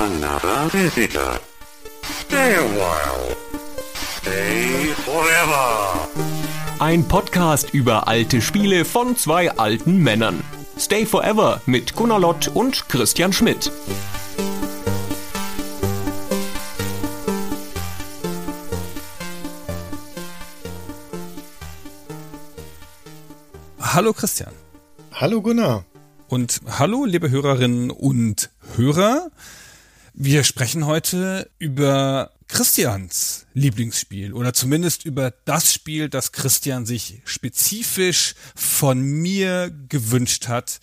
another visitor. Stay a while. Stay forever. Ein Podcast über alte Spiele von zwei alten Männern. Stay Forever mit Gunnar Lott und Christian Schmidt. Hallo Christian. Hallo Gunnar. Und hallo liebe Hörerinnen und Hörer. Wir sprechen heute über Christians Lieblingsspiel oder zumindest über das Spiel, das Christian sich spezifisch von mir gewünscht hat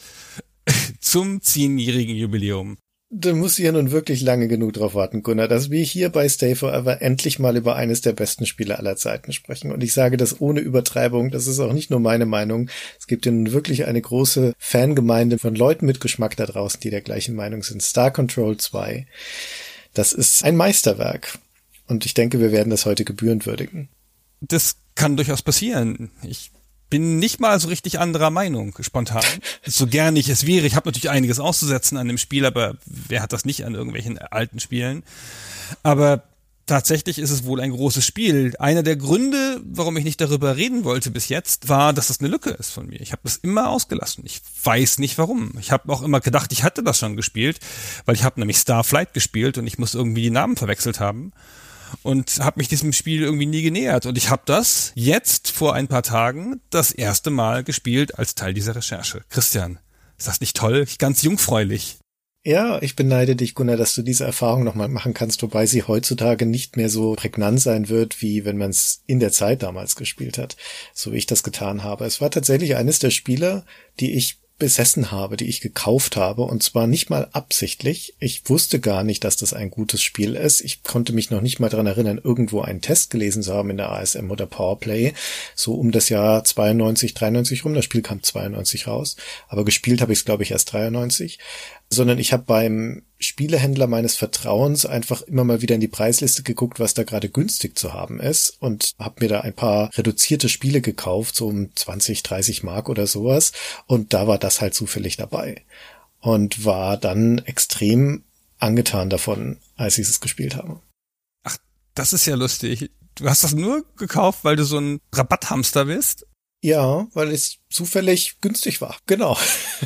zum 10-jährigen Jubiläum. Da musst du ja nun wirklich lange genug drauf warten, Gunnar, dass wir hier bei Stay Forever endlich mal über eines der besten Spiele aller Zeiten sprechen. Und ich sage das ohne Übertreibung, das ist auch nicht nur meine Meinung. Es gibt ja nun wirklich eine große Fangemeinde von Leuten mit Geschmack da draußen, die der gleichen Meinung sind. Star Control 2, das ist ein Meisterwerk. Und ich denke, wir werden das heute gebührend würdigen. Das kann durchaus passieren. Ich bin nicht mal so richtig anderer Meinung, spontan. So gern ich es wäre. Ich habe natürlich einiges auszusetzen an dem Spiel, aber wer hat das nicht an irgendwelchen alten Spielen? Aber tatsächlich ist es wohl ein großes Spiel. Einer der Gründe, warum ich nicht darüber reden wollte bis jetzt, war, dass das eine Lücke ist von mir. Ich habe das immer ausgelassen. Ich weiß nicht warum. Ich habe auch immer gedacht, ich hatte das schon gespielt, weil ich habe nämlich Starflight gespielt und ich muss irgendwie die Namen verwechselt haben. Und habe mich diesem Spiel irgendwie nie genähert. Und ich habe das jetzt vor ein paar Tagen das erste Mal gespielt als Teil dieser Recherche. Christian, ist das nicht toll? Ganz jungfräulich. Ja, ich beneide dich, Gunnar, dass du diese Erfahrung nochmal machen kannst, wobei sie heutzutage nicht mehr so prägnant sein wird, wie wenn man es in der Zeit damals gespielt hat, so wie ich das getan habe. Es war tatsächlich eines der Spiele, die ich besessen habe, die ich gekauft habe, und zwar nicht mal absichtlich. Ich wusste gar nicht, dass das ein gutes Spiel ist. Ich konnte mich noch nicht mal daran erinnern, irgendwo einen Test gelesen zu haben in der ASM oder Powerplay, so um das Jahr 92, 93 rum. Das Spiel kam 92 raus, aber gespielt habe ich es, glaube ich, erst 93. Sondern ich habe beim Spielehändler meines Vertrauens einfach immer mal wieder in die Preisliste geguckt, was da gerade günstig zu haben ist, und habe mir da ein paar reduzierte Spiele gekauft, so um 20, 30 Mark oder sowas, und da war das halt zufällig dabei und war dann extrem angetan davon, als ich es gespielt habe. Ach, das ist ja lustig. Du hast das nur gekauft, weil du so ein Rabatthamster bist? Ja, weil es zufällig günstig war. Genau.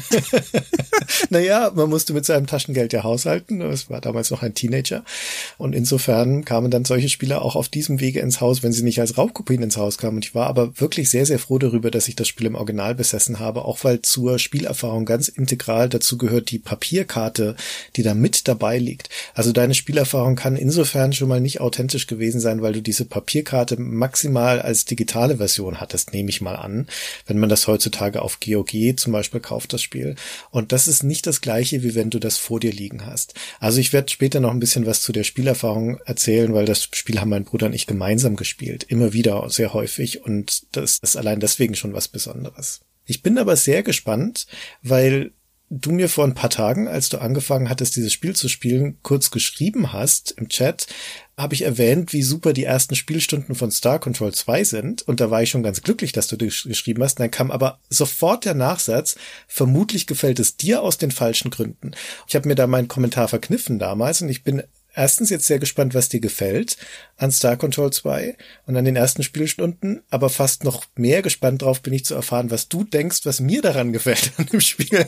Naja, man musste mit seinem Taschengeld ja haushalten. Es war damals noch ein Teenager. Und insofern kamen dann solche Spiele auch auf diesem Wege ins Haus, wenn sie nicht als Raubkopien ins Haus kamen. Und ich war aber wirklich sehr, sehr froh darüber, dass ich das Spiel im Original besessen habe, auch weil zur Spielerfahrung ganz integral dazu gehört die Papierkarte, die da mit dabei liegt. Also deine Spielerfahrung kann insofern schon mal nicht authentisch gewesen sein, weil du diese Papierkarte maximal als digitale Version hattest, nehme ich mal an, wenn man das heutzutage auf GOG zum Beispiel kauft, das Spiel. Und das ist nicht das Gleiche, wie wenn du das vor dir liegen hast. Also ich werde später noch ein bisschen was zu der Spielerfahrung erzählen, weil das Spiel haben mein Bruder und ich gemeinsam gespielt. Immer wieder, sehr häufig. Und das ist allein deswegen schon was Besonderes. Ich bin aber sehr gespannt, weil du mir vor ein paar Tagen, als du angefangen hattest, dieses Spiel zu spielen, kurz geschrieben hast im Chat, habe ich erwähnt, wie super die ersten Spielstunden von Star Control 2 sind. Und da war ich schon ganz glücklich, dass du das geschrieben hast. Und dann kam aber sofort der Nachsatz, vermutlich gefällt es dir aus den falschen Gründen. Ich habe mir da meinen Kommentar verkniffen damals, und ich bin erstens jetzt sehr gespannt, was dir gefällt an Star Control 2 und an den ersten Spielstunden, aber fast noch mehr gespannt drauf bin ich zu erfahren, was du denkst, was mir daran gefällt an dem Spiel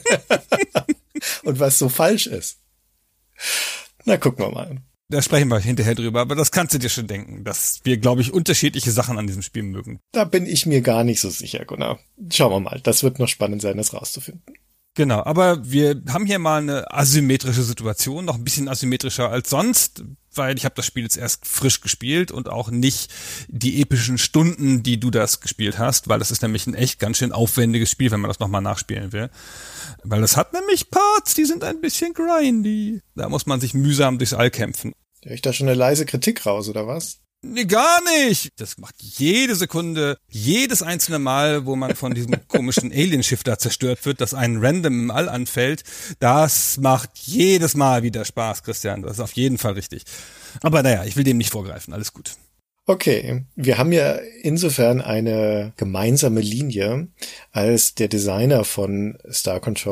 und was so falsch ist. Na, gucken wir mal. Da sprechen wir hinterher drüber, aber das kannst du dir schon denken, dass wir, glaube ich, unterschiedliche Sachen an diesem Spiel mögen. Da bin ich mir gar nicht so sicher, Gunnar. Schauen wir mal, das wird noch spannend sein, das rauszufinden. Genau, aber wir haben hier mal eine asymmetrische Situation, noch ein bisschen asymmetrischer als sonst, weil ich habe das Spiel jetzt erst frisch gespielt und auch nicht die epischen Stunden, die du das gespielt hast, weil das ist nämlich ein echt ganz schön aufwendiges Spiel, wenn man das nochmal nachspielen will. Weil das hat nämlich Parts, die sind ein bisschen grindy. Da muss man sich mühsam durchs All kämpfen. Höre ich da schon eine leise Kritik raus, oder was? Nee, gar nicht. Das macht jede Sekunde, jedes einzelne Mal, wo man von diesem komischen Alienschiff da zerstört wird, das einen random im All anfällt, das macht jedes Mal wieder Spaß, Christian. Das ist auf jeden Fall richtig. Aber naja, ich will dem nicht vorgreifen. Alles gut. Okay, wir haben ja insofern eine gemeinsame Linie, als der Designer von Star Control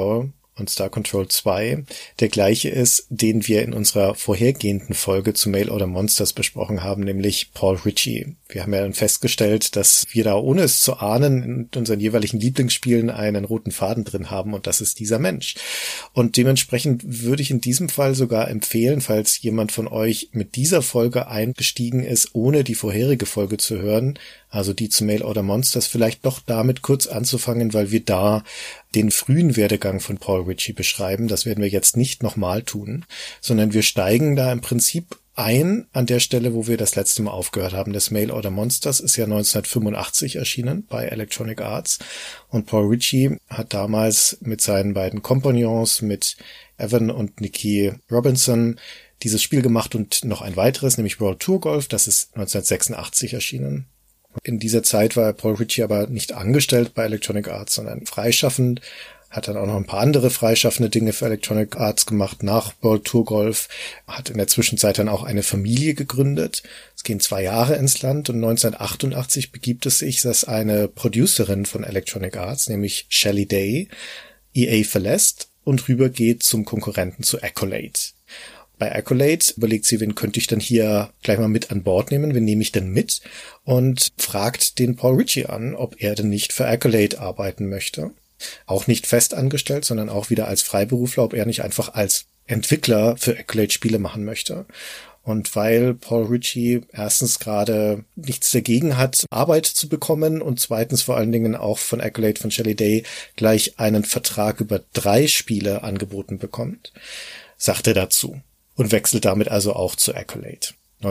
und Star Control 2 der gleiche ist, den wir in unserer vorhergehenden Folge zu Mail Order Monsters besprochen haben, nämlich Paul Ritchie. Wir haben ja dann festgestellt, dass wir da, ohne es zu ahnen, in unseren jeweiligen Lieblingsspielen einen roten Faden drin haben, und das ist dieser Mensch. Und dementsprechend würde ich in diesem Fall sogar empfehlen, falls jemand von euch mit dieser Folge eingestiegen ist, ohne die vorherige Folge zu hören, also die zu Mail Order Monsters, vielleicht doch damit kurz anzufangen, weil wir da den frühen Werdegang von Paul Ritchie beschreiben. Das werden wir jetzt nicht nochmal tun, sondern wir steigen da im Prinzip ein an der Stelle, wo wir das letzte Mal aufgehört haben. Das Mail Order Monsters ist ja 1985 erschienen bei Electronic Arts, und Paul Ritchie hat damals mit seinen beiden Kompagnons, mit Evan und Nicky Robinson, dieses Spiel gemacht und noch ein weiteres, nämlich World Tour Golf. Das ist 1986 erschienen. In dieser Zeit war Paul Ritchie aber nicht angestellt bei Electronic Arts, sondern freischaffend, hat dann auch noch ein paar andere freischaffende Dinge für Electronic Arts gemacht nach World Tour Golf, hat in der Zwischenzeit dann auch eine Familie gegründet. Es gehen 2 Jahre ins Land, und 1988 begibt es sich, dass eine Producerin von Electronic Arts, nämlich Shelley Day, EA verlässt und rübergeht zum Konkurrenten, zu Accolade. Bei Accolade überlegt sie, wen könnte ich denn hier gleich mal mit an Bord nehmen, wen nehme ich denn mit, und fragt den Paul Ritchie an, ob er denn nicht für Accolade arbeiten möchte. Auch nicht fest angestellt, sondern auch wieder als Freiberufler, ob er nicht einfach als Entwickler für Accolade Spiele machen möchte. Und weil Paul Ritchie erstens gerade nichts dagegen hat, Arbeit zu bekommen, und zweitens vor allen Dingen auch von Accolade, von Shelley Day, gleich einen Vertrag über 3 Spiele angeboten bekommt, sagt er dazu. Und wechselt damit also auch zu Accolade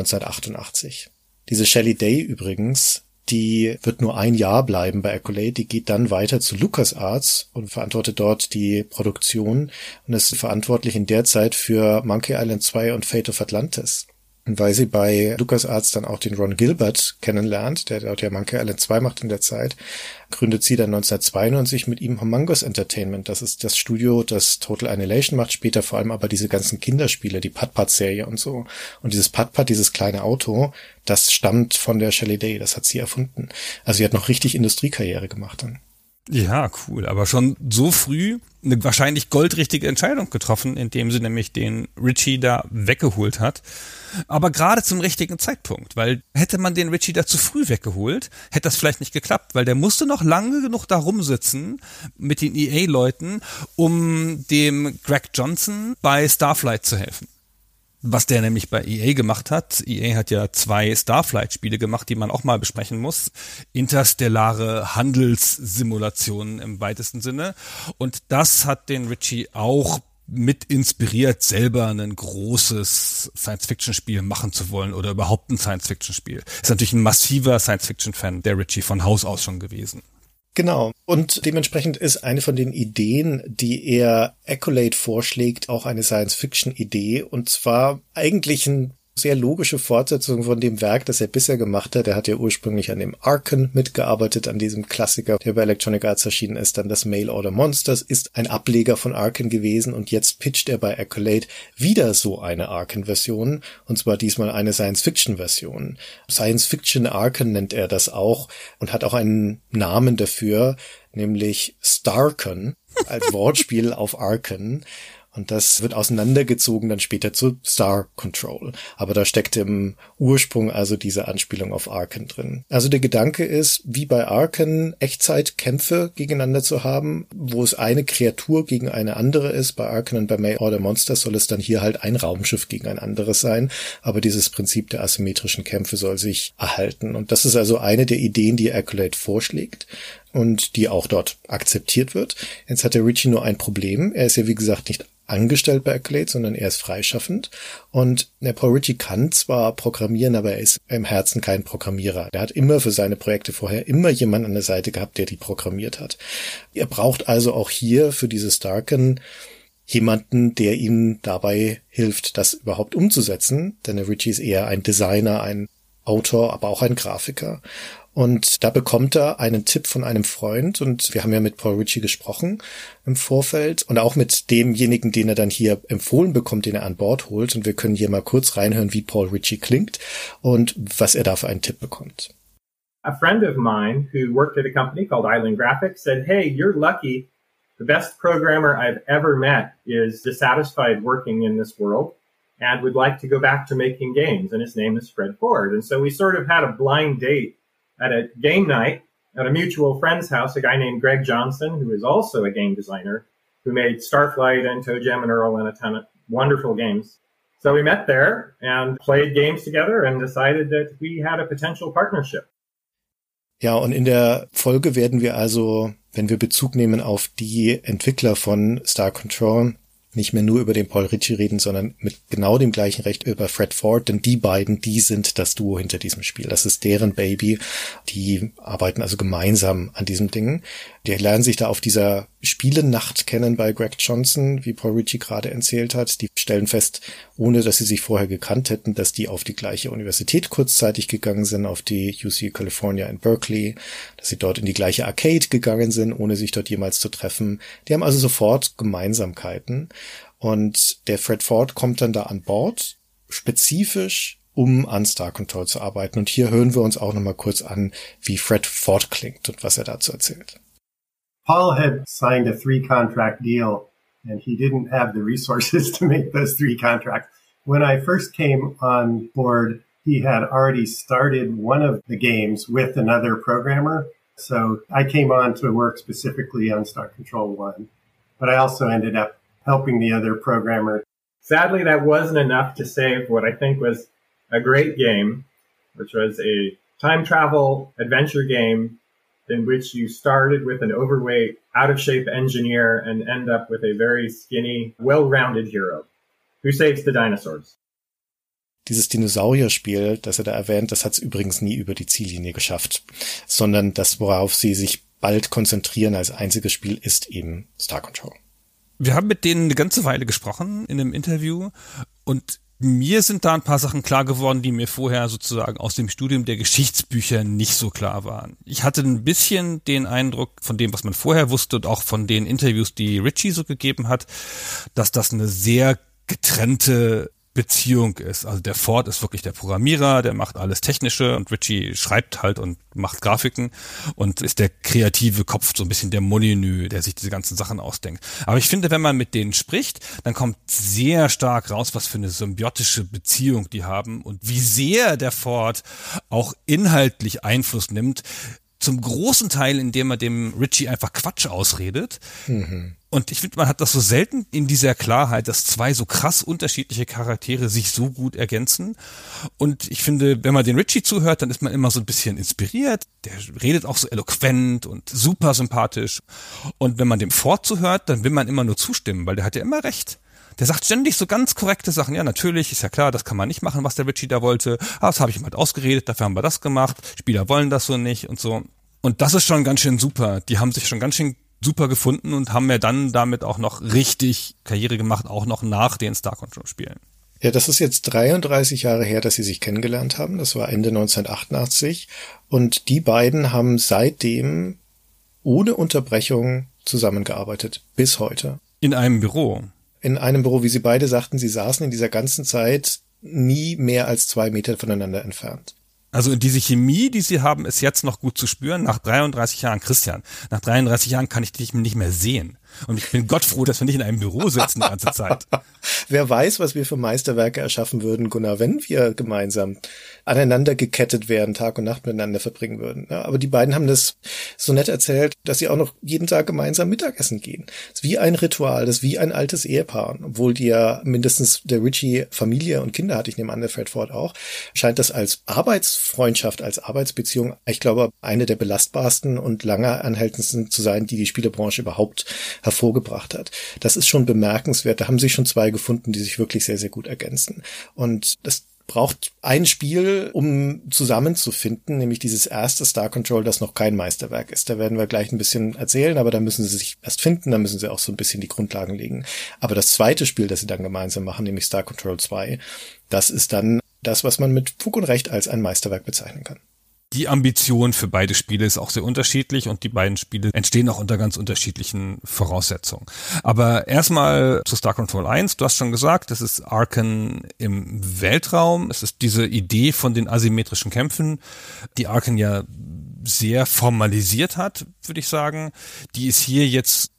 1988. Diese Shelley Day übrigens, die wird nur 1 Jahr bleiben bei Accolade, die geht dann weiter zu LucasArts und verantwortet dort die Produktion und ist verantwortlich in der Zeit für Monkey Island 2 und Fate of Atlantis. Und weil sie bei LucasArts dann auch den Ron Gilbert kennenlernt, der dort ja Monkey Island 2 macht in der Zeit, gründet sie dann 1992 mit ihm Humongous Entertainment. Das ist das Studio, das Total Annihilation macht, später vor allem aber diese ganzen Kinderspiele, die Putt-Putt-Serie und so. Und dieses Putt-Putt, dieses kleine Auto, das stammt von der Shelley Day, das hat sie erfunden. Also sie hat noch richtig Industriekarriere gemacht dann. Ja, cool. Aber schon so früh eine wahrscheinlich goldrichtige Entscheidung getroffen, indem sie nämlich den Ritchie da weggeholt hat. Aber gerade zum richtigen Zeitpunkt, weil hätte man den Ritchie da zu früh weggeholt, hätte das vielleicht nicht geklappt, weil der musste noch lange genug da rumsitzen mit den EA-Leuten, um dem Greg Johnson bei Starflight zu helfen. Was der nämlich bei EA gemacht hat. EA hat ja 2 Starflight-Spiele gemacht, die man auch mal besprechen muss. Interstellare Handelssimulationen im weitesten Sinne. Und das hat den Ritchie auch mit inspiriert, selber ein großes Science-Fiction-Spiel machen zu wollen oder überhaupt ein Science-Fiction-Spiel. Ist natürlich ein massiver Science-Fiction-Fan, der Ritchie von Haus aus schon gewesen. Genau. Und dementsprechend ist eine von den Ideen, die er Accolade vorschlägt, auch eine Science-Fiction-Idee. Und zwar eigentlich ein sehr logische Fortsetzung von dem Werk, das er bisher gemacht hat. Er hat ja ursprünglich an dem Arken mitgearbeitet, an diesem Klassiker, der bei Electronic Arts erschienen ist. Dann das Mail Order Monsters ist ein Ableger von Arken gewesen, und jetzt pitcht er bei Accolade wieder so eine Arken-Version, und zwar diesmal eine Science-Fiction-Version. Science-Fiction Arken nennt er das auch und hat auch einen Namen dafür, nämlich Starken, als Wortspiel auf Arken. Und das wird auseinandergezogen dann später zu Star Control. Aber da steckt im Ursprung also diese Anspielung auf Arken drin. Also der Gedanke ist, wie bei Arken, Echtzeitkämpfe gegeneinander zu haben, wo es eine Kreatur gegen eine andere ist. Bei Arken und bei Mail Order Monsters soll es dann hier halt ein Raumschiff gegen ein anderes sein. Aber dieses Prinzip der asymmetrischen Kämpfe soll sich erhalten. Und das ist also eine der Ideen, die Accolade vorschlägt und die auch dort akzeptiert wird. Jetzt hat der Ritchie nur ein Problem. Er ist ja, wie gesagt, nicht angestellt bei Accolade, sondern er ist freischaffend. Und der Paul Ritchie kann zwar programmieren, aber er ist im Herzen kein Programmierer. Er hat immer für seine Projekte vorher immer jemanden an der Seite gehabt, der die programmiert hat. Er braucht also auch hier für diese Starken jemanden, der ihm dabei hilft, das überhaupt umzusetzen. Denn der Ritchie ist eher ein Designer, ein Autor, aber auch ein Grafiker. Und da bekommt er einen Tipp von einem Freund, und wir haben ja mit Paul Ritchie gesprochen im Vorfeld und auch mit demjenigen, den er dann hier empfohlen bekommt, den er an Bord holt, und wir können hier mal kurz reinhören, wie Paul Ritchie klingt und was er da für einen Tipp bekommt. A friend of mine who worked at a company called Island Graphics said, "Hey, you're lucky the best programmer I've ever met is dissatisfied working in this world and would like to go back to making games. And his name is Fred Ford. And so we sort of had a blind date at a game night at a mutual friend's house, a guy named Greg Johnson, who is also a game designer, who made Starflight and ToeJam and Earl and a ton of wonderful games. So we met there and played games together and decided that we had a potential partnership. Ja, und in der Folge werden wir also, wenn wir Bezug nehmen auf die Entwickler von Star Control, nicht mehr nur über den Paul Ritchie reden, sondern mit genau dem gleichen Recht über Fred Ford, denn die beiden, die sind das Duo hinter diesem Spiel. Das ist deren Baby. Die arbeiten also gemeinsam an diesem Ding. Die lernen sich da auf dieser Spielenacht kennen bei Greg Johnson, wie Paul Ritchie gerade erzählt hat. Die stellen fest, ohne dass sie sich vorher gekannt hätten, dass die auf die gleiche Universität kurzzeitig gegangen sind, auf die UC California in Berkeley, dass sie dort in die gleiche Arcade gegangen sind, ohne sich dort jemals zu treffen. Die haben also sofort Gemeinsamkeiten. Und der Fred Ford kommt dann da an Bord, spezifisch um an Star Control zu arbeiten. Und hier hören wir uns auch nochmal kurz an, wie Fred Ford klingt und was er dazu erzählt. Paul had signed a 3-contract deal, and he didn't have the resources to make those 3 contracts. When I first came on board, he had already started one of the games with another programmer. So I came on to work specifically on Star Control 1, but I also ended up helping the other programmer. Sadly, that wasn't enough to save what I think was a great game, which was a time travel adventure game in which you started with an overweight, out-of-shape engineer and end up with a very skinny, well-rounded hero who saves the dinosaurs. Dieses Dinosaurierspiel, das er da erwähnt, das hat es übrigens nie über die Ziellinie geschafft, sondern das, worauf sie sich bald konzentrieren als einziges Spiel, ist eben Star Control. Wir haben mit denen eine ganze Weile gesprochen in einem Interview und mir sind da ein paar Sachen klar geworden, die mir vorher sozusagen aus dem Studium der Geschichtsbücher nicht so klar waren. Ich hatte ein bisschen den Eindruck von dem, was man vorher wusste und auch von den Interviews, die Ritchie so gegeben hat, dass das eine sehr getrennte Beziehung ist. Also der Ford ist wirklich der Programmierer, der macht alles Technische und Ritchie schreibt halt und macht Grafiken und ist der kreative Kopf, so ein bisschen der Molyneux, der sich diese ganzen Sachen ausdenkt. Aber ich finde, wenn man mit denen spricht, dann kommt sehr stark raus, was für eine symbiotische Beziehung die haben und wie sehr der Ford auch inhaltlich Einfluss nimmt, zum großen Teil, indem er dem Ritchie einfach Quatsch ausredet. Mhm. Und ich finde, man hat das so selten in dieser Klarheit, dass 2 so krass unterschiedliche Charaktere sich so gut ergänzen. Und ich finde, wenn man den Ritchie zuhört, dann ist man immer so ein bisschen inspiriert. Der redet auch so eloquent und super sympathisch. Und wenn man dem Ford zuhört, dann will man immer nur zustimmen, weil der hat ja immer recht. Der sagt ständig so ganz korrekte Sachen. Ja, natürlich, ist ja klar, das kann man nicht machen, was der Ritchie da wollte. Das habe ich ihm halt ausgeredet, dafür haben wir das gemacht. Spieler wollen das so nicht und so. Und das ist schon ganz schön super. Die haben sich schon ganz schön super gefunden und haben ja dann damit auch noch richtig Karriere gemacht, auch noch nach den Star Control Spielen. Ja, das ist jetzt 33 Jahre her, dass sie sich kennengelernt haben. Das war Ende 1988. Und die beiden haben seitdem ohne Unterbrechung zusammengearbeitet. Bis heute. In einem Büro. In einem Büro, wie sie beide sagten, sie saßen in dieser ganzen Zeit nie mehr als 2 Meter voneinander entfernt. Also diese Chemie, die sie haben, ist jetzt noch gut zu spüren. Nach 33 Jahren, Christian, nach 33 Jahren kann ich dich nicht mehr sehen. Und ich bin Gott froh, dass wir nicht in einem Büro sitzen die ganze Zeit. Wer weiß, was wir für Meisterwerke erschaffen würden, Gunnar, wenn wir gemeinsam aneinander gekettet wären, Tag und Nacht miteinander verbringen würden. Ja, aber die beiden haben das so nett erzählt, dass sie auch noch jeden Tag gemeinsam Mittagessen gehen. Das ist wie ein Ritual, das ist wie ein altes Ehepaar. Obwohl die ja mindestens der Ritchie Familie und Kinder hat, ich nehme an, der Fred Ford auch, scheint das als Arbeitsfreundschaft, als Arbeitsbeziehung, ich glaube, eine der belastbarsten und lange anhaltendsten zu sein, die die Spielebranche überhaupt hervorgebracht hat. Das ist schon bemerkenswert. Da haben sich schon 2 gefunden, die sich wirklich sehr, sehr gut ergänzen. Und das braucht ein Spiel, um zusammenzufinden, nämlich dieses erste Star Control, das noch kein Meisterwerk ist. Da werden wir gleich ein bisschen erzählen, aber da müssen sie sich erst finden, da müssen sie auch so ein bisschen die Grundlagen legen. Aber das zweite Spiel, das sie dann gemeinsam machen, nämlich Star Control 2, das ist dann das, was man mit Fug und Recht als ein Meisterwerk bezeichnen kann. Die Ambition für beide Spiele ist auch sehr unterschiedlich und die beiden Spiele entstehen auch unter ganz unterschiedlichen Voraussetzungen. Aber erstmal zu Star Control 1. Du hast schon gesagt, das ist Arken im Weltraum. Es ist diese Idee von den asymmetrischen Kämpfen, die Arken ja sehr formalisiert hat, würde ich sagen. Die ist hier jetzt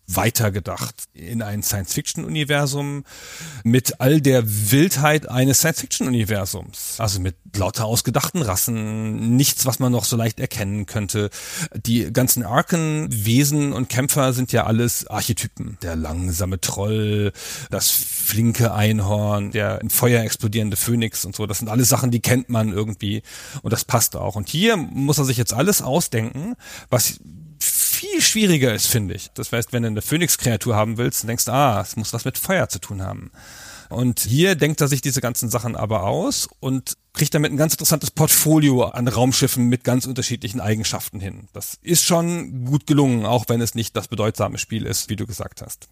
weitergedacht in ein Science-Fiction-Universum mit all der Wildheit eines Science-Fiction-Universums. Also mit lauter ausgedachten Rassen, nichts, was man noch so leicht erkennen könnte. Die ganzen Arken-Wesen und Kämpfer sind ja alles Archetypen. Der langsame Troll, das flinke Einhorn, der in Feuer explodierende Phönix und so. Das sind alles Sachen, die kennt man irgendwie und das passt auch. Und hier muss er sich jetzt alles ausdenken, was viel schwieriger ist, finde ich. Das heißt, wenn du eine Phönix-Kreatur haben willst, dann denkst du, es muss was mit Feuer zu tun haben. Und hier denkt er sich diese ganzen Sachen aber aus und kriegt damit ein ganz interessantes Portfolio an Raumschiffen mit ganz unterschiedlichen Eigenschaften hin. Das ist schon gut gelungen, auch wenn es nicht das bedeutsame Spiel ist, wie du gesagt hast.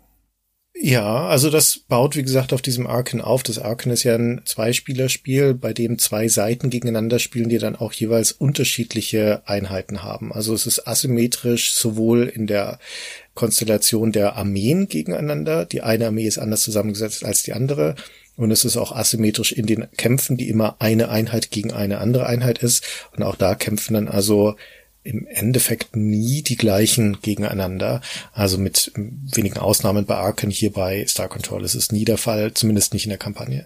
Ja, also das baut, wie gesagt, auf diesem Arken auf. Das Arken ist ja ein Zweispielerspiel, bei dem 2 Seiten gegeneinander spielen, die dann auch jeweils unterschiedliche Einheiten haben. Also es ist asymmetrisch sowohl in der Konstellation der Armeen gegeneinander. Die eine Armee ist anders zusammengesetzt als die andere. Und es ist auch asymmetrisch in den Kämpfen, die immer eine Einheit gegen eine andere Einheit ist. Und auch da kämpfen dann also im Endeffekt nie die gleichen gegeneinander. Also mit wenigen Ausnahmen bei Arken, hier bei Star Control ist es nie der Fall, zumindest nicht in der Kampagne.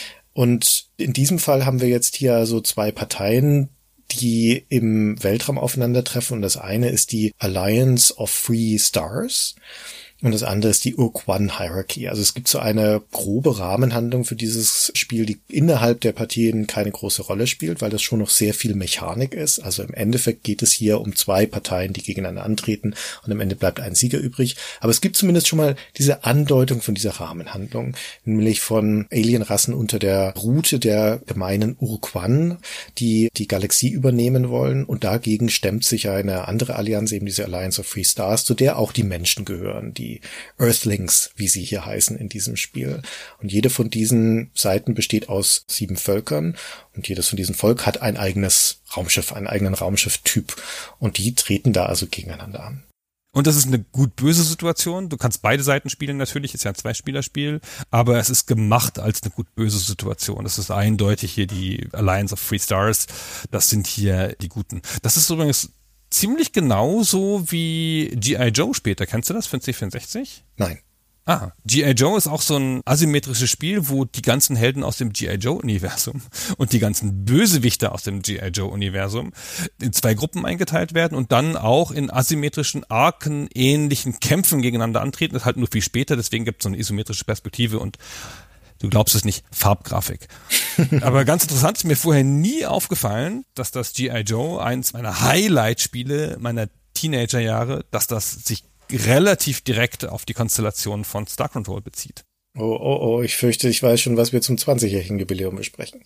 Und in diesem Fall haben wir jetzt hier so 2 Parteien, die im Weltraum aufeinandertreffen. Und das eine ist die Alliance of Free Stars. Und das andere ist die Urquan Hierarchy. Also es gibt so eine grobe Rahmenhandlung für dieses Spiel, die innerhalb der Partien keine große Rolle spielt, weil das schon noch sehr viel Mechanik ist. Also im Endeffekt geht es hier um 2 Parteien, die gegeneinander antreten und am Ende bleibt ein Sieger übrig. Aber es gibt zumindest schon mal diese Andeutung von dieser Rahmenhandlung, nämlich von Alienrassen unter der Route der gemeinen Urquan, die die Galaxie übernehmen wollen. Und dagegen stemmt sich eine andere Allianz, eben diese Alliance of Free Stars, zu der auch die Menschen gehören, die Earthlings, wie sie hier heißen in diesem Spiel. Und jede von diesen Seiten besteht aus 7 Völkern und jedes von diesen Volk hat ein eigenes Raumschiff, einen eigenen Raumschifftyp und die treten da also gegeneinander an. Und das ist eine gut-böse Situation. Du kannst beide Seiten spielen natürlich, ist ja ein Zweispielerspiel, aber es ist gemacht als eine gut-böse Situation. Das ist eindeutig hier die Alliance of Free Stars. Das sind hier die Guten. Das ist übrigens ziemlich genauso wie G.I. Joe später. Kennst du das für den C64? Nein. G.I. Joe ist auch so ein asymmetrisches Spiel, wo die ganzen Helden aus dem G.I. Joe-Universum und die ganzen Bösewichte aus dem G.I. Joe-Universum in 2 Gruppen eingeteilt werden und dann auch in asymmetrischen, arkenähnlichen Kämpfen gegeneinander antreten. Das ist halt nur viel später, deswegen gibt es so eine isometrische Perspektive und du glaubst es nicht, Farbgrafik. Aber ganz interessant, ist mir vorher nie aufgefallen, dass das G.I. Joe, eins meiner Highlight-Spiele meiner Teenagerjahre, dass das sich relativ direkt auf die Konstellation von Star Control bezieht. Oh, ich fürchte, ich weiß schon, was wir zum 20-jährigen Jubiläum besprechen.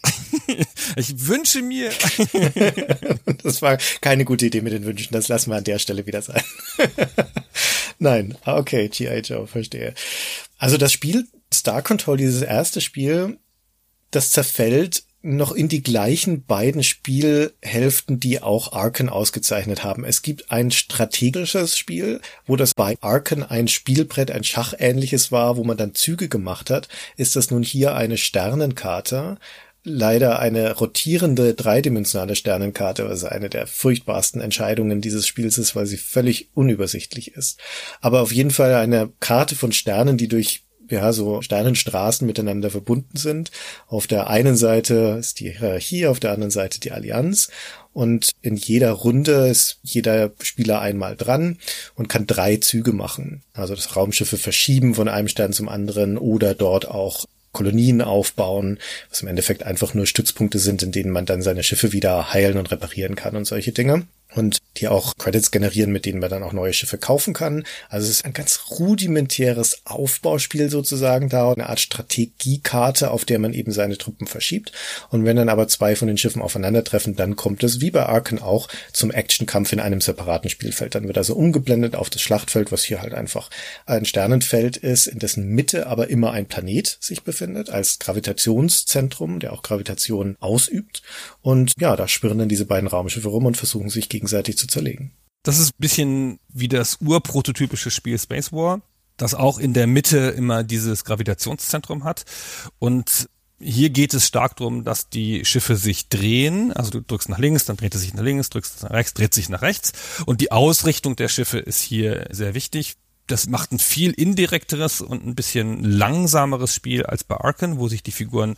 Ich wünsche mir... Das war keine gute Idee mit den Wünschen, das lassen wir an der Stelle wieder sein. Nein, okay, G.I. Joe, verstehe. Also das Spiel Star Control, dieses erste Spiel, das zerfällt noch in die gleichen beiden Spielhälften, die auch Arken ausgezeichnet haben. Es gibt ein strategisches Spiel, wo das bei Arken ein Spielbrett, ein schachähnliches war, wo man dann Züge gemacht hat. Ist das nun hier eine Sternenkarte? Leider eine rotierende, dreidimensionale Sternenkarte, was eine der furchtbarsten Entscheidungen dieses Spiels ist, weil sie völlig unübersichtlich ist. Aber auf jeden Fall eine Karte von Sternen, die durch so Sternenstraßen miteinander verbunden sind. Auf der einen Seite ist die Hierarchie, auf der anderen Seite die Allianz. Und in jeder Runde ist jeder Spieler einmal dran und kann 3 Züge machen. Also das Raumschiffe verschieben von einem Stern zum anderen oder dort auch Kolonien aufbauen, was im Endeffekt einfach nur Stützpunkte sind, in denen man dann seine Schiffe wieder heilen und reparieren kann und solche Dinge. Und die auch Credits generieren, mit denen man dann auch neue Schiffe kaufen kann. Also es ist ein ganz rudimentäres Aufbauspiel sozusagen da, eine Art Strategiekarte, auf der man eben seine Truppen verschiebt. Und wenn dann aber 2 von den Schiffen aufeinandertreffen, dann kommt es, wie bei Arken auch, zum Actionkampf in einem separaten Spielfeld. Dann wird also umgeblendet auf das Schlachtfeld, was hier halt einfach ein Sternenfeld ist, in dessen Mitte aber immer ein Planet sich befindet, als Gravitationszentrum, der auch Gravitation ausübt. Und ja, da schwirren dann diese beiden Raumschiffe rum und versuchen sich gegenseitig zu zerlegen. Das ist ein bisschen wie das urprototypische Spiel Space War, das auch in der Mitte immer dieses Gravitationszentrum hat. Und hier geht es stark darum, dass die Schiffe sich drehen. Also du drückst nach links, dann dreht es sich nach links, drückst nach rechts, dreht sich nach rechts. Und die Ausrichtung der Schiffe ist hier sehr wichtig. Das macht ein viel indirekteres und ein bisschen langsameres Spiel als bei Arken, wo sich die Figuren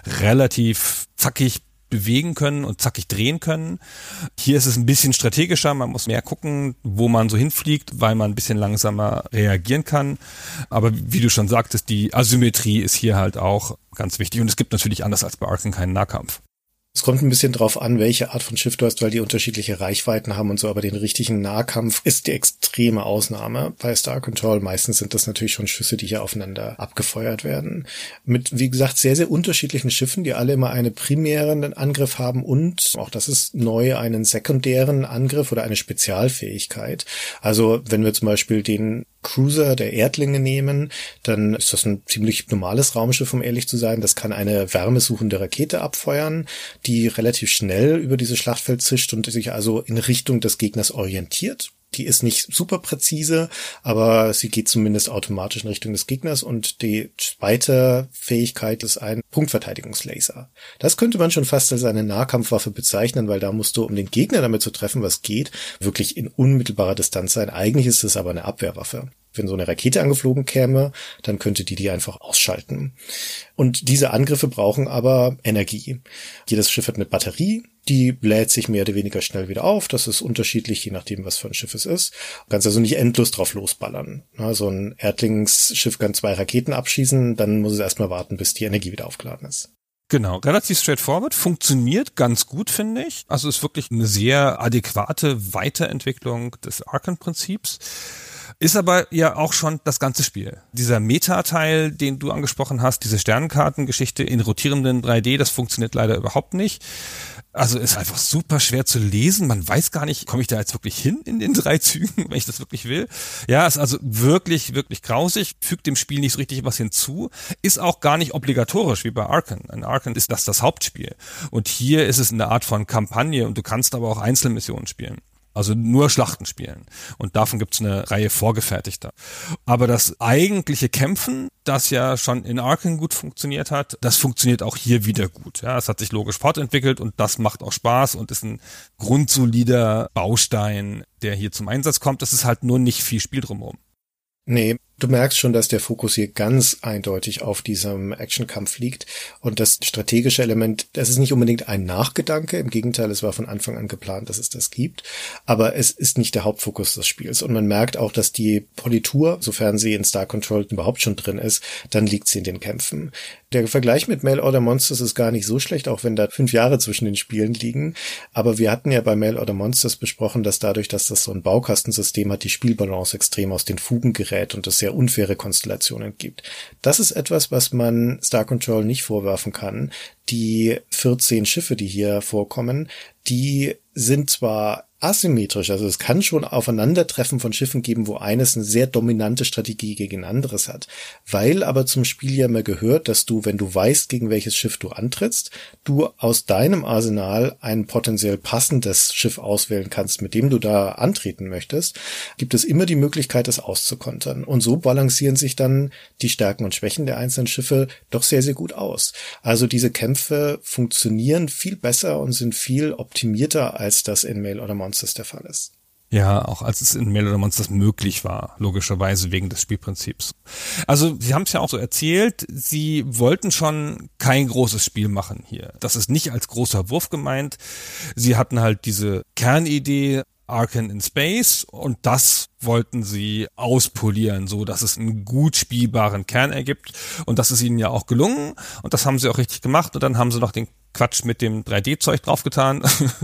relativ zackig bewegen können und zackig drehen können. Hier ist es ein bisschen strategischer, man muss mehr gucken, wo man so hinfliegt, weil man ein bisschen langsamer reagieren kann. Aber wie du schon sagtest, die Asymmetrie ist hier halt auch ganz wichtig. Und es gibt natürlich anders als bei Arken keinen Nahkampf. Es kommt ein bisschen drauf an, welche Art von Schiff du hast, weil die unterschiedliche Reichweiten haben und so, aber den richtigen Nahkampf ist die extreme Ausnahme bei Star Control. Meistens sind das natürlich schon Schüsse, die hier aufeinander abgefeuert werden. Mit, wie gesagt, sehr, sehr unterschiedlichen Schiffen, die alle immer einen primären Angriff haben und, auch das ist neu, einen sekundären Angriff oder eine Spezialfähigkeit. Also, wenn wir zum Beispiel den Cruiser der Erdlinge nehmen, dann ist das ein ziemlich normales Raumschiff, um ehrlich zu sein. Das kann eine wärmesuchende Rakete abfeuern, die relativ schnell über dieses Schlachtfeld zischt und sich also in Richtung des Gegners orientiert. Die ist nicht super präzise, aber sie geht zumindest automatisch in Richtung des Gegners und die zweite Fähigkeit ist ein Punktverteidigungslaser. Das könnte man schon fast als eine Nahkampfwaffe bezeichnen, weil da musst du, um den Gegner damit zu treffen, was geht, wirklich in unmittelbarer Distanz sein. Eigentlich ist es aber eine Abwehrwaffe. Wenn so eine Rakete angeflogen käme, dann könnte die einfach ausschalten. Und diese Angriffe brauchen aber Energie. Jedes Schiff hat eine Batterie, die lädt sich mehr oder weniger schnell wieder auf. Das ist unterschiedlich, je nachdem, was für ein Schiff es ist. Du kannst also nicht endlos drauf losballern. So ein Erdlingsschiff kann 2 Raketen abschießen, dann muss es erstmal warten, bis die Energie wieder aufgeladen ist. Genau, relativ straightforward, funktioniert ganz gut, finde ich. Also ist wirklich eine sehr adäquate Weiterentwicklung des Arken-Prinzips. Ist aber ja auch schon das ganze Spiel. Dieser Meta-Teil, den du angesprochen hast, diese Sternenkartengeschichte in rotierenden 3D, das funktioniert leider überhaupt nicht. Also ist einfach super schwer zu lesen. Man weiß gar nicht, komme ich da jetzt wirklich hin in den 3 Zügen, wenn ich das wirklich will. Ja, ist also wirklich, wirklich grausig, fügt dem Spiel nicht so richtig was hinzu, ist auch gar nicht obligatorisch wie bei Arken. In Arken ist das Hauptspiel. Und hier ist es eine Art von Kampagne und du kannst aber auch Einzelmissionen spielen. Also nur Schlachten spielen. Und davon gibt's eine Reihe vorgefertigter. Aber das eigentliche Kämpfen, das ja schon in Arken gut funktioniert hat, das funktioniert auch hier wieder gut. Ja, es hat sich logisch fortentwickelt und das macht auch Spaß und ist ein grundsolider Baustein, der hier zum Einsatz kommt. Es ist halt nur nicht viel Spiel drumherum. Nee, du merkst schon, dass der Fokus hier ganz eindeutig auf diesem Actionkampf liegt. Und das strategische Element, das ist nicht unbedingt ein Nachgedanke. Im Gegenteil, es war von Anfang an geplant, dass es das gibt. Aber es ist nicht der Hauptfokus des Spiels. Und man merkt auch, dass die Politur, sofern sie in Star Control überhaupt schon drin ist, dann liegt sie in den Kämpfen. Der Vergleich mit Mail Order Monsters ist gar nicht so schlecht, auch wenn da 5 Jahre zwischen den Spielen liegen. Aber wir hatten ja bei Mail Order Monsters besprochen, dass dadurch, dass das so ein Baukastensystem hat, die Spielbalance extrem aus den Fugen gerät und es sehr unfaire Konstellationen gibt. Das ist etwas, was man Star Control nicht vorwerfen kann. Die 14 Schiffe, die hier vorkommen, die sind zwar asymmetrisch, also es kann schon Aufeinandertreffen von Schiffen geben, wo eines eine sehr dominante Strategie gegen ein anderes hat. Weil aber zum Spiel ja immer gehört, dass du, wenn du weißt, gegen welches Schiff du antrittst, du aus deinem Arsenal ein potenziell passendes Schiff auswählen kannst, mit dem du da antreten möchtest, gibt es immer die Möglichkeit, das auszukontern. Und so balancieren sich dann die Stärken und Schwächen der einzelnen Schiffe doch sehr, sehr gut aus. Also diese Kämpfe funktionieren viel besser und sind viel optimierter, als das in Mail Order Monsters der Fall ist. Ja, auch als es in Mail Order Monsters möglich war, logischerweise wegen des Spielprinzips. Also Sie haben es ja auch so erzählt, Sie wollten schon kein großes Spiel machen hier. Das ist nicht als großer Wurf gemeint. Sie hatten halt diese Kernidee, Arken in Space, und das wollten sie auspolieren, so dass es einen gut spielbaren Kern ergibt, und das ist ihnen ja auch gelungen und das haben sie auch richtig gemacht, und dann haben sie noch den Quatsch mit dem 3D-Zeug draufgetan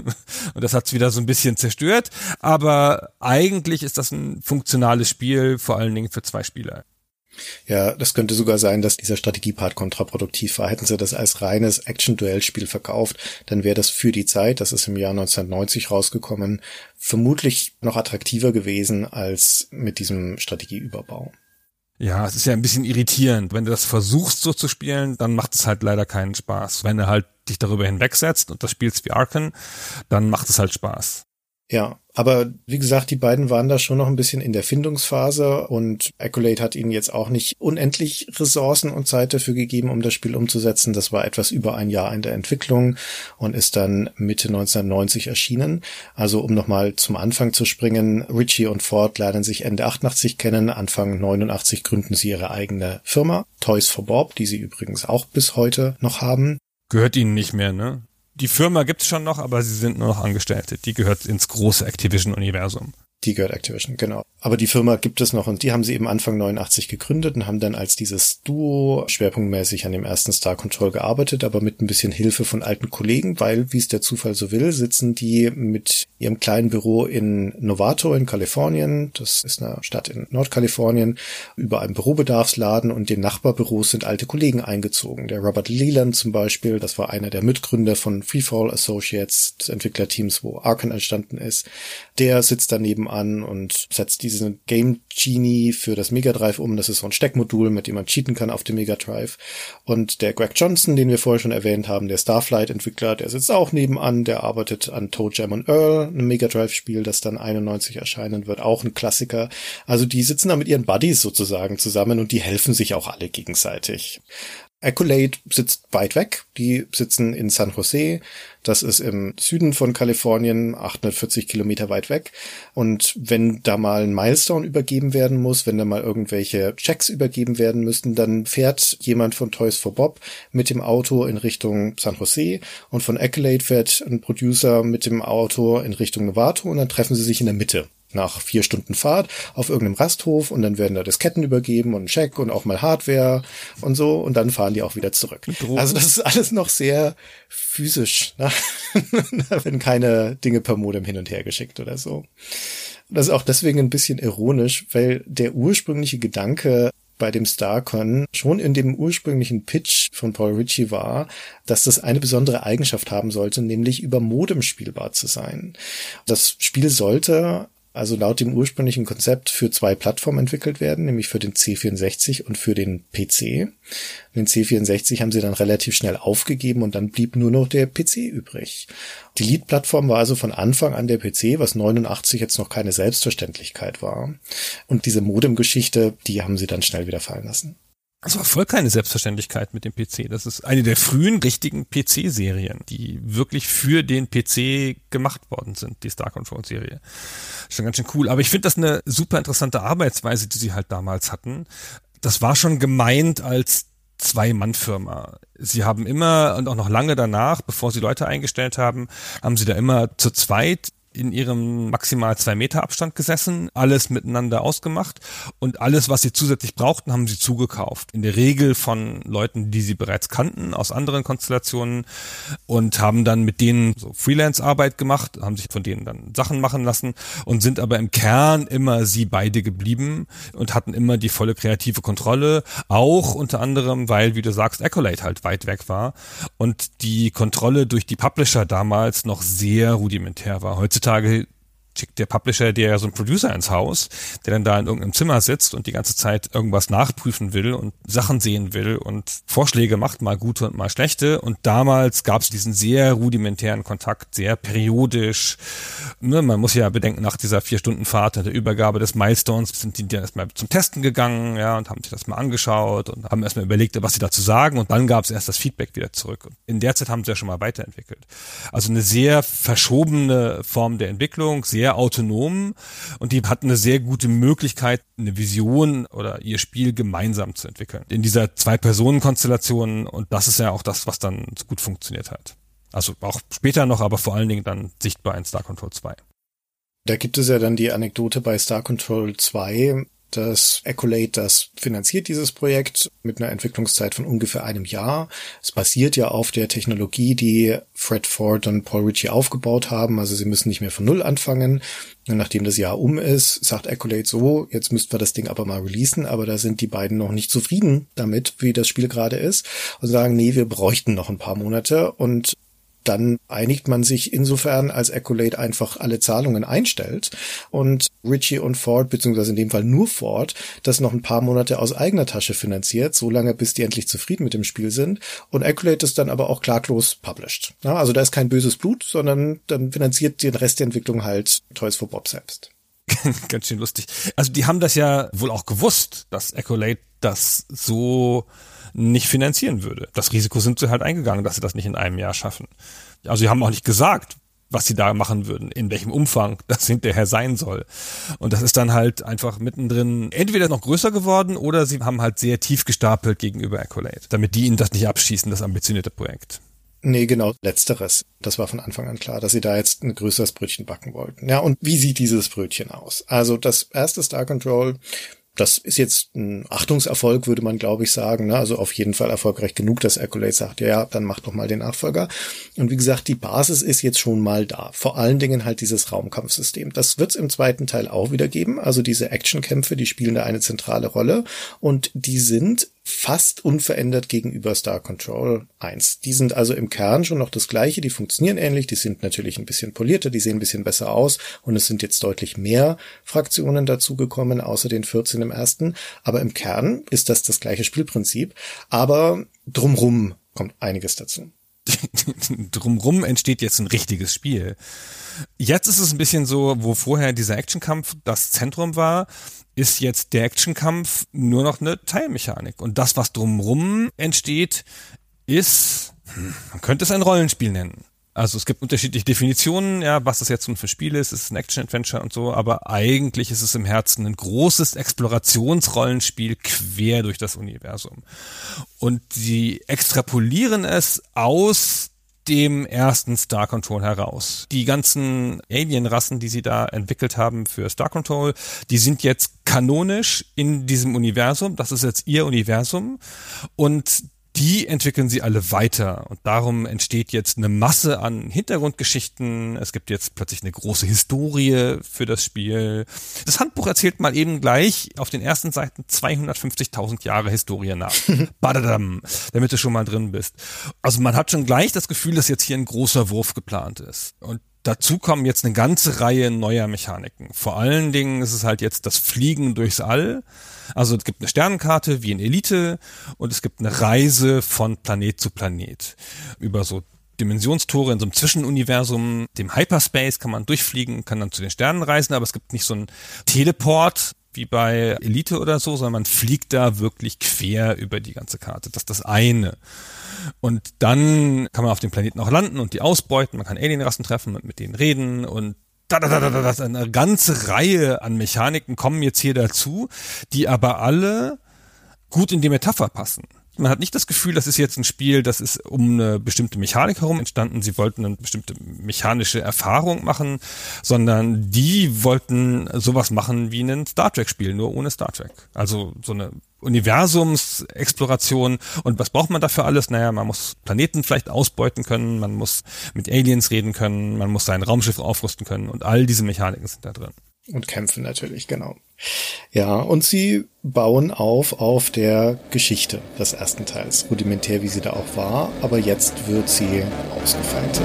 und das hat's wieder so ein bisschen zerstört, aber eigentlich ist das ein funktionales Spiel, vor allen Dingen für 2 Spieler. Ja, das könnte sogar sein, dass dieser Strategiepart kontraproduktiv war. Hätten sie das als reines Action-Duell-Spiel verkauft, dann wäre das für die Zeit, das ist im Jahr 1990 rausgekommen, vermutlich noch attraktiver gewesen als mit diesem Strategieüberbau. Ja, es ist ja ein bisschen irritierend. Wenn du das versuchst so zu spielen, dann macht es halt leider keinen Spaß. Wenn du halt dich darüber hinwegsetzt und das spielst wie Arken, dann macht es halt Spaß. Ja, aber wie gesagt, die beiden waren da schon noch ein bisschen in der Findungsphase und Accolade hat ihnen jetzt auch nicht unendlich Ressourcen und Zeit dafür gegeben, um das Spiel umzusetzen. Das war etwas über ein Jahr in der Entwicklung und ist dann Mitte 1990 erschienen. Also um nochmal zum Anfang zu springen, Ritchie und Ford lernen sich Ende 88 kennen, Anfang 89 gründen sie ihre eigene Firma, Toys for Bob, die sie übrigens auch bis heute noch haben. Gehört ihnen nicht mehr, ne? Die Firma gibt's schon noch, aber sie sind nur noch Angestellte. Die gehört ins große Activision-Universum. Die gehört Activision, genau. Aber die Firma gibt es noch und die haben sie eben Anfang 89 gegründet und haben dann als dieses Duo schwerpunktmäßig an dem ersten Star Control gearbeitet, aber mit ein bisschen Hilfe von alten Kollegen, weil, wie es der Zufall so will, sitzen die mit ihrem kleinen Büro in Novato in Kalifornien, das ist eine Stadt in Nordkalifornien, über einem Bürobedarfsladen und den Nachbarbüros sind alte Kollegen eingezogen. Der Robert Leland zum Beispiel, das war einer der Mitgründer von Freefall Associates, des Entwicklerteams, wo Arkham entstanden ist, der sitzt daneben an und setzt diesen Game Genie für das Mega Drive um. Das ist so ein Steckmodul, mit dem man cheaten kann auf dem Mega Drive. Und der Greg Johnson, den wir vorher schon erwähnt haben, der Starflight-Entwickler, der sitzt auch nebenan. Der arbeitet an Toe Jam and Earl, einem Mega Drive-Spiel, das dann 91 erscheinen wird. Auch ein Klassiker. Also die sitzen da mit ihren Buddies sozusagen zusammen und die helfen sich auch alle gegenseitig. Accolade sitzt weit weg. Die sitzen in San Jose. Das ist im Süden von Kalifornien, 840 Kilometer weit weg. Und wenn da mal ein Milestone übergeben werden muss, wenn da mal irgendwelche Checks übergeben werden müssten, dann fährt jemand von Toys for Bob mit dem Auto in Richtung San Jose und von Accolade fährt ein Producer mit dem Auto in Richtung Novato und dann treffen sie sich in der Mitte. Nach 4 Stunden Fahrt auf irgendeinem Rasthof und dann werden da Disketten übergeben und ein Check und auch mal Hardware und so und dann fahren die auch wieder zurück. Also das ist alles noch sehr physisch, ne? Wenn keine Dinge per Modem hin und her geschickt oder so. Das ist auch deswegen ein bisschen ironisch, weil der ursprüngliche Gedanke bei dem StarCon schon in dem ursprünglichen Pitch von Paul Ritchie war, dass das eine besondere Eigenschaft haben sollte, nämlich über Modem spielbar zu sein. Das Spiel sollte also laut dem ursprünglichen Konzept für 2 Plattformen entwickelt werden, nämlich für den C64 und für den PC. Den C64 haben sie dann relativ schnell aufgegeben und dann blieb nur noch der PC übrig. Die Lead-Plattform war also von Anfang an der PC, was 89 jetzt noch keine Selbstverständlichkeit war. Und diese Modem-Geschichte, die haben sie dann schnell wieder fallen lassen. Das war voll keine Selbstverständlichkeit mit dem PC. Das ist eine der frühen richtigen PC-Serien, die wirklich für den PC gemacht worden sind, die Star Control-Serie. Schon ganz schön cool. Aber ich finde das eine super interessante Arbeitsweise, die sie halt damals hatten. Das war schon gemeint als 2-Mann-Firma. Sie haben immer und auch noch lange danach, bevor sie Leute eingestellt haben, haben sie da immer zu zweit in ihrem maximal 2 Meter Abstand gesessen, alles miteinander ausgemacht und alles, was sie zusätzlich brauchten, haben sie zugekauft. In der Regel von Leuten, die sie bereits kannten, aus anderen Konstellationen und haben dann mit denen so Freelance-Arbeit gemacht, haben sich von denen dann Sachen machen lassen und sind aber im Kern immer sie beide geblieben und hatten immer die volle kreative Kontrolle, auch unter anderem, weil, wie du sagst, Accolade halt weit weg war und die Kontrolle durch die Publisher damals noch sehr rudimentär war. Heutzutage schickt der Publisher dir ja so einen Producer ins Haus, der dann da in irgendeinem Zimmer sitzt und die ganze Zeit irgendwas nachprüfen will und Sachen sehen will und Vorschläge macht, mal gute und mal schlechte. Und damals gab es diesen sehr rudimentären Kontakt, sehr periodisch. Ne, man muss ja bedenken, nach dieser 4-Stunden-Fahrt der Übergabe des Milestones sind die dann erstmal zum Testen gegangen, ja, und haben sich das mal angeschaut und haben erstmal überlegt, was sie dazu sagen. Und dann gab es erst das Feedback wieder zurück. Und in der Zeit haben sie ja schon mal weiterentwickelt. Also eine sehr verschobene Form der Entwicklung, sehr autonom und die hatten eine sehr gute Möglichkeit, eine Vision oder ihr Spiel gemeinsam zu entwickeln. In dieser 2-Personen-Konstellation und das ist ja auch das, was dann so gut funktioniert hat. Also auch später noch, aber vor allen Dingen dann sichtbar in Star Control 2. Da gibt es ja dann die Anekdote bei Star Control 2, dass Accolade das finanziert, dieses Projekt, mit einer Entwicklungszeit von ungefähr einem Jahr. Es basiert ja auf der Technologie, die Fred Ford und Paul Ritchie aufgebaut haben. Also sie müssen nicht mehr von Null anfangen. Und nachdem das Jahr um ist, sagt Accolade so, jetzt müssten wir das Ding aber mal releasen. Aber da sind die beiden noch nicht zufrieden damit, wie das Spiel gerade ist. Und sagen, nee, wir bräuchten noch ein paar Monate. Und dann einigt man sich insofern, als Accolade einfach alle Zahlungen einstellt und Ritchie und Ford, beziehungsweise in dem Fall nur Ford, das noch ein paar Monate aus eigener Tasche finanziert, so lange, bis die endlich zufrieden mit dem Spiel sind, und Accolade das dann aber auch klaglos published. Ja, also da ist kein böses Blut, sondern dann finanziert den Rest der Entwicklung halt Toys for Bob selbst. Ganz schön lustig. Also die haben das ja wohl auch gewusst, dass Accolade das so nicht finanzieren würde. Das Risiko sind sie halt eingegangen, dass sie das nicht in einem Jahr schaffen. Also sie haben auch nicht gesagt, was sie da machen würden, in welchem Umfang das hinterher sein soll. Und das ist dann halt einfach mittendrin entweder noch größer geworden oder sie haben halt sehr tief gestapelt gegenüber Accolade, damit die ihnen das nicht abschießen, das ambitionierte Projekt. Nee, genau, letzteres. Das war von Anfang an klar, dass sie da jetzt ein größeres Brötchen backen wollten. Ja, und wie sieht dieses Brötchen aus? Also das erste Star Control, das ist jetzt ein Achtungserfolg, würde man, glaube ich, sagen. Ne? Also auf jeden Fall erfolgreich genug, dass Accolade sagt, ja, dann mach doch mal den Nachfolger. Und wie gesagt, die Basis ist jetzt schon mal da. Vor allen Dingen halt dieses Raumkampfsystem. Das wird es im zweiten Teil auch wieder geben. Also diese Actionkämpfe, die spielen da eine zentrale Rolle. Und die sind fast unverändert gegenüber Star Control 1. Die sind also im Kern schon noch das Gleiche, die funktionieren ähnlich, die sind natürlich ein bisschen polierter, die sehen ein bisschen besser aus und es sind jetzt deutlich mehr Fraktionen dazugekommen, außer den 14 im ersten. Aber im Kern ist das gleiche Spielprinzip, aber drumrum kommt einiges dazu. Drumrum entsteht jetzt ein richtiges Spiel. Jetzt ist es ein bisschen so, wo vorher dieser Actionkampf das Zentrum war, ist jetzt der Actionkampf nur noch eine Teilmechanik. Und das, was drumrum entsteht, ist, man könnte es ein Rollenspiel nennen. Also es gibt unterschiedliche Definitionen, ja, was das jetzt für ein Spiel ist. Es ist ein Action-Adventure und so, aber eigentlich ist es im Herzen ein großes Explorationsrollenspiel quer durch das Universum. Und sie extrapolieren es aus dem ersten Star Control heraus. Die ganzen Alien-Rassen, die sie da entwickelt haben für Star Control, die sind jetzt kanonisch in diesem Universum. Das ist jetzt ihr Universum. Und die entwickeln sie alle weiter und darum entsteht jetzt eine Masse an Hintergrundgeschichten. Es gibt jetzt plötzlich eine große Historie für das Spiel. Das Handbuch erzählt mal eben gleich auf den ersten Seiten 250.000 Jahre Historie nach. Badadam, damit du schon mal drin bist. Also man hat schon gleich das Gefühl, dass jetzt hier ein großer Wurf geplant ist. Und dazu kommen jetzt eine ganze Reihe neuer Mechaniken. Vor allen Dingen ist es halt jetzt das Fliegen durchs All. Also es gibt eine Sternenkarte wie in Elite und es gibt eine Reise von Planet zu Planet. Über so Dimensionstore in so einem Zwischenuniversum, dem Hyperspace kann man durchfliegen, kann dann zu den Sternen reisen, aber es gibt nicht so einen Teleport wie bei Elite oder so, sondern man fliegt da wirklich quer über die ganze Karte. Das ist das eine. Und dann kann man auf dem Planeten auch landen und die ausbeuten. Man kann Alienrassen treffen und mit denen reden und eine ganze Reihe an Mechaniken kommen jetzt hier dazu, die aber alle gut in die Metapher passen. Man hat nicht das Gefühl, das ist jetzt ein Spiel, das ist um eine bestimmte Mechanik herum entstanden. Sie wollten eine bestimmte mechanische Erfahrung machen, sondern die wollten sowas machen wie ein Star Trek-Spiel, nur ohne Star Trek. Also so eine Universumsexploration. Und was braucht man dafür alles? Naja, man muss Planeten vielleicht ausbeuten können, man muss mit Aliens reden können, man muss sein Raumschiff aufrüsten können und all diese Mechaniken sind da drin. Und kämpfen natürlich, genau. Ja, und sie bauen auf der Geschichte des ersten Teils. Rudimentär, wie sie da auch war, aber jetzt wird sie ausgefeilter.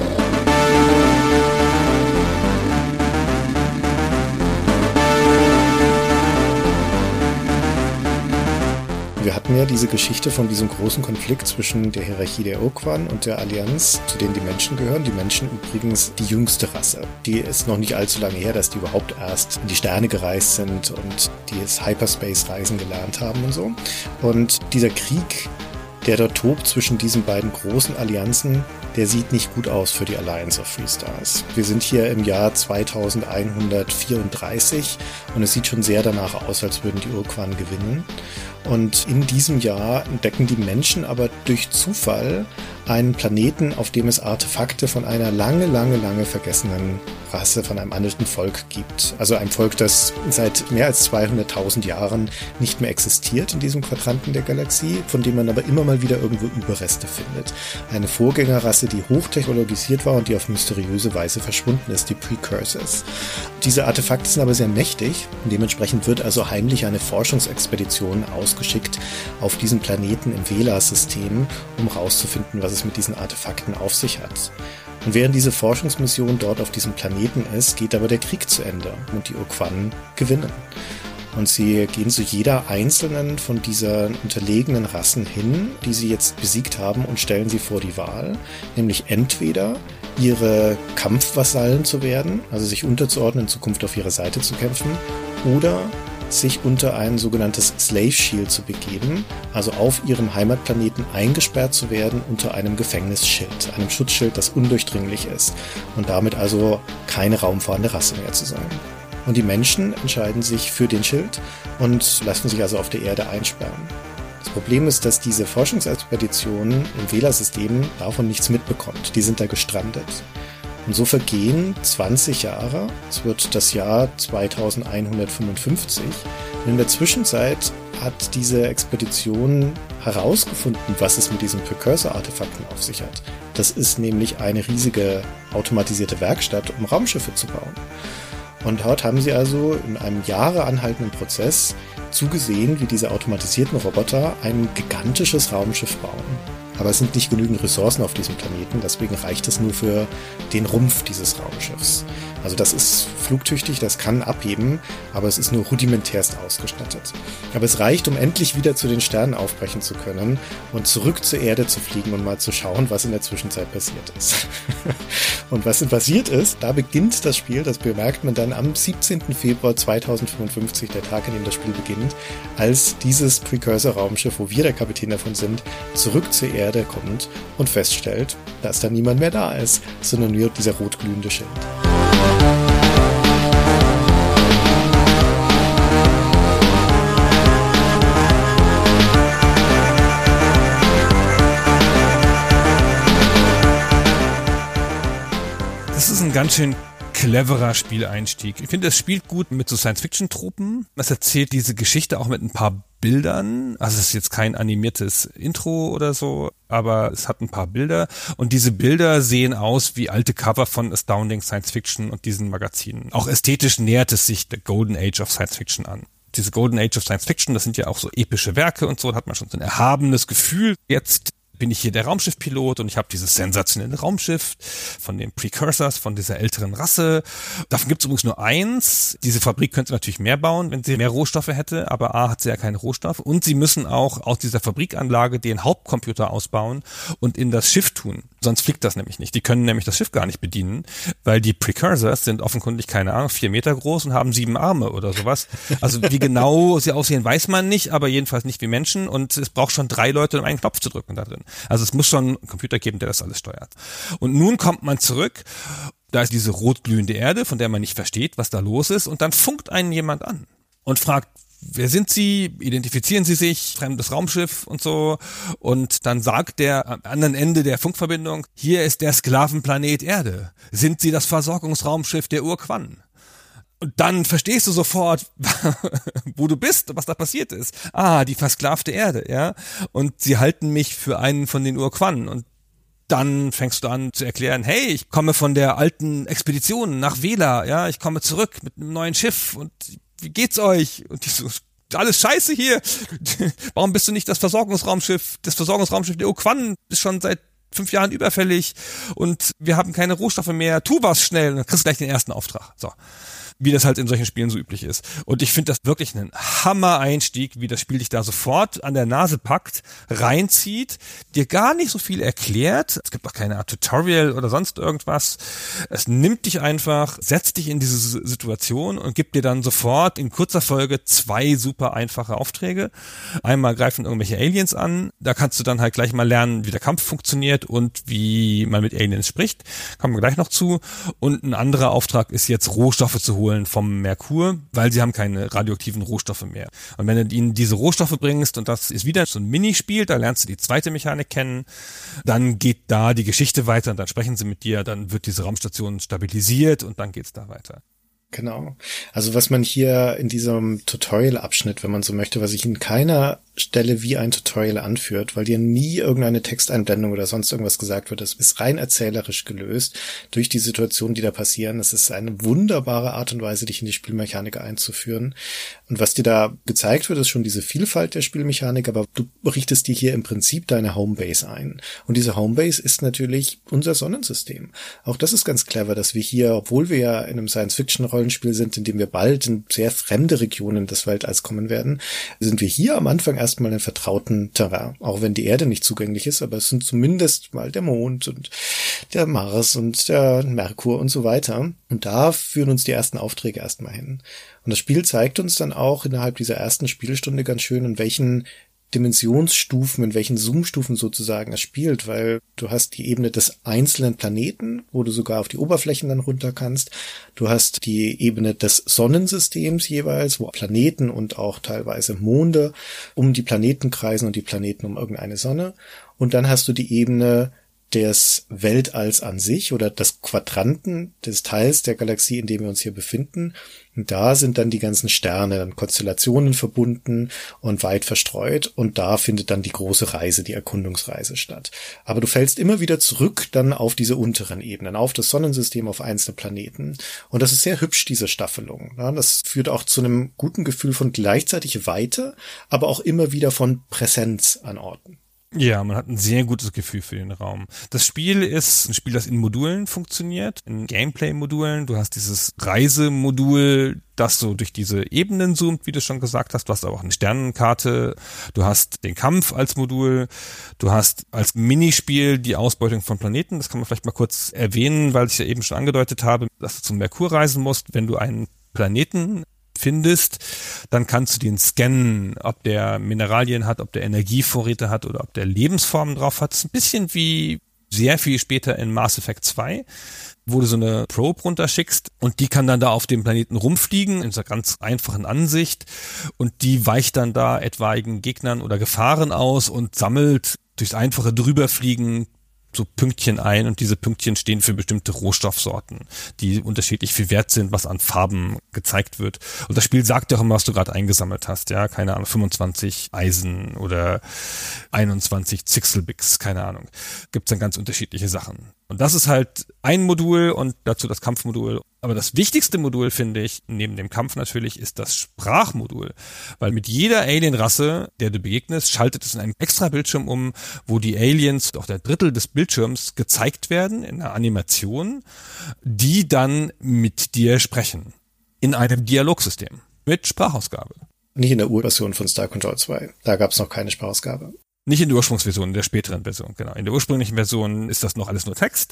Wir hatten ja diese Geschichte von diesem großen Konflikt zwischen der Hierarchie der Urquan und der Allianz, zu denen die Menschen gehören. Die Menschen übrigens die jüngste Rasse. Die ist noch nicht allzu lange her, dass die überhaupt erst in die Sterne gereist sind und die das Hyperspace-Reisen gelernt haben und so. Und dieser Krieg, der dort tobt zwischen diesen beiden großen Allianzen, der sieht nicht gut aus für die Alliance of Free Stars. Wir sind hier im Jahr 2134 und es sieht schon sehr danach aus, als würden die Urquan gewinnen. Und in diesem Jahr entdecken die Menschen aber durch Zufall einen Planeten, auf dem es Artefakte von einer lange vergessenen Rasse, von einem anderen Volk gibt. Also ein Volk, das seit mehr als 200.000 Jahren nicht mehr existiert in diesem Quadranten der Galaxie, von dem man aber immer mal wieder irgendwo Überreste findet. Eine Vorgängerrasse, die hochtechnologisiert war und die auf mysteriöse Weise verschwunden ist, die Precursors. Diese Artefakte sind aber sehr mächtig und dementsprechend wird also heimlich eine Forschungsexpedition ausgeschickt auf diesen Planeten im Velas-System, um rauszufinden, was es mit diesen Artefakten auf sich hat. Und während diese Forschungsmission dort auf diesem Planeten ist, geht aber der Krieg zu Ende und die Urquan gewinnen. Und sie gehen zu jeder einzelnen von dieser unterlegenen Rassen hin, die sie jetzt besiegt haben, und stellen sie vor die Wahl, nämlich entweder ihre Kampfvasallen zu werden, also sich unterzuordnen, in Zukunft auf ihrer Seite zu kämpfen, oder sich unter ein sogenanntes Slave Shield zu begeben, also auf ihrem Heimatplaneten eingesperrt zu werden unter einem Gefängnisschild, einem Schutzschild, das undurchdringlich ist und damit also keine raumfahrende Rasse mehr zu sein. Und die Menschen entscheiden sich für den Schild und lassen sich also auf der Erde einsperren. Das Problem ist, dass diese Forschungsexpedition im Wählersystem davon nichts mitbekommt. Die sind da gestrandet. Und so vergehen 20 Jahre. Es wird das Jahr 2155. Und in der Zwischenzeit hat diese Expedition herausgefunden, was es mit diesen Precursor-Artefakten auf sich hat. Das ist nämlich eine riesige automatisierte Werkstatt, um Raumschiffe zu bauen. Und dort haben sie also in einem Jahre anhaltenden Prozess zugesehen, wie diese automatisierten Roboter ein gigantisches Raumschiff bauen. Aber es sind nicht genügend Ressourcen auf diesem Planeten, deswegen reicht es nur für den Rumpf dieses Raumschiffs. Also das ist flugtüchtig, das kann abheben, aber es ist nur rudimentärst ausgestattet. Aber es reicht, um endlich wieder zu den Sternen aufbrechen zu können und zurück zur Erde zu fliegen und mal zu schauen, was in der Zwischenzeit passiert ist. Und was denn passiert ist, da beginnt das Spiel, das bemerkt man dann am 17. Februar 2055, der Tag, an dem das Spiel beginnt, als dieses Precursor-Raumschiff, wo wir der Kapitän davon sind, zurück zur Erde kommt und feststellt, dass da niemand mehr da ist, sondern nur dieser rotglühende Schild. Das ist ein ganz schön cleverer Spieleinstieg. Ich finde, es spielt gut mit so Science-Fiction-Tropen. Es erzählt diese Geschichte auch mit ein paar Bildern. Also es ist jetzt kein animiertes Intro oder so, aber es hat ein paar Bilder. Und diese Bilder sehen aus wie alte Cover von Astounding Science Fiction und diesen Magazinen. Auch ästhetisch nähert es sich der Golden Age of Science Fiction an. Diese Golden Age of Science Fiction, das sind ja auch so epische Werke und so, da hat man schon so ein erhabenes Gefühl. Jetzt bin ich hier der Raumschiffpilot und ich habe dieses sensationelle Raumschiff von den Precursors, von dieser älteren Rasse. Davon gibt es übrigens nur eins. Diese Fabrik könnte natürlich mehr bauen, wenn sie mehr Rohstoffe hätte, aber A hat sie ja keine Rohstoffe. Und sie müssen auch aus dieser Fabrikanlage den Hauptcomputer ausbauen und in das Schiff tun. Sonst fliegt das nämlich nicht. Die können nämlich das Schiff gar nicht bedienen, weil die Precursors sind offenkundig, keine Ahnung, 4 Meter groß und haben 7 Arme oder sowas. Also wie genau sie aussehen, weiß man nicht, aber jedenfalls nicht wie Menschen. Und es braucht schon 3 Leute, um einen Knopf zu drücken da drin. Also es muss schon einen Computer geben, der das alles steuert. Und nun kommt man zurück, da ist diese rotglühende Erde, von der man nicht versteht, was da los ist, und dann funkt einen jemand an und fragt, wer sind Sie? Identifizieren Sie sich? Fremdes Raumschiff und so. Und dann sagt der am anderen Ende der Funkverbindung, hier ist der Sklavenplanet Erde. Sind Sie das Versorgungsraumschiff der Urquan? Und dann verstehst du sofort, wo du bist und was da passiert ist. Ah, die versklavte Erde, ja. Und sie halten mich für einen von den Urquan. Und dann fängst du an zu erklären, hey, ich komme von der alten Expedition nach Vela, ja. Ich komme zurück mit einem neuen Schiff und wie geht's euch? Und die so, alles scheiße hier. Warum bist du nicht das Versorgungsraumschiff der Urquan? Ist schon seit 5 Jahren überfällig und wir haben keine Rohstoffe mehr. Tu was schnell. Und dann kriegst du gleich den ersten Auftrag. So. Wie das halt in solchen Spielen so üblich ist. Und ich finde das wirklich einen Hammer-Einstieg, wie das Spiel dich da sofort an der Nase packt, reinzieht, dir gar nicht so viel erklärt. Es gibt auch keine Art Tutorial oder sonst irgendwas. Es nimmt dich einfach, setzt dich in diese Situation und gibt dir dann sofort in kurzer Folge 2 super einfache Aufträge. Einmal greifen irgendwelche Aliens an. Da kannst du dann halt gleich mal lernen, wie der Kampf funktioniert und wie man mit Aliens spricht. Kommen wir gleich noch zu. Und ein anderer Auftrag ist jetzt, Rohstoffe zu holen vom Merkur, weil sie haben keine radioaktiven Rohstoffe mehr. Und wenn du ihnen diese Rohstoffe bringst, und das ist wieder so ein Minispiel, da lernst du die zweite Mechanik kennen, dann geht da die Geschichte weiter und dann sprechen sie mit dir, dann wird diese Raumstation stabilisiert und dann geht's da weiter. Genau. Also was man hier in diesem Tutorial-Abschnitt, wenn man so möchte, was sich in keiner Stelle wie ein Tutorial anführt, weil dir nie irgendeine Texteinblendung oder sonst irgendwas gesagt wird. Das ist rein erzählerisch gelöst durch die Situationen, die da passieren. Es ist eine wunderbare Art und Weise, dich in die Spielmechanik einzuführen. Und was dir da gezeigt wird, ist schon diese Vielfalt der Spielmechanik, aber du richtest dir hier im Prinzip deine Homebase ein. Und diese Homebase ist natürlich unser Sonnensystem. Auch das ist ganz clever, dass wir hier, obwohl wir ja in einem Science-Fiction-Rollenspiel sind, in dem wir bald in sehr fremde Regionen des Weltalls kommen werden, sind wir hier am Anfang erstmal in vertrauten Terrain. Auch wenn die Erde nicht zugänglich ist, aber es sind zumindest mal der Mond und der Mars und der Merkur und so weiter. Und da führen uns die ersten Aufträge erstmal hin. Und das Spiel zeigt uns dann auch innerhalb dieser ersten Spielstunde ganz schön, in welchen Dimensionsstufen, in welchen Zoomstufen sozusagen es spielt, weil du hast die Ebene des einzelnen Planeten, wo du sogar auf die Oberflächen dann runter kannst. Du hast die Ebene des Sonnensystems jeweils, wo Planeten und auch teilweise Monde um die Planeten kreisen und die Planeten um irgendeine Sonne. Und dann hast du die Ebene des Weltalls an sich oder des Quadranten, des Teils der Galaxie, in dem wir uns hier befinden. Und da sind dann die ganzen Sterne, dann Konstellationen verbunden und weit verstreut. Und da findet dann die große Reise, die Erkundungsreise statt. Aber du fällst immer wieder zurück dann auf diese unteren Ebenen, auf das Sonnensystem, auf einzelne Planeten. Und das ist sehr hübsch, diese Staffelung. Ja, das führt auch zu einem guten Gefühl von gleichzeitig Weite, aber auch immer wieder von Präsenz an Orten. Ja, man hat ein sehr gutes Gefühl für den Raum. Das Spiel ist ein Spiel, das in Modulen funktioniert, in Gameplay-Modulen. Du hast dieses Reisemodul, das so durch diese Ebenen zoomt, wie du schon gesagt hast. Du hast aber auch eine Sternenkarte. Du hast den Kampf als Modul. Du hast als Minispiel die Ausbeutung von Planeten. Das kann man vielleicht mal kurz erwähnen, weil ich ja eben schon angedeutet habe, dass du zum Merkur reisen musst, wenn du einen Planeten findest, dann kannst du den scannen, ob der Mineralien hat, ob der Energievorräte hat oder ob der Lebensformen drauf hat. Das ist ein bisschen wie sehr viel später in Mass Effect 2, wo du so eine Probe runterschickst und die kann dann da auf dem Planeten rumfliegen in so einer ganz einfachen Ansicht und die weicht dann da etwaigen Gegnern oder Gefahren aus und sammelt durchs einfache Drüberfliegen so Pünktchen ein und diese Pünktchen stehen für bestimmte Rohstoffsorten, die unterschiedlich viel wert sind, was an Farben gezeigt wird. Und das Spiel sagt ja auch immer, was du gerade eingesammelt hast, ja, keine Ahnung, 25 Eisen oder 21 Zixelbix, keine Ahnung. Gibt's dann ganz unterschiedliche Sachen. Und das ist halt ein Modul und dazu das Kampfmodul. Aber das wichtigste Modul, finde ich, neben dem Kampf natürlich, ist das Sprachmodul. Weil mit jeder Alien-Rasse, der du begegnest, schaltet es in einen extra Bildschirm um, wo die Aliens, auch der Drittel des Bildschirms, gezeigt werden in einer Animation, die dann mit dir sprechen. In einem Dialogsystem. Mit Sprachausgabe. Nicht in der Urversion von Star Control 2. Da gab es noch keine Sprachausgabe. Nicht in der Ursprungsversion, in der späteren Version, genau. In der ursprünglichen Version ist das noch alles nur Text.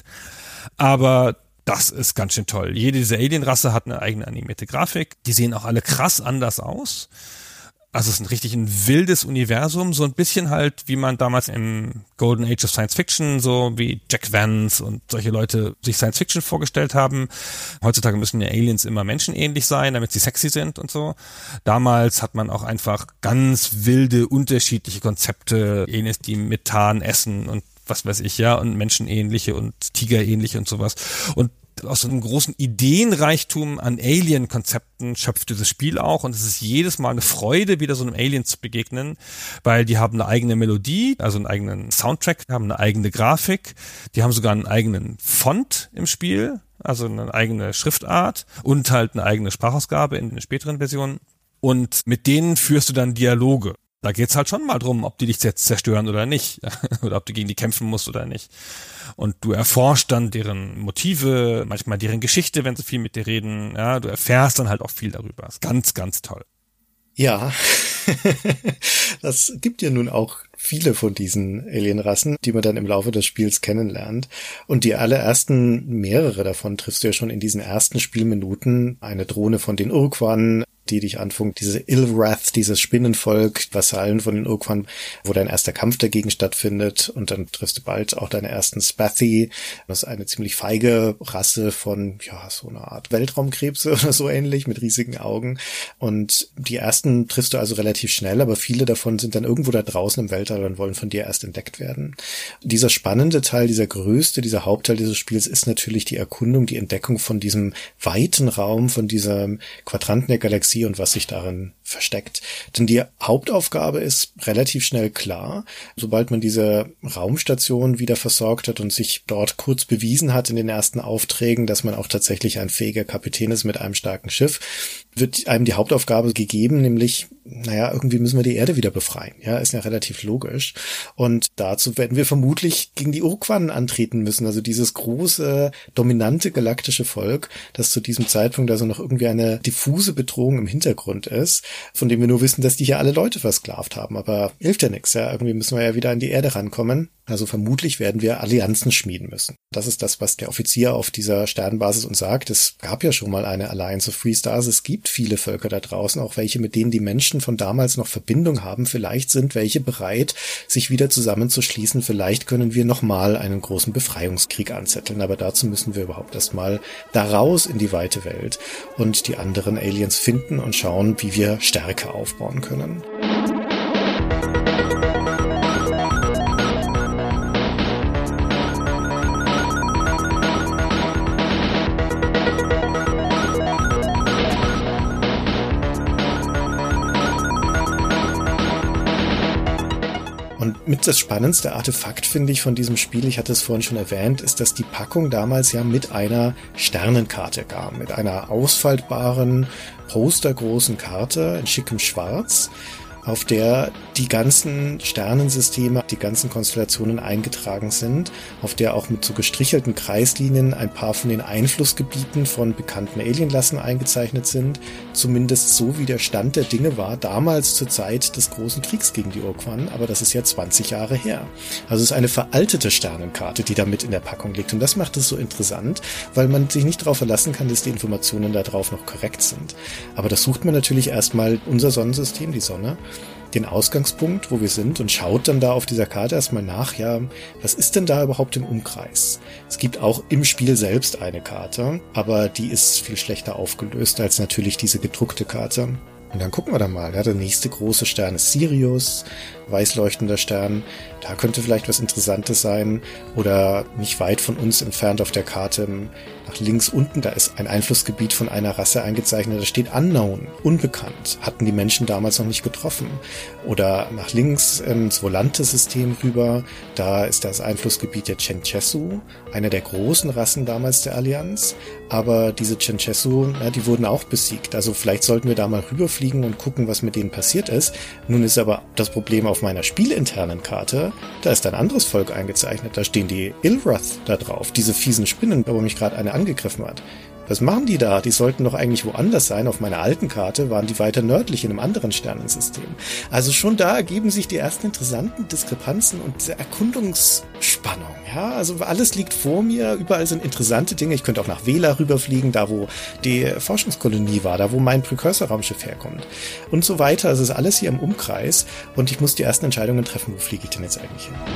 Aber das ist ganz schön toll. Jede dieser Alien-Rasse hat eine eigene animierte Grafik. Die sehen auch alle krass anders aus. Also es ist ein wildes Universum, so ein bisschen halt, wie man damals im Golden Age of Science Fiction, so wie Jack Vance und solche Leute sich Science Fiction vorgestellt haben. Heutzutage müssen ja Aliens immer menschenähnlich sein, damit sie sexy sind und so. Damals hat man auch einfach ganz wilde, unterschiedliche Konzepte, Aliens, die Methan essen und was weiß ich, ja, und menschenähnliche und tigerähnliche und sowas. Und aus so einem großen Ideenreichtum an Alien-Konzepten schöpft dieses Spiel auch und es ist jedes Mal eine Freude, wieder so einem Alien zu begegnen, weil die haben eine eigene Melodie, also einen eigenen Soundtrack, haben eine eigene Grafik, die haben sogar einen eigenen Font im Spiel, also eine eigene Schriftart und halt eine eigene Sprachausgabe in den späteren Versionen und mit denen führst du dann Dialoge. Da geht's halt schon mal drum, ob die dich jetzt zerstören oder nicht. Oder ob du gegen die kämpfen musst oder nicht. Und du erforschst dann deren Motive, manchmal deren Geschichte, wenn sie viel mit dir reden. Ja, du erfährst dann halt auch viel darüber. Ist ganz, ganz toll. Ja, das gibt ja nun auch viele von diesen Alienrassen, die man dann im Laufe des Spiels kennenlernt. Und die allerersten, mehrere davon triffst du ja schon in diesen ersten Spielminuten. Eine Drohne von den Urquan, die dich anfunkt, diese Ilwrath, dieses Spinnenvolk, Vasallen von den Urquan, wo dein erster Kampf dagegen stattfindet und dann triffst du bald auch deine ersten Spathi. Das ist eine ziemlich feige Rasse von, ja, so einer Art Weltraumkrebse oder so ähnlich mit riesigen Augen und die ersten triffst du also relativ schnell, aber viele davon sind dann irgendwo da draußen im Weltall und wollen von dir erst entdeckt werden. Dieser spannende Teil, dieser größte, dieser Hauptteil dieses Spiels ist natürlich die Erkundung, die Entdeckung von diesem weiten Raum, von diesem Quadranten der Galaxie und was sich darin versteckt. Denn die Hauptaufgabe ist relativ schnell klar. Sobald man diese Raumstation wieder versorgt hat und sich dort kurz bewiesen hat in den ersten Aufträgen, dass man auch tatsächlich ein fähiger Kapitän ist mit einem starken Schiff, wird einem die Hauptaufgabe gegeben, nämlich, irgendwie müssen wir die Erde wieder befreien. Ja, ist ja relativ logisch. Und dazu werden wir vermutlich gegen die Urquanen antreten müssen. Also dieses große, dominante galaktische Volk, das zu diesem Zeitpunkt also noch irgendwie eine diffuse Bedrohung im Hintergrund ist, von dem wir nur wissen, dass die hier alle Leute versklavt haben. Aber hilft ja nichts. Ja, irgendwie müssen wir ja wieder an die Erde rankommen. Also vermutlich werden wir Allianzen schmieden müssen. Das ist das, was der Offizier auf dieser Sternbasis uns sagt. Es gab ja schon mal eine Alliance of Free Stars. Es gibt viele Völker da draußen, auch welche, mit denen die Menschen von damals noch Verbindung haben. Vielleicht sind welche bereit, sich wieder zusammenzuschließen. Vielleicht können wir nochmal einen großen Befreiungskrieg anzetteln. Aber dazu müssen wir überhaupt erstmal da raus in die weite Welt und die anderen Aliens finden und schauen, wie wir Stärke aufbauen können. Und mit das spannendste Artefakt, finde ich, von diesem Spiel, ich hatte es vorhin schon erwähnt, ist, dass die Packung damals ja mit einer Sternenkarte kam, mit einer ausfaltbaren, postergroßen Karte in schickem Schwarz, auf der die ganzen Sternensysteme, die ganzen Konstellationen eingetragen sind, auf der auch mit so gestrichelten Kreislinien ein paar von den Einflussgebieten von bekannten Alienrassen eingezeichnet sind, zumindest so wie der Stand der Dinge war, damals zur Zeit des großen Kriegs gegen die Urquan, aber das ist ja 20 Jahre her. Also es ist eine veraltete Sternenkarte, die da mit in der Packung liegt und das macht es so interessant, weil man sich nicht darauf verlassen kann, dass die Informationen da drauf noch korrekt sind. Aber das sucht man natürlich erstmal unser Sonnensystem, die Sonne, den Ausgangspunkt, wo wir sind und schaut dann da auf dieser Karte erstmal nach, ja, was ist denn da überhaupt im Umkreis? Es gibt auch im Spiel selbst eine Karte, aber die ist viel schlechter aufgelöst als natürlich diese gedruckte Karte. Und dann gucken wir da mal, ja, der nächste große Stern ist Sirius, weiß leuchtender Stern, da könnte vielleicht was Interessantes sein oder nicht weit von uns entfernt auf der Karte nach links unten, da ist ein Einflussgebiet von einer Rasse eingezeichnet, da steht Unknown, unbekannt, hatten die Menschen damals noch nicht getroffen. Oder nach links ins Volante-System rüber, da ist das Einflussgebiet der Chenchesu, einer der großen Rassen damals der Allianz, aber diese Chenchesu, ja, die wurden auch besiegt, also vielleicht sollten wir da mal rüberfliegen und gucken, was mit denen passiert ist. Nun ist aber das Problem auf meiner spielinternen Karte, da ist ein anderes Volk eingezeichnet, da stehen die Ilwrath da drauf, diese fiesen Spinnen, wo mich gerade eine angegriffen hat. Was machen die da? Die sollten doch eigentlich woanders sein. Auf meiner alten Karte waren die weiter nördlich in einem anderen Sternensystem. Also schon da ergeben sich die ersten interessanten Diskrepanzen und Erkundungsspannung. Ja, also alles liegt vor mir. Überall sind interessante Dinge. Ich könnte auch nach Vela rüberfliegen, da wo die Forschungskolonie war, da wo mein Precursor-Raumschiff herkommt. Und so weiter. Also es ist alles hier im Umkreis. Und ich muss die ersten Entscheidungen treffen. Wo fliege ich denn jetzt eigentlich hin?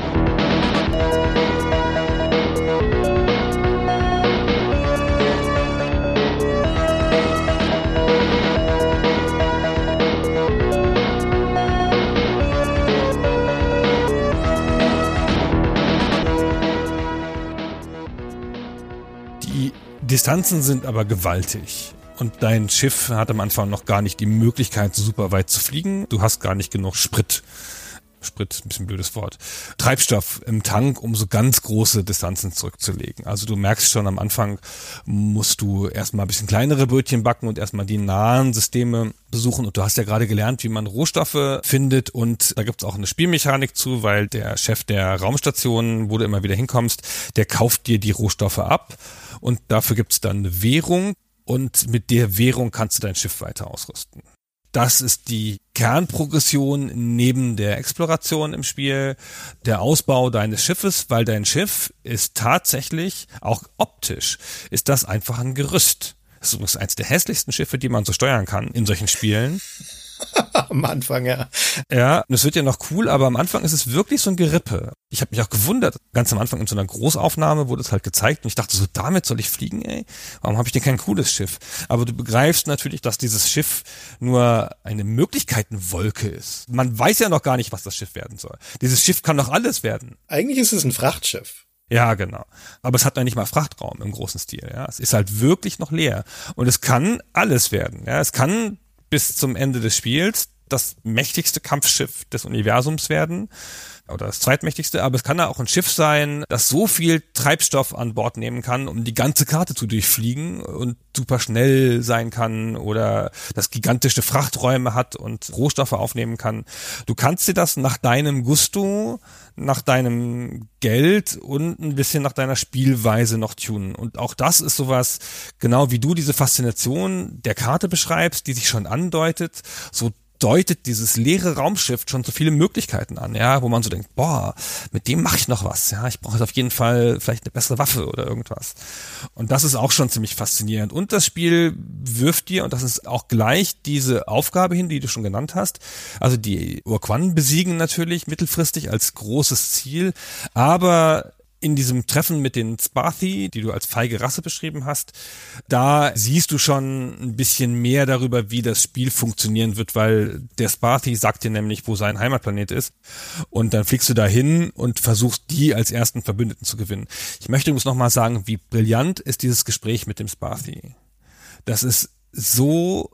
Distanzen sind aber gewaltig und dein Schiff hat am Anfang noch gar nicht die Möglichkeit, super weit zu fliegen. Du hast gar nicht genug Sprit, ein bisschen blödes Wort, Treibstoff im Tank, um so ganz große Distanzen zurückzulegen. Also du merkst schon, am Anfang musst du erstmal ein bisschen kleinere Brötchen backen und erstmal die nahen Systeme besuchen. Und du hast ja gerade gelernt, wie man Rohstoffe findet und da gibt's auch eine Spielmechanik zu, weil der Chef der Raumstation, wo du immer wieder hinkommst, der kauft dir die Rohstoffe ab. Und dafür gibt's dann eine Währung und mit der Währung kannst du dein Schiff weiter ausrüsten. Das ist die Kernprogression neben der Exploration im Spiel, der Ausbau deines Schiffes, weil dein Schiff ist tatsächlich, auch optisch, ist das einfach ein Gerüst. Das ist übrigens eins der hässlichsten Schiffe, die man so steuern kann in solchen Spielen. Am Anfang, ja. Ja, das wird ja noch cool, aber am Anfang ist es wirklich so ein Gerippe. Ich habe mich auch gewundert, ganz am Anfang in so einer Großaufnahme wurde es halt gezeigt und ich dachte so, damit soll ich fliegen, ey? Warum habe ich denn kein cooles Schiff? Aber du begreifst natürlich, dass dieses Schiff nur eine Möglichkeitenwolke ist. Man weiß ja noch gar nicht, was das Schiff werden soll. Dieses Schiff kann doch alles werden. Eigentlich ist es ein Frachtschiff. Ja, genau. Aber es hat noch nicht mal Frachtraum im großen Stil, ja. Es ist halt wirklich noch leer. Und es kann alles werden, ja. Es kann bis zum Ende des Spiels das mächtigste Kampfschiff des Universums werden oder das zweitmächtigste, aber es kann auch ein Schiff sein, das so viel Treibstoff an Bord nehmen kann, um die ganze Karte zu durchfliegen und super schnell sein kann oder das gigantische Frachträume hat und Rohstoffe aufnehmen kann. Du kannst dir das nach deinem Gusto, nach deinem Geld und ein bisschen nach deiner Spielweise noch tunen. Und auch das ist sowas, genau wie du diese Faszination der Karte beschreibst, die sich schon andeutet, so deutet dieses leere Raumschiff schon so viele Möglichkeiten an, ja, wo man so denkt, boah, mit dem mache ich noch was, ja, ich brauche jetzt auf jeden Fall vielleicht eine bessere Waffe oder irgendwas. Und das ist auch schon ziemlich faszinierend. Und das Spiel wirft dir, und das ist auch gleich diese Aufgabe hin, die du schon genannt hast, also die Urquan besiegen natürlich mittelfristig als großes Ziel, aber in diesem Treffen mit den Spathi, die du als feige Rasse beschrieben hast, da siehst du schon ein bisschen mehr darüber, wie das Spiel funktionieren wird, weil der Spathi sagt dir nämlich, wo sein Heimatplanet ist und dann fliegst du da hin und versuchst, die als ersten Verbündeten zu gewinnen. Ich möchte übrigens nochmal sagen, wie brillant ist dieses Gespräch mit dem Spathi. Das ist so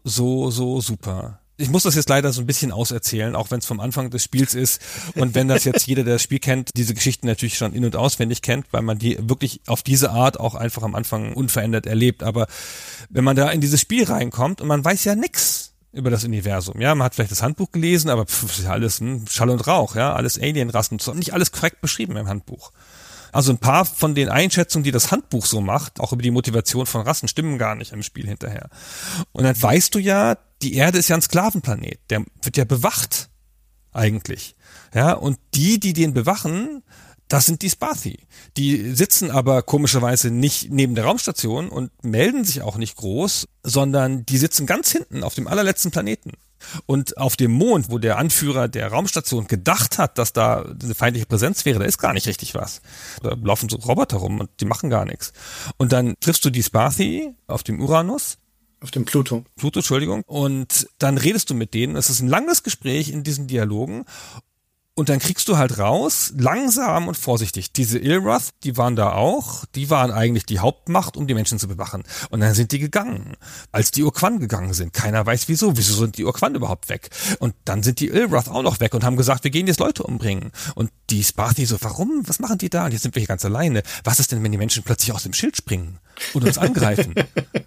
super. Ich muss das jetzt leider so ein bisschen auserzählen, auch wenn es vom Anfang des Spiels ist und wenn das jetzt jeder, der das Spiel kennt, diese Geschichten natürlich schon in- und auswendig kennt, weil man die wirklich auf diese Art auch einfach am Anfang unverändert erlebt. Aber wenn man da in dieses Spiel reinkommt und man weiß ja nix über das Universum, ja, man hat vielleicht das Handbuch gelesen, aber ist ja alles Schall und Rauch, ja, alles Alienrassen, nicht alles korrekt beschrieben im Handbuch. Also ein paar von den Einschätzungen, die das Handbuch so macht, auch über die Motivation von Rassen, stimmen gar nicht im Spiel hinterher. Und dann weißt du ja, die Erde ist ja ein Sklavenplanet. Der wird ja bewacht, eigentlich. Ja, und die den bewachen, das sind die Spathi. Die sitzen aber komischerweise nicht neben der Raumstation und melden sich auch nicht groß, sondern die sitzen ganz hinten auf dem allerletzten Planeten. Und auf dem Mond, wo der Anführer der Raumstation gedacht hat, dass da eine feindliche Präsenz wäre, da ist gar nicht richtig was. Da laufen so Roboter rum und die machen gar nichts. Und dann triffst du die Spathi auf dem Uranus. Auf dem Pluto. Entschuldigung. Und dann redest du mit denen. Es ist ein langes Gespräch in diesen Dialogen. Und dann kriegst du halt raus, langsam und vorsichtig, diese Ilrath, die waren da auch, die waren eigentlich die Hauptmacht, um die Menschen zu bewachen. Und dann sind die gegangen, als die Urquan gegangen sind. Keiner weiß wieso sind die Urquan überhaupt weg? Und dann sind die Ilrath auch noch weg und haben gesagt, wir gehen jetzt Leute umbringen. Und die Spathi so, warum? Was machen die da? Und jetzt sind wir hier ganz alleine. Was ist denn, wenn die Menschen plötzlich aus dem Schild springen und uns angreifen?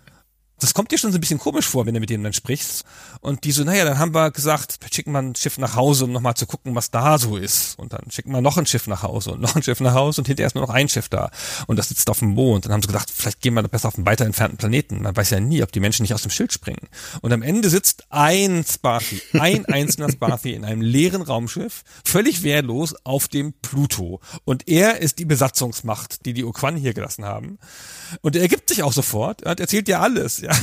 Das kommt dir schon so ein bisschen komisch vor, wenn du mit denen dann sprichst. Und die so, naja, dann haben wir gesagt, wir schicken mal ein Schiff nach Hause, um nochmal zu gucken, was da so ist. Und dann schicken wir noch ein Schiff nach Hause und noch ein Schiff nach Hause und hinterher ist nur noch ein Schiff da. Und das sitzt auf dem Mond. Dann haben sie gedacht, vielleicht gehen wir besser auf einen weiter entfernten Planeten. Man weiß ja nie, ob die Menschen nicht aus dem Schild springen. Und am Ende sitzt ein Spathi, ein einzelner Spathi in einem leeren Raumschiff, völlig wehrlos auf dem Pluto. Und er ist die Besatzungsmacht, die Urquan hier gelassen haben. Und er ergibt sich auch sofort. Er erzählt ja alles. Ja.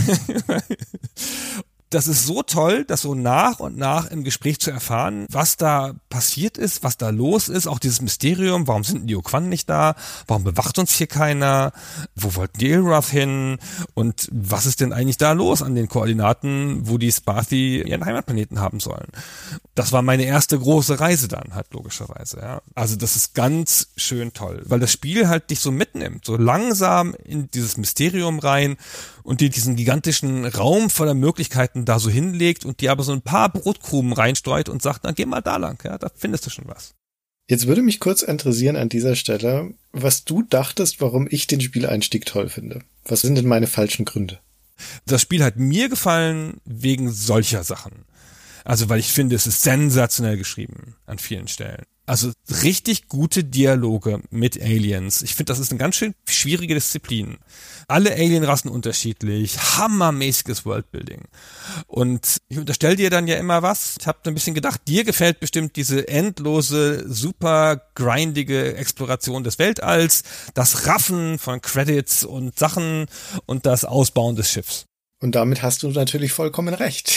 Das ist so toll, das so nach und nach im Gespräch zu erfahren, was da passiert ist, was da los ist, auch dieses Mysterium, warum sind die Urquan nicht da, warum bewacht uns hier keiner, wo wollten die Ilrath hin und was ist denn eigentlich da los an den Koordinaten, wo die Spathi ihren Heimatplaneten haben sollen. Das war meine erste große Reise dann halt logischerweise. Ja. Also das ist ganz schön toll, weil das Spiel halt dich so mitnimmt, so langsam in dieses Mysterium rein und dir diesen gigantischen Raum voller Möglichkeiten da so hinlegt und dir aber so ein paar Brotkrumen reinstreut und sagt, na geh mal da lang, ja, da findest du schon was. Jetzt würde mich kurz interessieren an dieser Stelle, was du dachtest, warum ich den Spieleinstieg toll finde. Was sind denn meine falschen Gründe? Das Spiel hat mir gefallen wegen solcher Sachen. Also, weil ich finde, es ist sensationell geschrieben an vielen Stellen. Also richtig gute Dialoge mit Aliens. Ich finde, das ist eine ganz schön schwierige Disziplin. Alle Alienrassen unterschiedlich, hammermäßiges Worldbuilding. Und ich unterstelle dir dann ja immer was. Ich habe ein bisschen gedacht, dir gefällt bestimmt diese endlose, super grindige Exploration des Weltalls, das Raffen von Credits und Sachen und das Ausbauen des Schiffs. Und damit hast du natürlich vollkommen recht.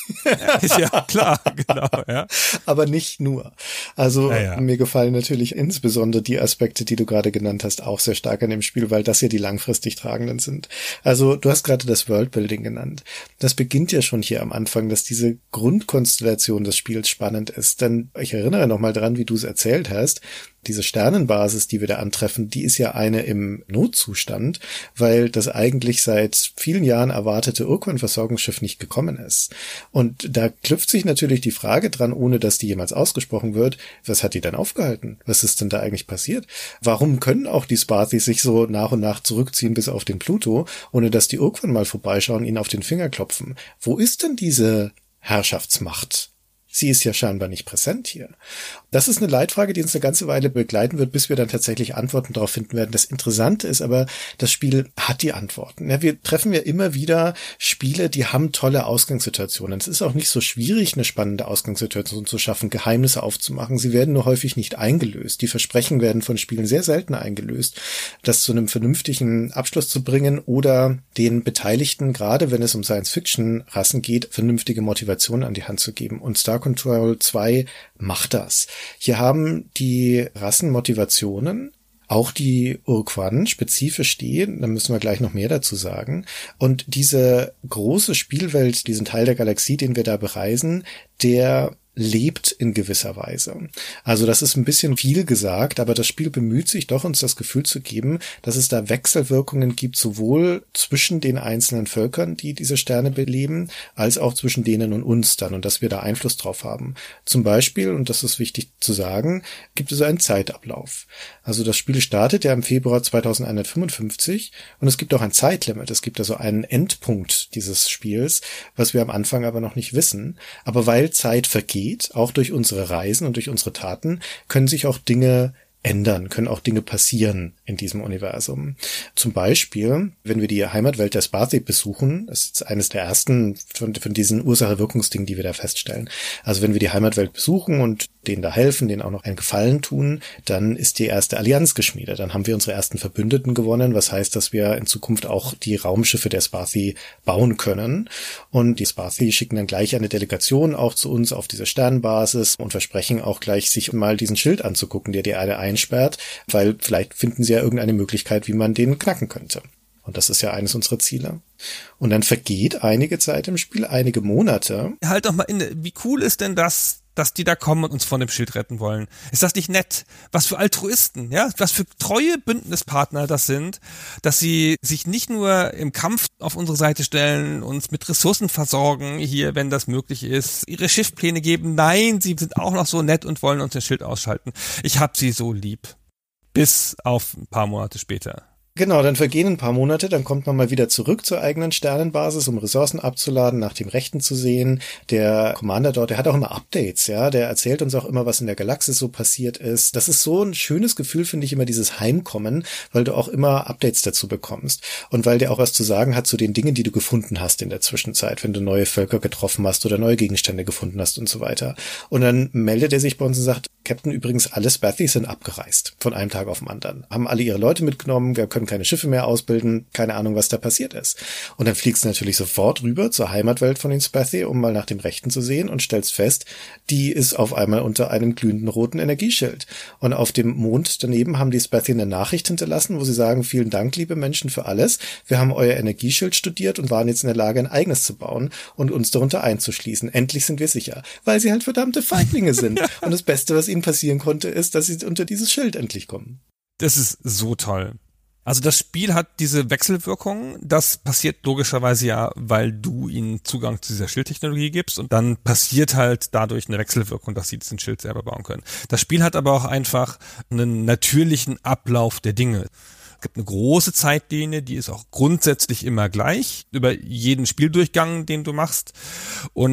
Ja, klar, genau, ja. Aber nicht nur. Also ja. Mir gefallen natürlich insbesondere die Aspekte, die du gerade genannt hast, auch sehr stark an dem Spiel, weil das ja die langfristig tragenden sind. Also du hast gerade das Worldbuilding genannt. Das beginnt ja schon hier am Anfang, dass diese Grundkonstellation des Spiels spannend ist. Denn ich erinnere nochmal dran, wie du es erzählt hast. Diese Sternenbasis, die wir da antreffen, die ist ja eine im Notzustand, weil das eigentlich seit vielen Jahren erwartete Urquell-Versorgungsschiff nicht gekommen ist. Und da klüpft sich natürlich die Frage dran, ohne dass die jemals ausgesprochen wird, was hat die denn aufgehalten? Was ist denn da eigentlich passiert? Warum können auch die Sparthis sich so nach und nach zurückziehen bis auf den Pluto, ohne dass die Urquell mal vorbeischauen, ihnen auf den Finger klopfen? Wo ist denn diese Herrschaftsmacht? Sie ist ja scheinbar nicht präsent hier. Das ist eine Leitfrage, die uns eine ganze Weile begleiten wird, bis wir dann tatsächlich Antworten darauf finden werden. Das Interessante ist aber, das Spiel hat die Antworten. Ja, wir treffen ja immer wieder Spiele, die haben tolle Ausgangssituationen. Es ist auch nicht so schwierig, eine spannende Ausgangssituation zu schaffen, Geheimnisse aufzumachen. Sie werden nur häufig nicht eingelöst. Die Versprechen werden von Spielen sehr selten eingelöst, das zu einem vernünftigen Abschluss zu bringen oder den Beteiligten, gerade wenn es um Science-Fiction-Rassen geht, vernünftige Motivationen an die Hand zu geben. Und Star Control 2 macht das. Hier haben die Rassen Motivationen, auch die Urquan spezifisch stehen, da müssen wir gleich noch mehr dazu sagen. Und diese große Spielwelt, diesen Teil der Galaxie, den wir da bereisen, der lebt in gewisser Weise. Also das ist ein bisschen viel gesagt, aber das Spiel bemüht sich doch, uns das Gefühl zu geben, dass es da Wechselwirkungen gibt, sowohl zwischen den einzelnen Völkern, die diese Sterne beleben, als auch zwischen denen und uns dann und dass wir da Einfluss drauf haben. Zum Beispiel, und das ist wichtig zu sagen, gibt es einen Zeitablauf. Also das Spiel startet ja im Februar 2155 und es gibt auch ein Zeitlimit. Es gibt also einen Endpunkt dieses Spiels, was wir am Anfang aber noch nicht wissen. Aber weil Zeit vergeht, auch durch unsere Reisen und durch unsere Taten, können sich auch Dinge ändern, können auch Dinge passieren in diesem Universum. Zum Beispiel, wenn wir die Heimatwelt der Sparthi besuchen, das ist eines der ersten von diesen Ursache-Wirkungsdingen, die wir da feststellen. Also wenn wir die Heimatwelt besuchen und denen da helfen, denen auch noch einen Gefallen tun, dann ist die erste Allianz geschmiedet. Dann haben wir unsere ersten Verbündeten gewonnen, was heißt, dass wir in Zukunft auch die Raumschiffe der Sparthi bauen können. Und die Sparthi schicken dann gleich eine Delegation auch zu uns auf diese Sternbasis und versprechen auch gleich, sich mal diesen Schild anzugucken, der die Erde einsperrt, weil vielleicht finden sie ja irgendeine Möglichkeit, wie man den knacken könnte. Und das ist ja eines unserer Ziele. Und dann vergeht einige Zeit im Spiel, einige Monate. Halt doch mal inne, wie cool ist denn das, dass die da kommen und uns von dem Schild retten wollen? Ist das nicht nett? Was für Altruisten, ja? Was für treue Bündnispartner das sind, dass sie sich nicht nur im Kampf auf unsere Seite stellen, uns mit Ressourcen versorgen, hier, wenn das möglich ist, ihre Schiffspläne geben. Nein, sie sind auch noch so nett und wollen uns das Schild ausschalten. Ich hab sie so lieb. Bis auf ein paar Monate später. Genau, dann vergehen ein paar Monate, dann kommt man mal wieder zurück zur eigenen Sternenbasis, um Ressourcen abzuladen, nach dem Rechten zu sehen. Der Commander dort, der hat auch immer Updates, ja, der erzählt uns auch immer, was in der Galaxis so passiert ist. Das ist so ein schönes Gefühl, finde ich, immer dieses Heimkommen, weil du auch immer Updates dazu bekommst und weil der auch was zu sagen hat zu den Dingen, die du gefunden hast in der Zwischenzeit, wenn du neue Völker getroffen hast oder neue Gegenstände gefunden hast und so weiter. Und dann meldet er sich bei uns und sagt, Captain, übrigens, alle Spathis sind abgereist, von einem Tag auf den anderen. Haben alle ihre Leute mitgenommen, wir können keine Schiffe mehr ausbilden, keine Ahnung, was da passiert ist. Und dann fliegst du natürlich sofort rüber zur Heimatwelt von den Spathi, um mal nach dem Rechten zu sehen und stellst fest, die ist auf einmal unter einem glühenden roten Energieschild. Und auf dem Mond daneben haben die Spathi eine Nachricht hinterlassen, wo sie sagen, vielen Dank, liebe Menschen, für alles. Wir haben euer Energieschild studiert und waren jetzt in der Lage, ein eigenes zu bauen und uns darunter einzuschließen. Endlich sind wir sicher, weil sie halt verdammte Feiglinge sind. Und das Beste, was ihnen passieren konnte, ist, dass sie unter dieses Schild endlich kommen. Das ist so toll. Also das Spiel hat diese Wechselwirkung, das passiert logischerweise ja, weil du ihnen Zugang zu dieser Schildtechnologie gibst und dann passiert halt dadurch eine Wechselwirkung, dass sie diesen Schild selber bauen können. Das Spiel hat aber auch einfach einen natürlichen Ablauf der Dinge. Es gibt eine große Zeitlinie, die ist auch grundsätzlich immer gleich, über jeden Spieldurchgang, den du machst und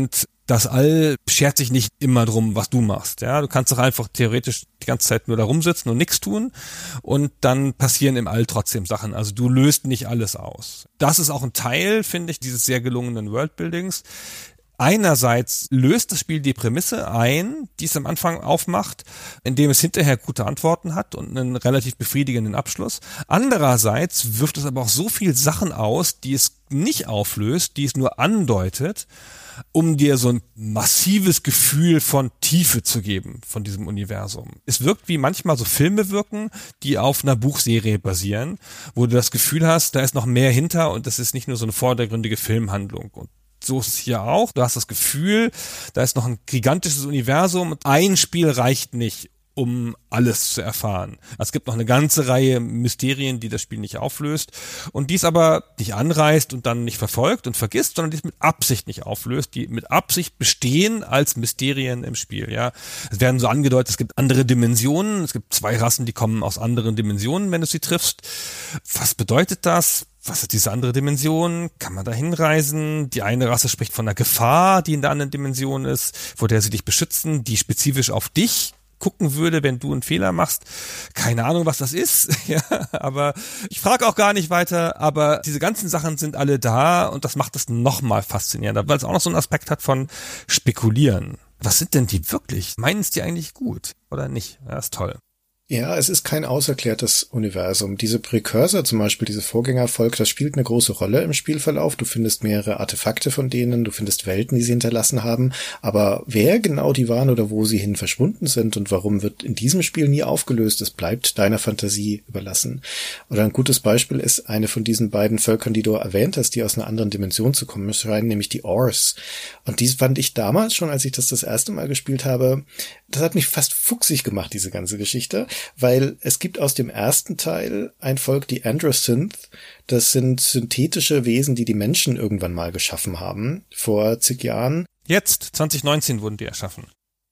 Das All schert sich nicht immer drum, was du machst. Ja, du kannst doch einfach theoretisch die ganze Zeit nur da rumsitzen und nichts tun und dann passieren im All trotzdem Sachen. Also du löst nicht alles aus. Das ist auch ein Teil, finde ich, dieses sehr gelungenen Worldbuildings. Einerseits löst das Spiel die Prämisse ein, die es am Anfang aufmacht, indem es hinterher gute Antworten hat und einen relativ befriedigenden Abschluss. Andererseits wirft es aber auch so viel Sachen aus, die es nicht auflöst, die es nur andeutet, um dir so ein massives Gefühl von Tiefe zu geben von diesem Universum. Es wirkt wie manchmal so Filme wirken, die auf einer Buchserie basieren, wo du das Gefühl hast, da ist noch mehr hinter und das ist nicht nur so eine vordergründige Filmhandlung. Und so ist es hier auch. Du hast das Gefühl, da ist noch ein gigantisches Universum und ein Spiel reicht nicht, um alles zu erfahren. Es gibt noch eine ganze Reihe Mysterien, die das Spiel nicht auflöst und die es aber nicht anreißt und dann nicht verfolgt und vergisst, sondern die es mit Absicht nicht auflöst, die mit Absicht bestehen als Mysterien im Spiel. Ja, es werden so angedeutet, es gibt andere Dimensionen, es gibt 2 Rassen, die kommen aus anderen Dimensionen, wenn du sie triffst. Was bedeutet das? Was ist diese andere Dimension? Kann man da hinreisen? Die eine Rasse spricht von einer Gefahr, die in der anderen Dimension ist, vor der sie dich beschützen, die spezifisch auf dich gucken würde, wenn du einen Fehler machst. Keine Ahnung, was das ist, ja, aber ich frage auch gar nicht weiter, aber diese ganzen Sachen sind alle da und das macht es nochmal faszinierender, weil es auch noch so einen Aspekt hat von Spekulieren. Was sind denn die wirklich? Meinen es die eigentlich gut oder nicht? Ja, ist toll. Ja, es ist kein auserklärtes Universum. Diese Precursor zum Beispiel, diese Vorgängervolk, das spielt eine große Rolle im Spielverlauf. Du findest mehrere Artefakte von denen, du findest Welten, die sie hinterlassen haben. Aber wer genau die waren oder wo sie hin verschwunden sind und warum, wird in diesem Spiel nie aufgelöst. Es bleibt deiner Fantasie überlassen. Oder ein gutes Beispiel ist eine von diesen beiden Völkern, die du erwähnt hast, die aus einer anderen Dimension zu kommen scheinen, nämlich die Ors. Und die fand ich damals schon, als ich das erste Mal gespielt habe, das hat mich fast fuchsig gemacht, diese ganze Geschichte. Weil es gibt aus dem ersten Teil ein Volk, die Androsynth. Das sind synthetische Wesen, die Menschen irgendwann mal geschaffen haben, vor zig Jahren. Jetzt, 2019 wurden die erschaffen.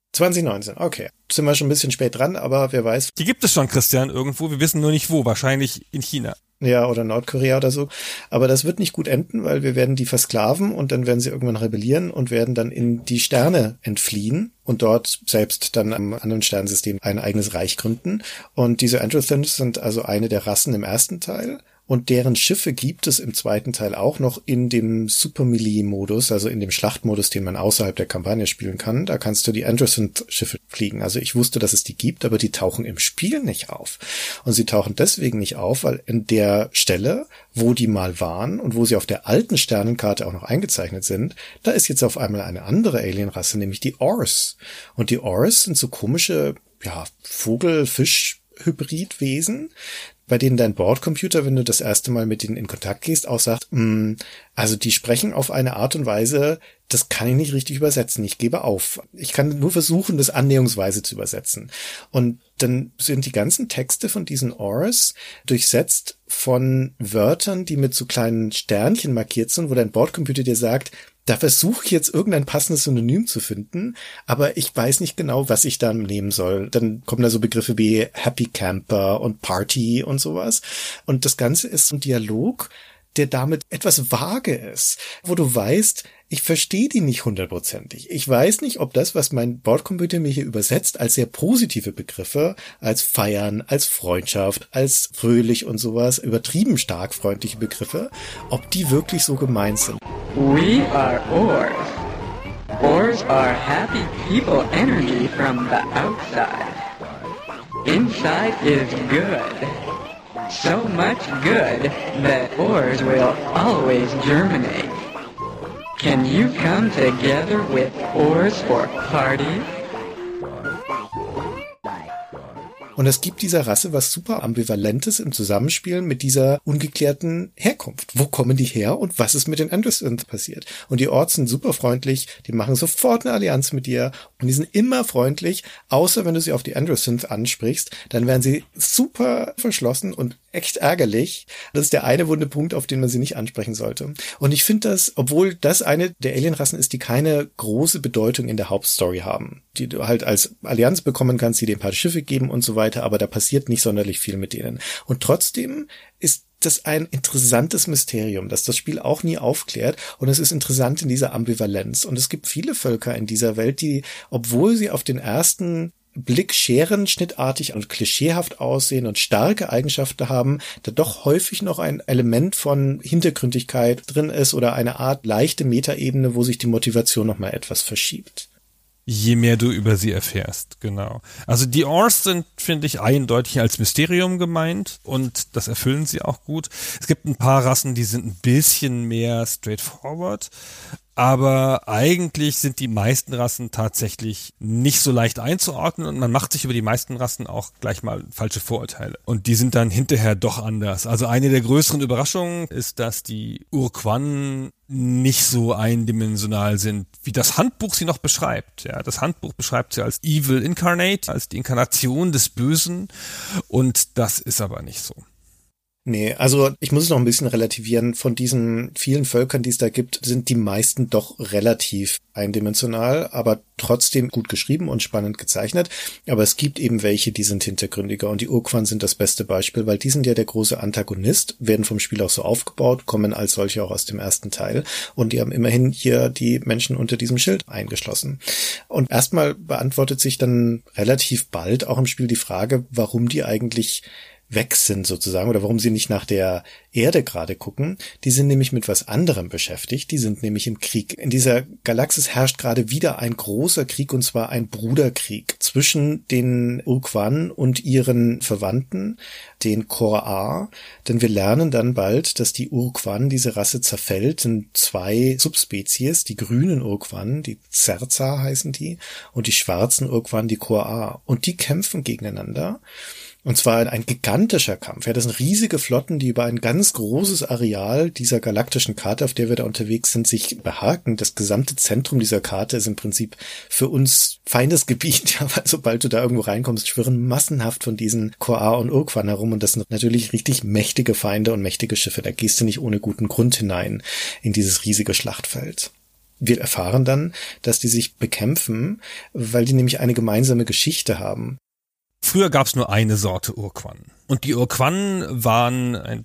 2019, okay. Sind wir schon ein bisschen spät dran, aber wer weiß. Die gibt es schon, Christian, irgendwo. Wir wissen nur nicht wo, wahrscheinlich in China. Ja, oder Nordkorea oder so. Aber das wird nicht gut enden, weil wir werden die versklaven und dann werden sie irgendwann rebellieren und werden dann in die Sterne entfliehen und dort selbst dann am anderen Sternensystem ein eigenes Reich gründen. Und diese Androsynths sind also eine der Rassen im ersten Teil. Und deren Schiffe gibt es im zweiten Teil auch noch in dem Super-Melee-Modus, also in dem Schlachtmodus, den man außerhalb der Kampagne spielen kann. Da kannst du die Androsynth-Schiffe fliegen. Also ich wusste, dass es die gibt, aber die tauchen im Spiel nicht auf. Und sie tauchen deswegen nicht auf, weil in der Stelle, wo die mal waren und wo sie auf der alten Sternenkarte auch noch eingezeichnet sind, da ist jetzt auf einmal eine andere Alienrasse, nämlich die Ors. Und die Ors sind so komische, ja, Vogel-Fisch-Hybridwesen, bei denen dein Bordcomputer, wenn du das erste Mal mit denen in Kontakt gehst, auch sagt, also die sprechen auf eine Art und Weise, das kann ich nicht richtig übersetzen, ich gebe auf. Ich kann nur versuchen, das annäherungsweise zu übersetzen. Und dann sind die ganzen Texte von diesen Ors durchsetzt von Wörtern, die mit so kleinen Sternchen markiert sind, wo dein Bordcomputer dir sagt, da versuche ich jetzt irgendein passendes Synonym zu finden, aber ich weiß nicht genau, was ich da nehmen soll. Dann kommen da so Begriffe wie Happy Camper und Party und sowas. Und das Ganze ist ein Dialog, der damit etwas vage ist, wo du weißt, ich verstehe die nicht 100%. Ich weiß nicht, ob das, was mein Bordcomputer mir hier übersetzt, als sehr positive Begriffe, als feiern, als Freundschaft, als fröhlich und sowas, übertrieben stark freundliche Begriffe, ob die wirklich so gemeint sind. We are Ors. Ors are happy people energy from the outside. Inside is good. So much good that Ors will always germinate. Can you come together with Ors for parties? Und es gibt dieser Rasse was super Ambivalentes im Zusammenspiel mit dieser ungeklärten Herkunft. Wo kommen die her und was ist mit den Androsynth passiert? Und die Orks sind super freundlich, die machen sofort eine Allianz mit dir und die sind immer freundlich, außer wenn du sie auf die Androsynth ansprichst, dann werden sie super verschlossen und echt ärgerlich. Das ist der eine wunde Punkt, auf den man sie nicht ansprechen sollte. Und ich finde das, obwohl das eine der Alienrassen ist, die keine große Bedeutung in der Hauptstory haben, die du halt als Allianz bekommen kannst, die dir ein paar Schiffe geben und so weiter, aber da passiert nicht sonderlich viel mit denen. Und trotzdem ist das ein interessantes Mysterium, das das Spiel auch nie aufklärt. Und es ist interessant in dieser Ambivalenz. Und es gibt viele Völker in dieser Welt, die, obwohl sie auf den ersten Blick scherenschnittartig und klischeehaft aussehen und starke Eigenschaften haben, da doch häufig noch ein Element von Hintergründigkeit drin ist oder eine Art leichte Metaebene, wo sich die Motivation noch mal etwas verschiebt. Je mehr du über sie erfährst, genau. Also die Ors sind, finde ich, eindeutig als Mysterium gemeint und das erfüllen sie auch gut. Es gibt ein paar Rassen, die sind ein bisschen mehr straightforward, aber eigentlich sind die meisten Rassen tatsächlich nicht so leicht einzuordnen und man macht sich über die meisten Rassen auch gleich mal falsche Vorurteile. Und die sind dann hinterher doch anders. Also eine der größeren Überraschungen ist, dass die Urquan nicht so eindimensional sind, wie das Handbuch sie noch beschreibt. Ja, das Handbuch beschreibt sie als Evil Incarnate, als die Inkarnation des Bösen und das ist aber nicht so. Nee, also ich muss es noch ein bisschen relativieren. Von diesen vielen Völkern, die es da gibt, sind die meisten doch relativ eindimensional, aber trotzdem gut geschrieben und spannend gezeichnet. Aber es gibt eben welche, die sind hintergründiger und die Urquan sind das beste Beispiel, weil die sind ja der große Antagonist, werden vom Spiel auch so aufgebaut, kommen als solche auch aus dem ersten Teil und die haben immerhin hier die Menschen unter diesem Schild eingeschlossen. Und erstmal beantwortet sich dann relativ bald auch im Spiel die Frage, warum die eigentlich weg sind sozusagen oder warum sie nicht nach der Erde gerade gucken. Die sind nämlich mit was anderem beschäftigt. Die sind nämlich im Krieg. In dieser Galaxis herrscht gerade wieder ein großer Krieg und zwar ein Bruderkrieg zwischen den Urquan und ihren Verwandten, den Kor-A. Denn wir lernen dann bald, dass die Urquan, diese Rasse, zerfällt in zwei Subspezies. Die grünen Urquan, die Zerza heißen die, und die schwarzen Urquan, die Kor-A. Und die kämpfen gegeneinander. Und zwar ein gigantischer Kampf. Ja, das sind riesige Flotten, die über ein ganz großes Areal dieser galaktischen Karte, auf der wir da unterwegs sind, sich behaken. Das gesamte Zentrum dieser Karte ist im Prinzip für uns feindes Gebiet. Ja, weil sobald du da irgendwo reinkommst, schwirren massenhaft von diesen Kor-A und Urquan herum. Und das sind natürlich richtig mächtige Feinde und mächtige Schiffe. Da gehst du nicht ohne guten Grund hinein in dieses riesige Schlachtfeld. Wir erfahren dann, dass die sich bekämpfen, weil die nämlich eine gemeinsame Geschichte haben. Früher gab es nur eine Sorte Urquan. Und die Urquan waren ein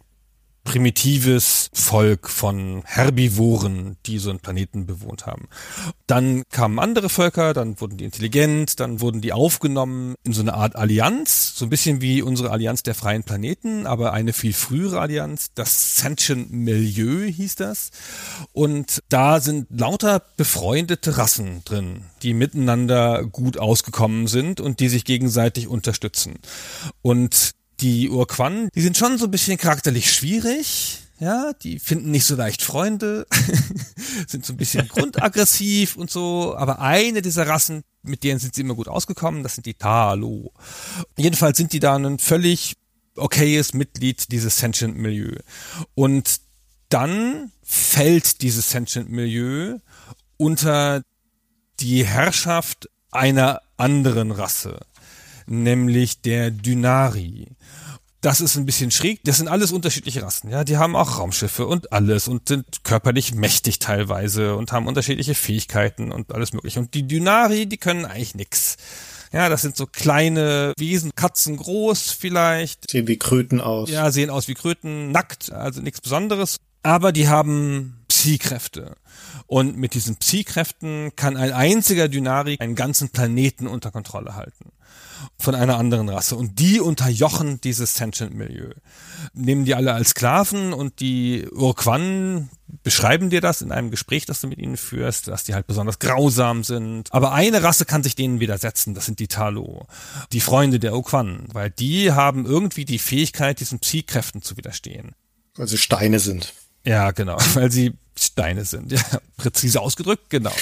primitives Volk von Herbivoren, die so einen Planeten bewohnt haben. Dann kamen andere Völker, dann wurden die intelligent, dann wurden die aufgenommen in so eine Art Allianz, so ein bisschen wie unsere Allianz der freien Planeten, aber eine viel frühere Allianz, das Sentient Milieu hieß das. Und da sind lauter befreundete Rassen drin, die miteinander gut ausgekommen sind und die sich gegenseitig unterstützen. Und die Urquan, die sind schon so ein bisschen charakterlich schwierig, ja, die finden nicht so leicht Freunde, sind so ein bisschen grundaggressiv und so, aber eine dieser Rassen, mit denen sind sie immer gut ausgekommen, das sind die Talo. Jedenfalls sind die da ein völlig okayes Mitglied dieses Sentient Milieu. Und dann fällt dieses Sentient Milieu unter die Herrschaft einer anderen Rasse, nämlich der Dynari. Das ist ein bisschen schräg. Das sind alles unterschiedliche Rassen. Ja, die haben auch Raumschiffe und alles und sind körperlich mächtig teilweise und haben unterschiedliche Fähigkeiten und alles mögliche. Und die Dynari, die können eigentlich nix. Ja, das sind so kleine Wesen, Katzen groß vielleicht. Sehen wie Kröten aus. Ja, sehen aus wie Kröten, nackt, also nichts Besonderes. Aber die haben Psi-Kräfte. Und mit diesen Psi-Kräften kann ein einziger Dynari einen ganzen Planeten unter Kontrolle halten. Von einer anderen Rasse. Und die unterjochen dieses Sentient Milieu. Nehmen die alle als Sklaven und die Urquan beschreiben dir das in einem Gespräch, das du mit ihnen führst, dass die halt besonders grausam sind. Aber eine Rasse kann sich denen widersetzen, das sind die Talo. Die Freunde der Urquan. Weil die haben irgendwie die Fähigkeit, diesen Psi-Kräften zu widerstehen. Weil sie Steine sind. Ja, genau. Weil sie Steine sind. Ja, präzise ausgedrückt, genau.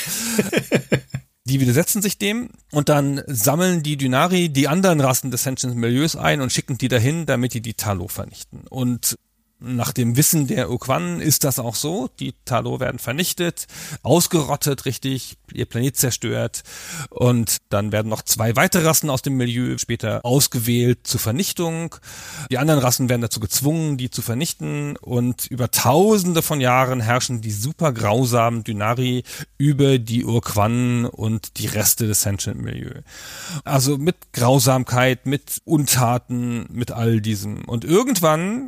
Die widersetzen sich dem und dann sammeln die Dynari die anderen Rassen des Sentient Milieus ein und schicken die dahin, damit die Talo vernichten. Und nach dem Wissen der Urquan ist das auch so. Die Talo werden vernichtet, ausgerottet, richtig, ihr Planet zerstört. Und dann werden noch 2 weitere Rassen aus dem Milieu später ausgewählt zur Vernichtung. Die anderen Rassen werden dazu gezwungen, die zu vernichten. Und über Tausende von Jahren herrschen die super grausamen Dynari über die Urquan und die Reste des Sentient Milieu. Also mit Grausamkeit, mit Untaten, mit all diesem. Und irgendwann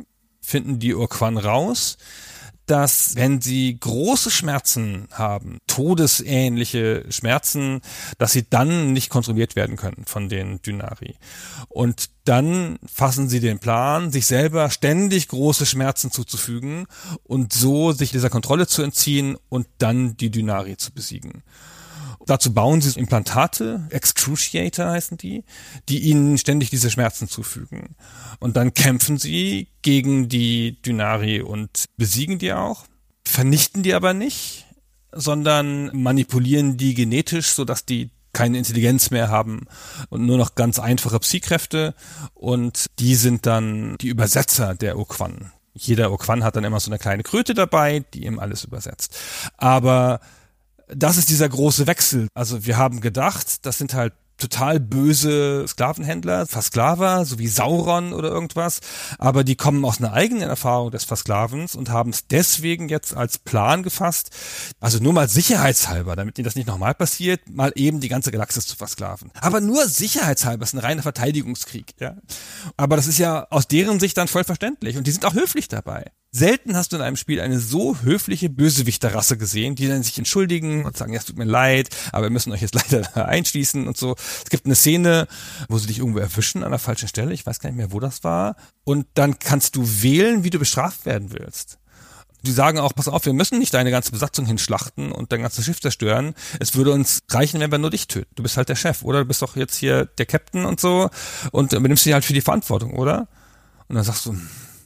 finden die Urquan raus, dass wenn sie große Schmerzen haben, todesähnliche Schmerzen, dass sie dann nicht kontrolliert werden können von den Dynari. Und dann fassen sie den Plan, sich selber ständig große Schmerzen zuzufügen und so sich dieser Kontrolle zu entziehen und dann die Dynari zu besiegen. Dazu bauen sie Implantate, Excruciator heißen die ihnen ständig diese Schmerzen zufügen. Und dann kämpfen sie gegen die Dynari und besiegen die auch, vernichten die aber nicht, sondern manipulieren die genetisch, sodass die keine Intelligenz mehr haben und nur noch ganz einfache Psy-Kräfte. Und die sind dann die Übersetzer der Urquan. Jeder Urquan hat dann immer so eine kleine Kröte dabei, die ihm alles übersetzt. Aber das ist dieser große Wechsel. Also wir haben gedacht, das sind halt total böse Sklavenhändler, Versklaver, so wie Sauron oder irgendwas, aber die kommen aus einer eigenen Erfahrung des Versklavens und haben es deswegen jetzt als Plan gefasst, also nur mal sicherheitshalber, damit ihnen das nicht nochmal passiert, mal eben die ganze Galaxis zu versklaven. Aber nur sicherheitshalber, ist ein reiner Verteidigungskrieg, ja. Aber das ist ja aus deren Sicht dann voll verständlich und die sind auch höflich dabei. Selten hast du in einem Spiel eine so höfliche Bösewichterrasse gesehen, die dann sich entschuldigen und sagen, ja, es tut mir leid, aber wir müssen euch jetzt leider einschließen und so. Es gibt eine Szene, wo sie dich irgendwo erwischen an der falschen Stelle, ich weiß gar nicht mehr, wo das war, und dann kannst du wählen, wie du bestraft werden willst. Die sagen auch, pass auf, wir müssen nicht deine ganze Besatzung hinschlachten und dein ganzes Schiff zerstören. Es würde uns reichen, wenn wir nur dich töten. Du bist halt der Chef, oder? Du bist doch jetzt hier der Captain und so und übernimmst dich halt für die Verantwortung, oder? Und dann sagst du,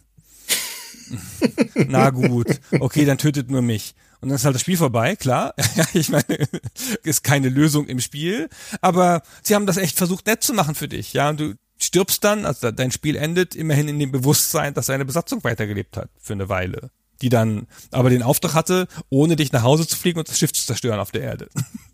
na gut, okay, dann tötet nur mich. Und dann ist halt das Spiel vorbei, klar. Ich meine, ist keine Lösung im Spiel, aber sie haben das echt versucht nett zu machen für dich, ja. Und du stirbst dann, also dein Spiel endet immerhin in dem Bewusstsein, dass deine Besatzung weitergelebt hat für eine Weile, die dann aber den Auftrag hatte, ohne dich nach Hause zu fliegen und das Schiff zu zerstören auf der Erde.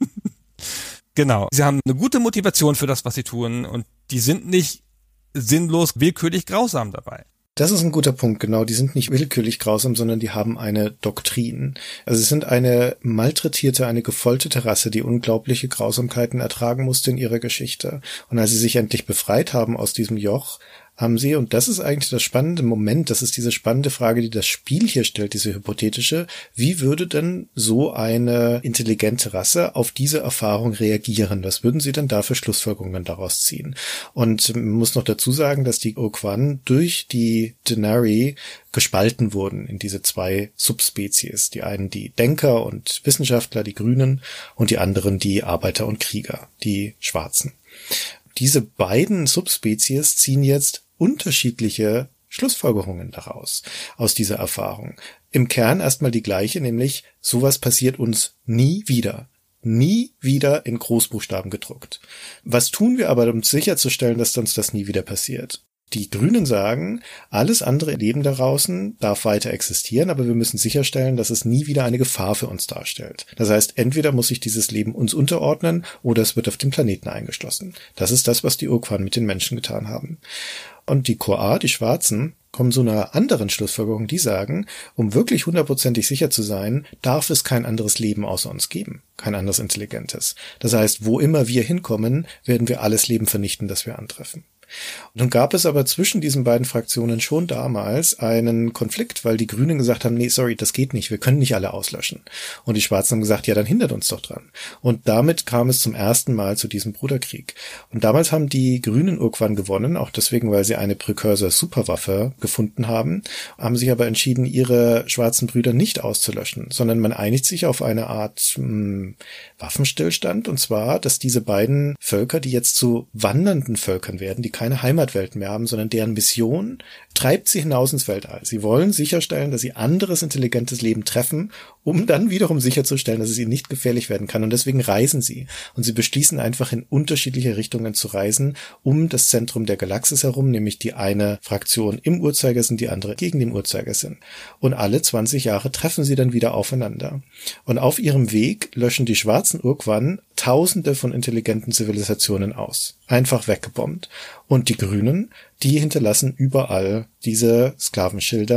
Genau. Sie haben eine gute Motivation für das, was sie tun, und die sind nicht sinnlos willkürlich grausam dabei. Das ist ein guter Punkt, genau. Die sind nicht willkürlich grausam, sondern die haben eine Doktrin. Also sie sind eine malträtierte, eine gefolterte Rasse, die unglaubliche Grausamkeiten ertragen musste in ihrer Geschichte. Und als sie sich endlich befreit haben aus diesem Joch, haben sie, und das ist eigentlich das spannende Moment, das ist diese spannende Frage, die das Spiel hier stellt, diese hypothetische, wie würde denn so eine intelligente Rasse auf diese Erfahrung reagieren? Was würden sie denn da für Schlussfolgerungen daraus ziehen? Und man muss noch dazu sagen, dass die Urquan durch die Dynari gespalten wurden in diese zwei Subspezies. Die einen die Denker und Wissenschaftler, die Grünen, und die anderen die Arbeiter und Krieger, die Schwarzen. Diese beiden Subspezies ziehen jetzt unterschiedliche Schlussfolgerungen daraus, aus dieser Erfahrung. Im Kern erstmal die gleiche, nämlich sowas passiert uns nie wieder. Nie wieder in Großbuchstaben gedruckt. Was tun wir aber, um sicherzustellen, dass uns das nie wieder passiert? Die Grünen sagen, alles andere Leben da draußen darf weiter existieren, aber wir müssen sicherstellen, dass es nie wieder eine Gefahr für uns darstellt. Das heißt, entweder muss sich dieses Leben uns unterordnen oder es wird auf dem Planeten eingeschlossen. Das ist das, was die Urquan mit den Menschen getan haben. Und die Koa, die Schwarzen, kommen zu einer anderen Schlussfolgerung, die sagen, um wirklich hundertprozentig sicher zu sein, darf es kein anderes Leben außer uns geben, kein anderes intelligentes. Das heißt, wo immer wir hinkommen, werden wir alles Leben vernichten, das wir antreffen. Und nun gab es aber zwischen diesen beiden Fraktionen schon damals einen Konflikt, weil die Grünen gesagt haben, nee, sorry, das geht nicht, wir können nicht alle auslöschen. Und die Schwarzen haben gesagt, ja, dann hindert uns doch dran. Und damit kam es zum ersten Mal zu diesem Bruderkrieg. Und damals haben die Grünen Urquan gewonnen, auch deswegen, weil sie eine Precursor-Superwaffe gefunden haben sich aber entschieden, ihre schwarzen Brüder nicht auszulöschen, sondern man einigt sich auf eine Art Waffenstillstand, und zwar, dass diese beiden Völker, die jetzt zu wandernden Völkern werden, die keine Heimatwelt mehr haben, sondern deren Mission treibt sie hinaus ins Weltall. Sie wollen sicherstellen, dass sie anderes intelligentes Leben treffen, um dann wiederum sicherzustellen, dass es ihnen nicht gefährlich werden kann. Und deswegen reisen sie. Und sie beschließen einfach, in unterschiedliche Richtungen zu reisen, um das Zentrum der Galaxis herum, nämlich die eine Fraktion im Uhrzeigersinn, die andere gegen den Uhrzeigersinn. Und alle 20 Jahre treffen sie dann wieder aufeinander. Und auf ihrem Weg löschen die schwarzen Urquan Tausende von intelligenten Zivilisationen aus. Einfach weggebombt. Und die Grünen, die hinterlassen überall diese Sklavenschilder,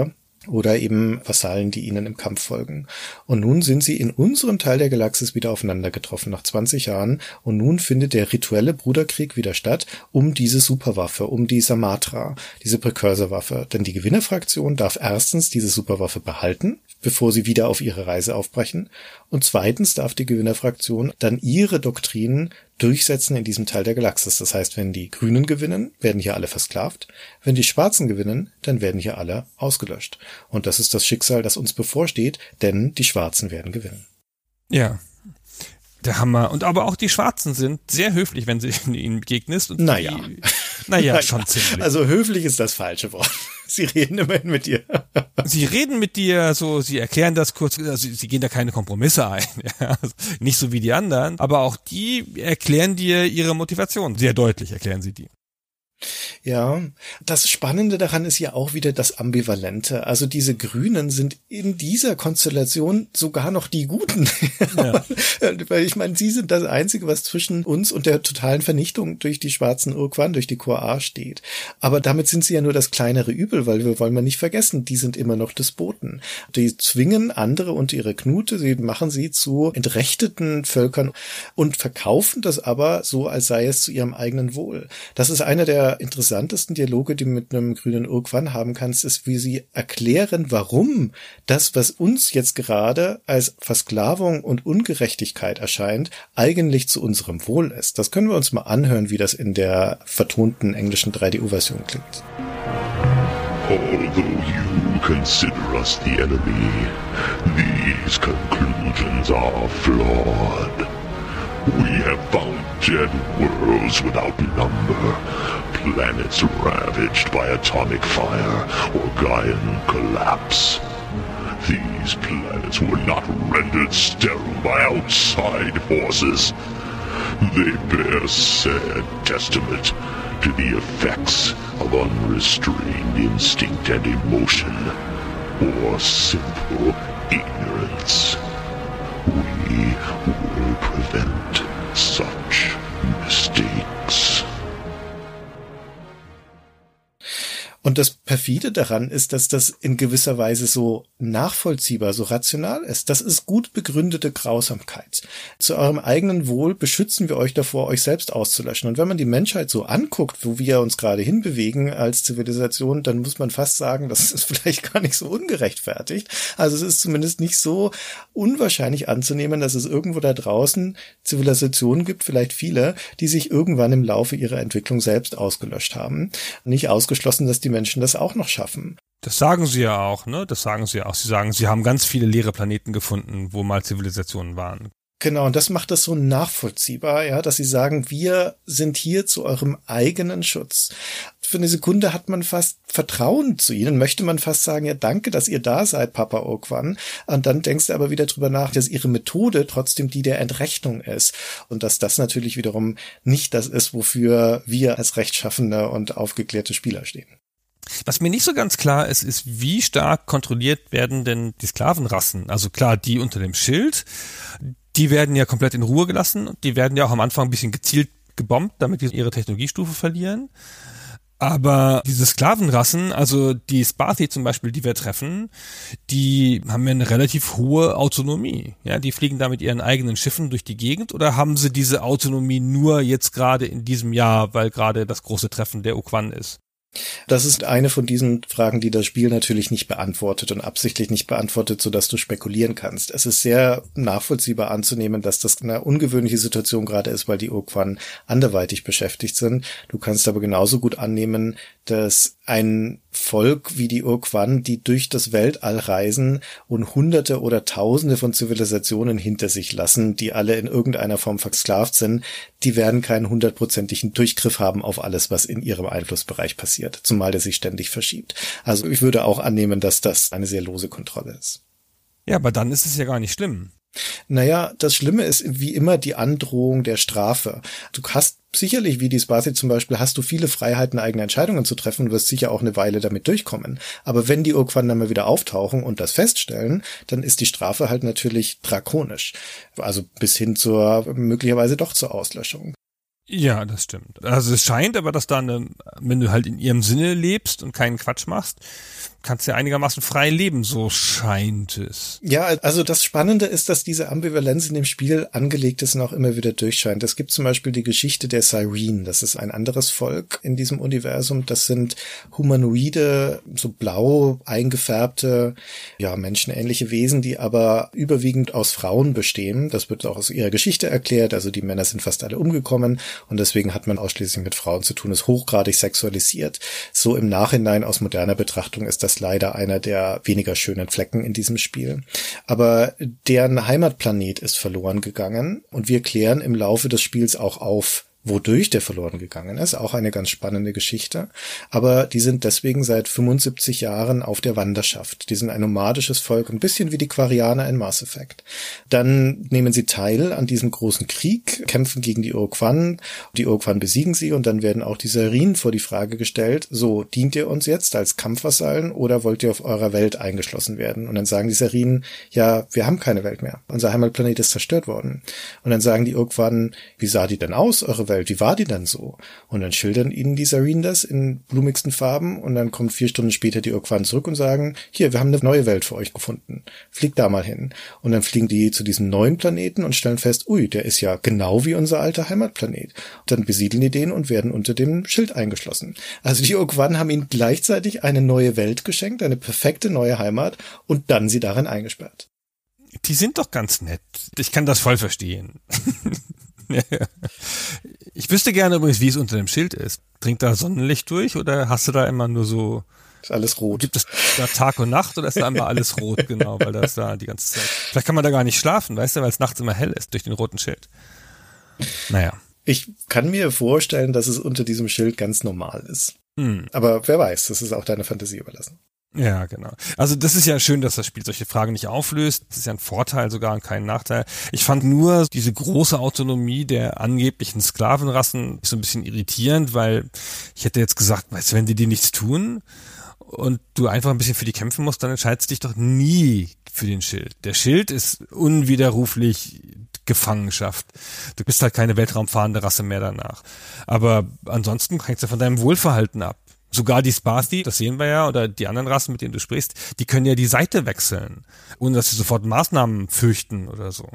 oder eben Vasallen, die ihnen im Kampf folgen. Und nun sind sie in unserem Teil der Galaxis wieder aufeinander getroffen, nach 20 Jahren. Und nun findet der rituelle Bruderkrieg wieder statt, um diese Superwaffe, um die Samatra, diese Präkursorwaffe. Denn die Gewinnerfraktion darf erstens diese Superwaffe behalten, bevor sie wieder auf ihre Reise aufbrechen. Und zweitens darf die Gewinnerfraktion dann ihre Doktrinen durchsetzen in diesem Teil der Galaxis. Das heißt, wenn die Grünen gewinnen, werden hier alle versklavt. Wenn die Schwarzen gewinnen, dann werden hier alle ausgelöscht. Und das ist das Schicksal, das uns bevorsteht, denn die Schwarzen werden gewinnen. Ja, der Hammer. Und aber auch die Schwarzen sind sehr höflich, wenn sie ihnen begegnest. Und Naja, schon ziemlich. Also höflich ist das falsche Wort. Sie reden immerhin mit dir. Sie reden mit dir, so, sie erklären das kurz, also sie gehen da keine Kompromisse ein, ja, also nicht so wie die anderen, aber auch die erklären dir ihre Motivation, sehr deutlich erklären sie die. Ja, das Spannende daran ist ja auch wieder das Ambivalente. Also diese Grünen sind in dieser Konstellation sogar noch die Guten. Ja. Weil ich meine, sie sind das Einzige, was zwischen uns und der totalen Vernichtung durch die schwarzen Urquan, durch die Kor'a steht. Aber damit sind sie ja nur das kleinere Übel, weil wir wollen nicht vergessen, die sind immer noch Despoten. Die zwingen andere unter ihre Knute, sie machen sie zu entrechteten Völkern und verkaufen das aber so, als sei es zu ihrem eigenen Wohl. Das ist einer der interessantesten Dialoge, die du mit einem grünen Urquan haben kannst, ist, wie sie erklären, warum das, was uns jetzt gerade als Versklavung und Ungerechtigkeit erscheint, eigentlich zu unserem Wohl ist. Das können wir uns mal anhören, wie das in der vertonten englischen 3DU-Version klingt. Although you consider us the enemy, these conclusions are flawed. We have found dead worlds without number, planets ravaged by atomic fire or Gaian collapse. These planets were not rendered sterile by outside forces. They bear sad testament to the effects of unrestrained instinct and emotion, or simple ignorance. We will prevent such mistakes. Und das Perfide daran ist, dass das in gewisser Weise so nachvollziehbar, so rational ist. Das ist gut begründete Grausamkeit. Zu eurem eigenen Wohl beschützen wir euch davor, euch selbst auszulöschen. Und wenn man die Menschheit so anguckt, wo wir uns gerade hinbewegen als Zivilisation, dann muss man fast sagen, das ist vielleicht gar nicht so ungerechtfertigt. Also es ist zumindest nicht so unwahrscheinlich anzunehmen, dass es irgendwo da draußen Zivilisationen gibt, vielleicht viele, die sich irgendwann im Laufe ihrer Entwicklung selbst ausgelöscht haben. Nicht ausgeschlossen, dass die Menschen das auch noch schaffen. Das sagen sie ja auch, ne? Das sagen sie auch. Sie sagen, sie haben ganz viele leere Planeten gefunden, wo mal Zivilisationen waren. Genau, und das macht das so nachvollziehbar, ja, dass sie sagen, wir sind hier zu eurem eigenen Schutz. Für eine Sekunde hat man fast Vertrauen zu ihnen, möchte man fast sagen, ja, danke, dass ihr da seid, Papa Urquan. Und dann denkst du aber wieder drüber nach, dass ihre Methode trotzdem die der Entrechtung ist. Und dass das natürlich wiederum nicht das ist, wofür wir als rechtschaffene und aufgeklärte Spieler stehen. Was mir nicht so ganz klar ist, ist, wie stark kontrolliert werden denn die Sklavenrassen? Also klar, die unter dem Schild, die werden ja komplett in Ruhe gelassen. Die werden ja auch am Anfang ein bisschen gezielt gebombt, damit die ihre Technologiestufe verlieren. Aber diese Sklavenrassen, also die Spathi zum Beispiel, die wir treffen, die haben ja eine relativ hohe Autonomie. Ja, die fliegen da mit ihren eigenen Schiffen durch die Gegend, oder haben sie diese Autonomie nur jetzt gerade in diesem Jahr, weil gerade das große Treffen der Urquan ist? Das ist eine von diesen Fragen, die das Spiel natürlich nicht beantwortet und absichtlich nicht beantwortet, sodass du spekulieren kannst. Es ist sehr nachvollziehbar anzunehmen, dass das eine ungewöhnliche Situation gerade ist, weil die Urquan anderweitig beschäftigt sind. Du kannst aber genauso gut annehmen, dass ein Volk wie die Urquan, die durch das Weltall reisen und Hunderte oder Tausende von Zivilisationen hinter sich lassen, die alle in irgendeiner Form versklavt sind, die werden keinen 100%igen Durchgriff haben auf alles, was in ihrem Einflussbereich passiert, zumal der sich ständig verschiebt. Also ich würde auch annehmen, dass das eine sehr lose Kontrolle ist. Ja, aber dann ist es ja gar nicht schlimm. Naja, das Schlimme ist wie immer die Androhung der Strafe. Du hast sicherlich, wie die Spathi zum Beispiel, hast du viele Freiheiten, eigene Entscheidungen zu treffen und wirst sicher auch eine Weile damit durchkommen. Aber wenn die Urquan dann mal wieder auftauchen und das feststellen, dann ist die Strafe halt natürlich drakonisch. Also bis hin zur möglicherweise doch zur Auslöschung. Ja, das stimmt. Also es scheint aber, dass dann, wenn du halt in ihrem Sinne lebst und keinen Quatsch machst, kannst ja einigermaßen frei leben, so scheint es. Ja, also das Spannende ist, dass diese Ambivalenz in dem Spiel angelegt ist und auch immer wieder durchscheint. Es gibt zum Beispiel die Geschichte der Cyrene. Das ist ein anderes Volk in diesem Universum. Das sind humanoide, so blau eingefärbte, ja, menschenähnliche Wesen, die aber überwiegend aus Frauen bestehen. Das wird auch aus ihrer Geschichte erklärt. Also die Männer sind fast alle umgekommen und deswegen hat man ausschließlich mit Frauen zu tun, ist hochgradig sexualisiert. So im Nachhinein aus moderner Betrachtung ist das leider einer der weniger schönen Flecken in diesem Spiel. Aber deren Heimatplanet ist verloren gegangen und wir klären im Laufe des Spiels auch auf, wodurch der verloren gegangen ist. Auch eine ganz spannende Geschichte. Aber die sind deswegen seit 75 Jahren auf der Wanderschaft. Die sind ein nomadisches Volk, ein bisschen wie die Quarianer in Mass Effect. Dann nehmen sie teil an diesem großen Krieg, kämpfen gegen die Urquan. Die Urquan besiegen sie und dann werden auch die Cyrene vor die Frage gestellt, so, dient ihr uns jetzt als Kampfvasallen oder wollt ihr auf eurer Welt eingeschlossen werden? Und dann sagen die Cyrene, ja, wir haben keine Welt mehr. Unser Heimatplanet ist zerstört worden. Und dann sagen die Urquan, wie sah die denn aus, eure Welt? Wie war die dann so? Und dann schildern ihnen die Cyrene das in blumigsten Farben und dann kommt 4 Stunden später die Urquan zurück und sagen, hier, wir haben eine neue Welt für euch gefunden. Fliegt da mal hin. Und dann fliegen die zu diesem neuen Planeten und stellen fest, ui, der ist ja genau wie unser alter Heimatplanet. Und dann besiedeln die den und werden unter dem Schild eingeschlossen. Also die Urquan haben ihnen gleichzeitig eine neue Welt geschenkt, eine perfekte neue Heimat und dann sie darin eingesperrt. Die sind doch ganz nett. Ich kann das voll verstehen. Ich wüsste gerne übrigens, wie es unter dem Schild ist. Dringt da Sonnenlicht durch oder hast du da immer nur so... Ist alles rot. Gibt es da Tag und Nacht oder ist da immer alles rot, genau, weil das da die ganze Zeit... Vielleicht kann man da gar nicht schlafen, weißt du, weil es nachts immer hell ist durch den roten Schild. Naja. Ich kann mir vorstellen, dass es unter diesem Schild ganz normal ist. Aber wer weiß, das ist auch deiner Fantasie überlassen. Ja, genau. Also das ist ja schön, dass das Spiel solche Fragen nicht auflöst. Das ist ja ein Vorteil sogar und kein Nachteil. Ich fand nur diese große Autonomie der angeblichen Sklavenrassen so ein bisschen irritierend, weil ich hätte jetzt gesagt, weißt du, wenn die nichts tun und du einfach ein bisschen für die kämpfen musst, dann entscheidest du dich doch nie für den Schild. Der Schild ist unwiderruflich Gefangenschaft. Du bist halt keine weltraumfahrende Rasse mehr danach. Aber ansonsten hängst du von deinem Wohlverhalten ab. Sogar die Spathi, das sehen wir ja, oder die anderen Rassen, mit denen du sprichst, die können ja die Seite wechseln, ohne dass sie sofort Maßnahmen fürchten oder so.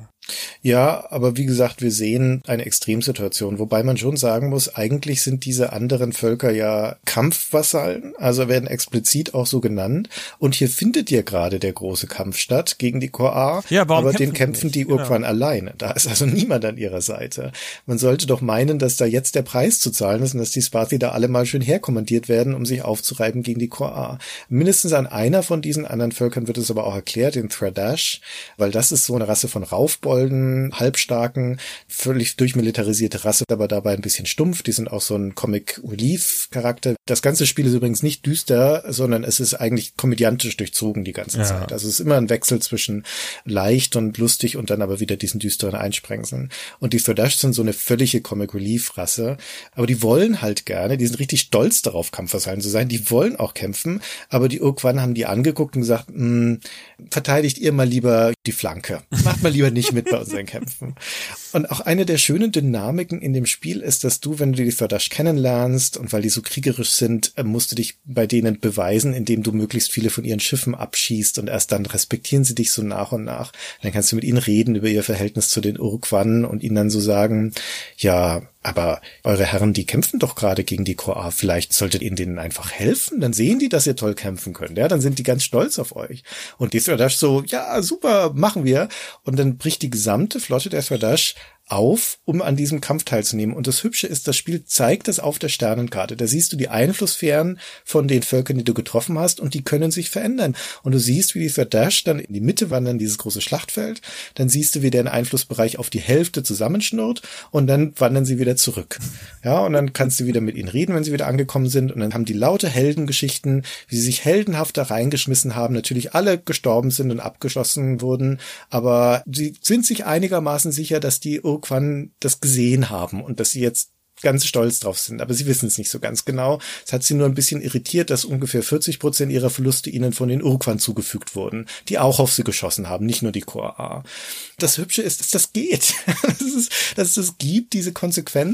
Ja, aber wie gesagt, wir sehen eine Extremsituation, wobei man schon sagen muss, eigentlich sind diese anderen Völker ja Kampfvasallen, also werden explizit auch so genannt. Und hier findet ja gerade der große Kampf statt gegen die Koa, ja, aber den kämpfen die Urquan alleine. Da ist also niemand an ihrer Seite. Man sollte doch meinen, dass da jetzt der Preis zu zahlen ist und dass die Spathi da alle mal schön herkommandiert werden, um sich aufzureiben gegen die Koa. Mindestens an einer von diesen anderen Völkern wird es aber auch erklärt, den Thradash, weil das ist so eine Rasse von Raufbolden, halbstarken, völlig durchmilitarisierte Rasse, aber dabei ein bisschen stumpf. Die sind auch so ein Comic-Relief-Charakter. Das ganze Spiel ist übrigens nicht düster, sondern es ist eigentlich komödiantisch durchzogen die ganze Zeit. Also es ist immer ein Wechsel zwischen leicht und lustig und dann aber wieder diesen düsteren Einsprengseln. Und die Thradash sind so eine völlige Comic-Relief-Rasse, aber die wollen halt gerne, die sind richtig stolz darauf, Kampfvasallen zu sein, die wollen auch kämpfen, aber die Urquan haben die angeguckt und gesagt, verteidigt ihr mal lieber die Flanke. Macht mal lieber nicht mit bei unseren Kämpfen. Und auch eine der schönen Dynamiken in dem Spiel ist, dass du, wenn du die Thradash kennenlernst und weil die so kriegerisch sind, musst du dich bei denen beweisen, indem du möglichst viele von ihren Schiffen abschießt und erst dann respektieren sie dich so nach und nach. Dann kannst du mit ihnen reden über ihr Verhältnis zu den Urquan und ihnen dann so sagen, ja, aber eure Herren, die kämpfen doch gerade gegen die Koa. Vielleicht solltet ihr denen einfach helfen. Dann sehen die, dass ihr toll kämpfen könnt. Ja, dann sind die ganz stolz auf euch. Und die Thradash so, ja, super, machen wir. Und dann bricht die gesamte Flotte der Thradash auf, um an diesem Kampf teilzunehmen. Und das Hübsche ist, das Spiel zeigt das auf der Sternenkarte. Da siehst du die Einflusssphären von den Völkern, die du getroffen hast, und die können sich verändern. Und du siehst, wie die Thradash dann in die Mitte wandern, dieses große Schlachtfeld. Dann siehst du, wie deren Einflussbereich auf die Hälfte zusammenschnurrt und dann wandern sie wieder zurück. Ja, und dann kannst du wieder mit ihnen reden, wenn sie wieder angekommen sind. Und dann haben die laute Heldengeschichten, wie sie sich heldenhaft da reingeschmissen haben. Natürlich alle gestorben sind und abgeschossen wurden, aber sie sind sich einigermaßen sicher, dass die Urquan das gesehen haben und dass sie jetzt ganz stolz drauf sind, aber sie wissen es nicht so ganz genau. Es hat sie nur ein bisschen irritiert, dass ungefähr 40% ihrer Verluste ihnen von den Urquan zugefügt wurden, die auch auf sie geschossen haben, nicht nur die Koa. Das Hübsche ist, dass das geht, dass es das gibt, diese Konsequenz.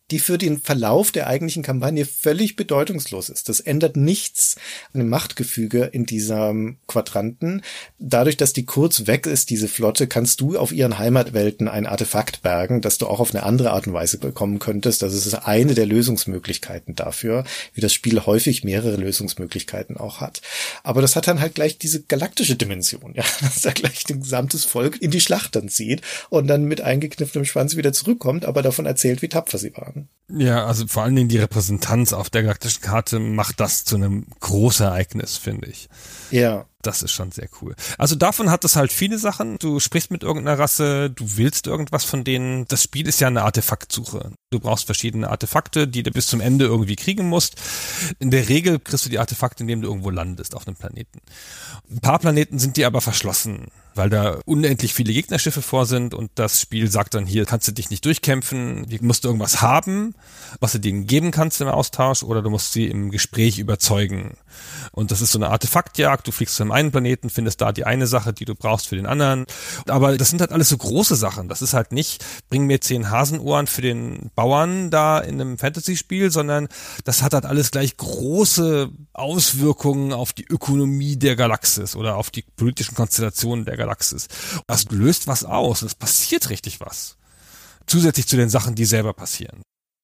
die für den Verlauf der eigentlichen Kampagne völlig bedeutungslos ist. Das ändert nichts an dem Machtgefüge in diesem Quadranten. Dadurch, dass die kurz weg ist, diese Flotte, kannst du auf ihren Heimatwelten ein Artefakt bergen, das du auch auf eine andere Art und Weise bekommen könntest. Das ist eine der Lösungsmöglichkeiten dafür, wie das Spiel häufig mehrere Lösungsmöglichkeiten auch hat. Aber das hat dann halt gleich diese galaktische Dimension, ja, dass da gleich ein gesamtes Volk in die Schlacht dann zieht und dann mit eingekniffenem Schwanz wieder zurückkommt, aber davon erzählt, wie tapfer sie waren. Ja, also vor allen Dingen die Repräsentanz auf der galaktischen Karte macht das zu einem großen Ereignis, finde ich. Ja. Das ist schon sehr cool. Also davon hat es halt viele Sachen. Du sprichst mit irgendeiner Rasse, du willst irgendwas von denen. Das Spiel ist ja eine Artefaktsuche. Du brauchst verschiedene Artefakte, die du bis zum Ende irgendwie kriegen musst. In der Regel kriegst du die Artefakte, indem du irgendwo landest auf einem Planeten. Ein paar Planeten sind dir aber verschlossen, weil da unendlich viele Gegnerschiffe vor sind und das Spiel sagt dann, hier kannst du dich nicht durchkämpfen, hier musst du irgendwas haben, was du denen geben kannst im Austausch oder du musst sie im Gespräch überzeugen. Und das ist so eine Artefaktjagd, du fliegst zu einem einen Planeten, findest da die eine Sache, die du brauchst für den anderen. Aber das sind halt alles so große Sachen. Das ist halt nicht, bring mir 10 Hasenohren für den Bauern da in einem Fantasy-Spiel, sondern das hat halt alles gleich große Auswirkungen auf die Ökonomie der Galaxis oder auf die politischen Konstellationen der Galaxis. Das löst was aus. Es passiert richtig was. Zusätzlich zu den Sachen, die selber passieren.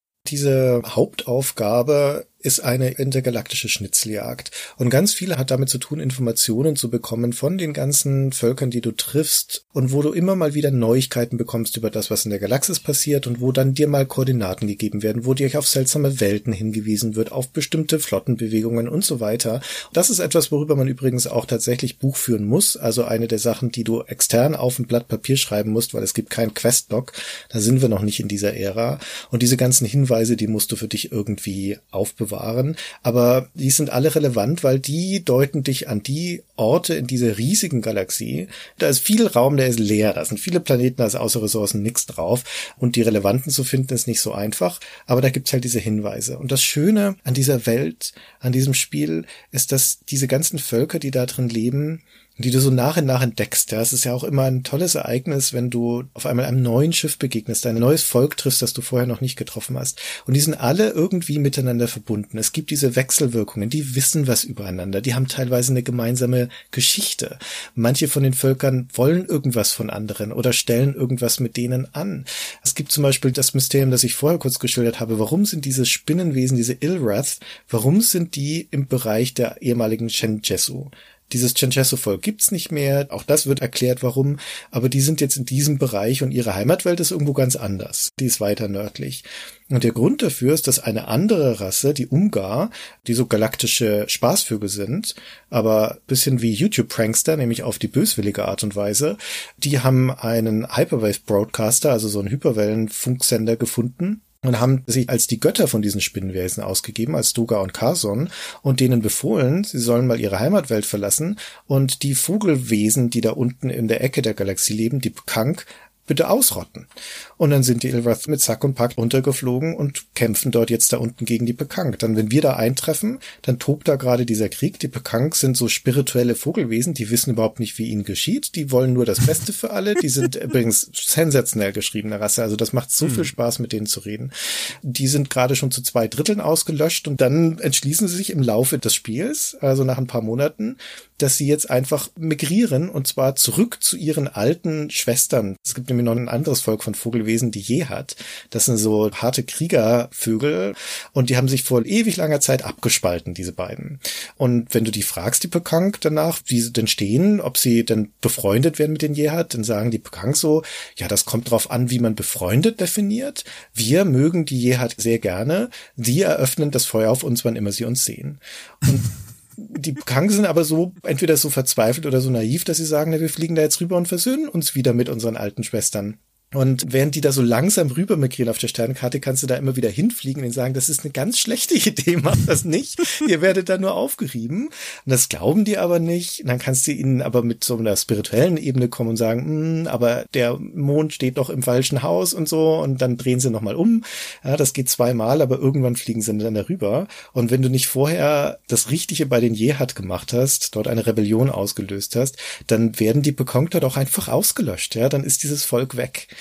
Diese Hauptaufgabe ist eine intergalaktische Schnitzeljagd. Und ganz viel hat damit zu tun, Informationen zu bekommen von den ganzen Völkern, die du triffst und wo du immer mal wieder Neuigkeiten bekommst über das, was in der Galaxis passiert und wo dann dir mal Koordinaten gegeben werden, wo dir auf seltsame Welten hingewiesen wird, auf bestimmte Flottenbewegungen und so weiter. Das ist etwas, worüber man übrigens auch tatsächlich Buch führen muss. Also eine der Sachen, die du extern auf ein Blatt Papier schreiben musst, weil es gibt kein Questlog. Da sind wir noch nicht in dieser Ära. Und diese ganzen Hinweise, die musst du für dich irgendwie aufbewahren. Aber die sind alle relevant, weil die deuten dich an die Orte in dieser riesigen Galaxie. Da ist viel Raum, der ist leer. Da sind viele Planeten, da ist außer Ressourcen nichts drauf. Und die relevanten zu finden, ist nicht so einfach. Aber da gibt's halt diese Hinweise. Und das Schöne an dieser Welt, an diesem Spiel, ist, dass diese ganzen Völker, die da drin leben, die du so nach und nach entdeckst. Ja, es ist ja auch immer ein tolles Ereignis, wenn du auf einmal einem neuen Schiff begegnest, ein neues Volk triffst, das du vorher noch nicht getroffen hast. Und die sind alle irgendwie miteinander verbunden. Es gibt diese Wechselwirkungen, die wissen was übereinander, die haben teilweise eine gemeinsame Geschichte. Manche von den Völkern wollen irgendwas von anderen oder stellen irgendwas mit denen an. Es gibt zum Beispiel das Mysterium, das ich vorher kurz geschildert habe. Warum sind diese Spinnenwesen, diese Ilrath, warum sind die im Bereich der ehemaligen Shenjesu? Dieses Shenjesu-Volk gibt's nicht mehr. Auch das wird erklärt, warum. Aber die sind jetzt in diesem Bereich und ihre Heimatwelt ist irgendwo ganz anders. Die ist weiter nördlich. Und der Grund dafür ist, dass eine andere Rasse, die Umgar, die so galaktische Spaßvögel sind, aber bisschen wie YouTube-Prankster, nämlich auf die böswillige Art und Weise, die haben einen Hyperwave-Broadcaster, also so einen Hyperwellenfunksender gefunden, und haben sich als die Götter von diesen Spinnenwesen ausgegeben, als Doga und Carson, und denen befohlen, sie sollen mal ihre Heimatwelt verlassen und die Vogelwesen, die da unten in der Ecke der Galaxie leben, die Pkank, bitte ausrotten. Und dann sind die Ilrath mit Sack und Pack runtergeflogen und kämpfen dort jetzt da unten gegen die Pkank. Dann, wenn wir da eintreffen, dann tobt da gerade dieser Krieg. Die Pkank sind so spirituelle Vogelwesen, die wissen überhaupt nicht, wie ihnen geschieht. Die wollen nur das Beste für alle. Die sind übrigens sensationell geschriebene Rasse. Also das macht so viel Spaß, mit denen zu reden. Die sind gerade schon zu 2/3 ausgelöscht und dann entschließen sie sich im Laufe des Spiels, also nach ein paar Monaten, dass sie jetzt einfach migrieren und zwar zurück zu ihren alten Schwestern. Es gibt nämlich noch ein anderes Volk von Vogelwesen, die Jehat. Das sind so harte Kriegervögel und die haben sich vor ewig langer Zeit abgespalten, diese beiden. Und wenn du die fragst, die Pkank, danach, wie sie denn stehen, ob sie denn befreundet werden mit den Jehat, dann sagen die Pkank so, ja, das kommt drauf an, wie man befreundet definiert. Wir mögen die Jehat sehr gerne. Sie eröffnen das Feuer auf uns, wann immer sie uns sehen. Und die Pkank sind aber so, entweder so verzweifelt oder so naiv, dass sie sagen, na, wir fliegen da jetzt rüber und versöhnen uns wieder mit unseren alten Schwestern. Und während die da so langsam rüber migrieren auf der Sternenkarte, kannst du da immer wieder hinfliegen und ihnen sagen, das ist eine ganz schlechte Idee, macht das nicht. Ihr werdet da nur aufgerieben. Und das glauben die aber nicht. Und dann kannst du ihnen aber mit so einer spirituellen Ebene kommen und sagen, aber der Mond steht doch im falschen Haus und so. Und dann drehen sie nochmal um. Ja, das geht 2-mal, aber irgendwann fliegen sie dann darüber. Und wenn du nicht vorher das Richtige bei den Jehat gemacht hast, dort eine Rebellion ausgelöst hast, dann werden die Pkank dort auch einfach ausgelöscht. Ja, dann ist dieses Volk weg.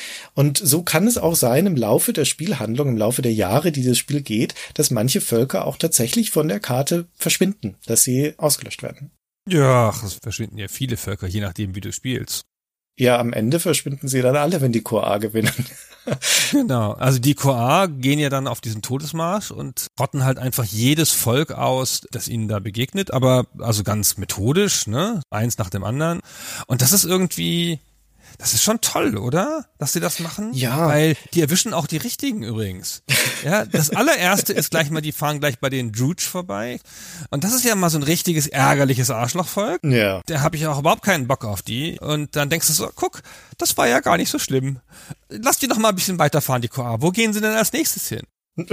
Und so kann es auch sein im Laufe der Spielhandlung, im Laufe der Jahre, die das Spiel geht, dass manche Völker auch tatsächlich von der Karte verschwinden, dass sie ausgelöscht werden. Ja, es verschwinden ja viele Völker, je nachdem, wie du spielst. Ja, am Ende verschwinden sie dann alle, wenn die QA gewinnen. Genau, also die QA gehen ja dann auf diesen Todesmarsch und rotten halt einfach jedes Volk aus, das ihnen da begegnet, aber also ganz methodisch, ne, eins nach dem anderen. Und das ist irgendwie, das ist schon toll, oder? Dass sie das machen? Ja. Weil die erwischen auch die Richtigen übrigens. Ja, das allererste ist gleich mal, die fahren gleich bei den Druge vorbei. Und das ist ja mal so ein richtiges ärgerliches Arschlochvolk. Ja. Da habe ich auch überhaupt keinen Bock auf die. Und dann denkst du so, guck, das war ja gar nicht so schlimm. Lass die noch mal ein bisschen weiterfahren, die QA. Wo gehen sie denn als nächstes hin?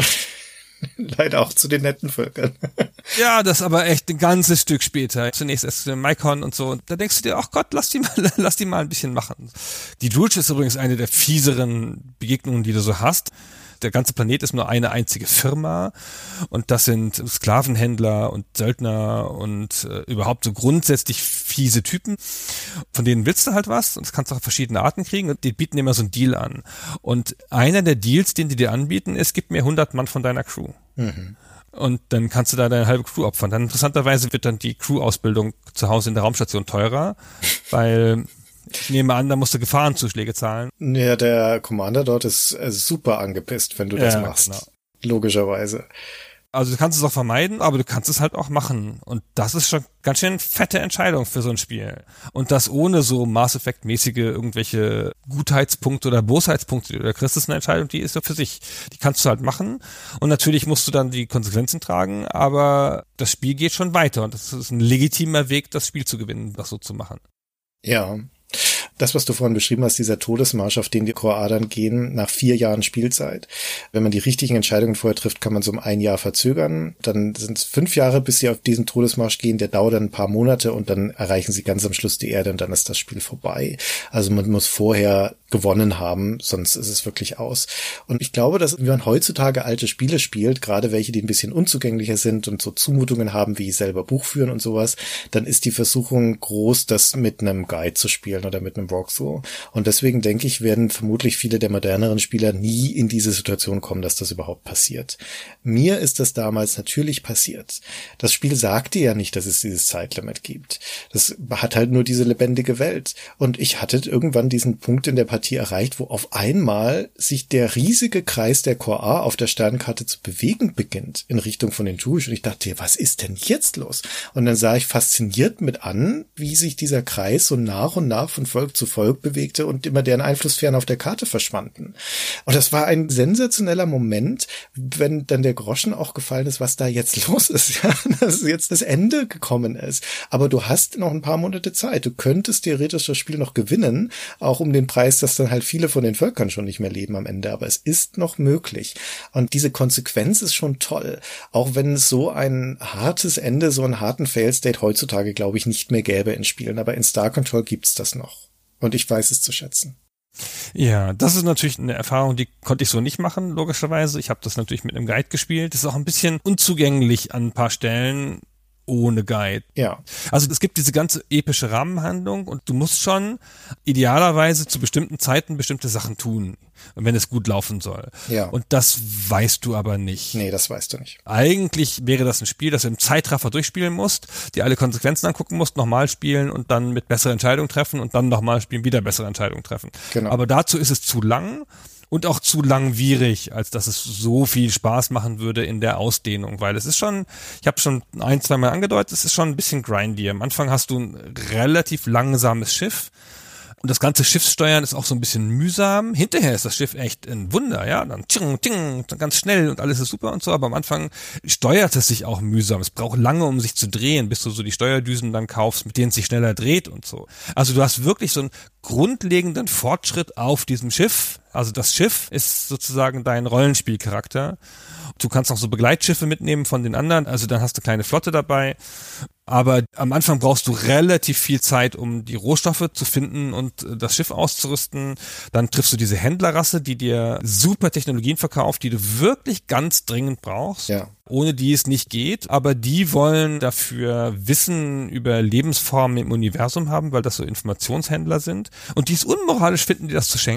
Leider auch zu den netten Völkern. Ja, das aber echt ein ganzes Stück später. Zunächst erst zu dem Maikon und so. Und da denkst du dir, ach Gott, lass die mal ein bisschen machen. Die Druge ist übrigens eine der fieseren Begegnungen, die du so hast. Der ganze Planet ist nur eine einzige Firma und das sind Sklavenhändler und Söldner und überhaupt so grundsätzlich fiese Typen. Von denen willst du halt was und das kannst du auf verschiedene Arten kriegen und die bieten immer so einen Deal an. Und einer der Deals, den die dir anbieten, ist, gib mir 100 Mann von deiner Crew. Mhm. Und dann kannst du da deine halbe Crew opfern. Dann interessanterweise wird dann die Crew-Ausbildung zu Hause in der Raumstation teurer, weil ich nehme an, da musst du Gefahrenzuschläge zahlen. Ja, der Commander dort ist super angepisst, wenn du das machst. Genau. Logischerweise. Also du kannst es auch vermeiden, aber du kannst es halt auch machen. Und das ist schon ganz schön fette Entscheidung für so ein Spiel. Und das ohne so Mass Effect-mäßige irgendwelche Gutheitspunkte oder Bosheitspunkte. Oder kriegst du eine Entscheidung, die ist so für sich. Die kannst du halt machen. Und natürlich musst du dann die Konsequenzen tragen, aber das Spiel geht schon weiter. Und das ist ein legitimer Weg, das Spiel zu gewinnen, das so zu machen. Ja. Das, was du vorhin beschrieben hast, dieser Todesmarsch, auf den die QA dann gehen, nach 4 Jahren Spielzeit. Wenn man die richtigen Entscheidungen vorher trifft, kann man so um 1 Jahr verzögern. Dann sind es 5 Jahre, bis sie auf diesen Todesmarsch gehen. Der dauert dann ein paar Monate und dann erreichen sie ganz am Schluss die Erde und dann ist das Spiel vorbei. Also man muss vorher gewonnen haben, sonst ist es wirklich aus. Und ich glaube, dass wenn man heutzutage alte Spiele spielt, gerade welche, die ein bisschen unzugänglicher sind und so Zumutungen haben, wie selber Buch führen und sowas, dann ist die Versuchung groß, das mit einem Guide zu spielen oder mit einem Walkthrough. Und deswegen denke ich, werden vermutlich viele der moderneren Spieler nie in diese Situation kommen, dass das überhaupt passiert. Mir ist das damals natürlich passiert. Das Spiel sagte ja nicht, dass es dieses Zeitlimit gibt. Das hat halt nur diese lebendige Welt. Und ich hatte irgendwann diesen Punkt in der Partie erreicht, wo auf einmal sich der riesige Kreis der QA auf der Sternkarte zu bewegen beginnt in Richtung von den Druge. Und ich dachte, was ist denn jetzt los? Und dann sah ich fasziniert mit an, wie sich dieser Kreis so nach und nach von Volk zu Volk bewegte und immer deren Einflusssphären auf der Karte verschwanden. Und das war ein sensationeller Moment, wenn dann der Groschen auch gefallen ist, was da jetzt los ist, ja, dass jetzt das Ende gekommen ist. Aber du hast noch ein paar Monate Zeit. Du könntest theoretisch das Spiel noch gewinnen, auch um den Preis, dass dann halt viele von den Völkern schon nicht mehr leben am Ende. Aber es ist noch möglich. Und diese Konsequenz ist schon toll. Auch wenn es so ein hartes Ende, so einen harten Fail-State heutzutage, glaube ich, nicht mehr gäbe in Spielen. Aber in Star Control gibt's das noch. Und ich weiß es zu schätzen. Ja, das ist natürlich eine Erfahrung, die konnte ich so nicht machen, logischerweise. Ich habe das natürlich mit einem Guide gespielt. Das ist auch ein bisschen unzugänglich an ein paar Stellen ohne Guide. Ja. Also es gibt diese ganze epische Rahmenhandlung und du musst schon idealerweise zu bestimmten Zeiten bestimmte Sachen tun, wenn es gut laufen soll. Ja. Und das weißt du aber nicht. Nee, das weißt du nicht. Eigentlich wäre das ein Spiel, das du im Zeitraffer durchspielen musst, dir alle Konsequenzen angucken musst, nochmal spielen und dann mit bessere Entscheidungen treffen und dann nochmal spielen, wieder bessere Entscheidungen treffen. Genau. Aber dazu ist es zu lang. Und auch zu langwierig, als dass es so viel Spaß machen würde in der Ausdehnung, weil es ist schon, ich habe schon 1-2 Mal angedeutet, es ist schon ein bisschen grindy. Am Anfang hast du ein relativ langsames Schiff und das ganze Schiffssteuern ist auch so ein bisschen mühsam. Hinterher ist das Schiff echt ein Wunder, ja, dann tsching, tsching, ganz schnell und alles ist super und so, aber am Anfang steuert es sich auch mühsam. Es braucht lange, um sich zu drehen, bis du so die Steuerdüsen dann kaufst, mit denen es sich schneller dreht und so. Also du hast wirklich so einen grundlegenden Fortschritt auf diesem Schiff. Also das Schiff ist sozusagen dein Rollenspielcharakter. Du kannst noch so Begleitschiffe mitnehmen von den anderen, also dann hast du eine kleine Flotte dabei. Aber am Anfang brauchst du relativ viel Zeit, um die Rohstoffe zu finden und das Schiff auszurüsten. Dann triffst du diese Händlerrasse, die dir super Technologien verkauft, die du wirklich ganz dringend brauchst. Ja. Ohne die es nicht geht, aber die wollen dafür Wissen über Lebensformen im Universum haben, weil das so Informationshändler sind und die es unmoralisch finden, dir das zu schenken.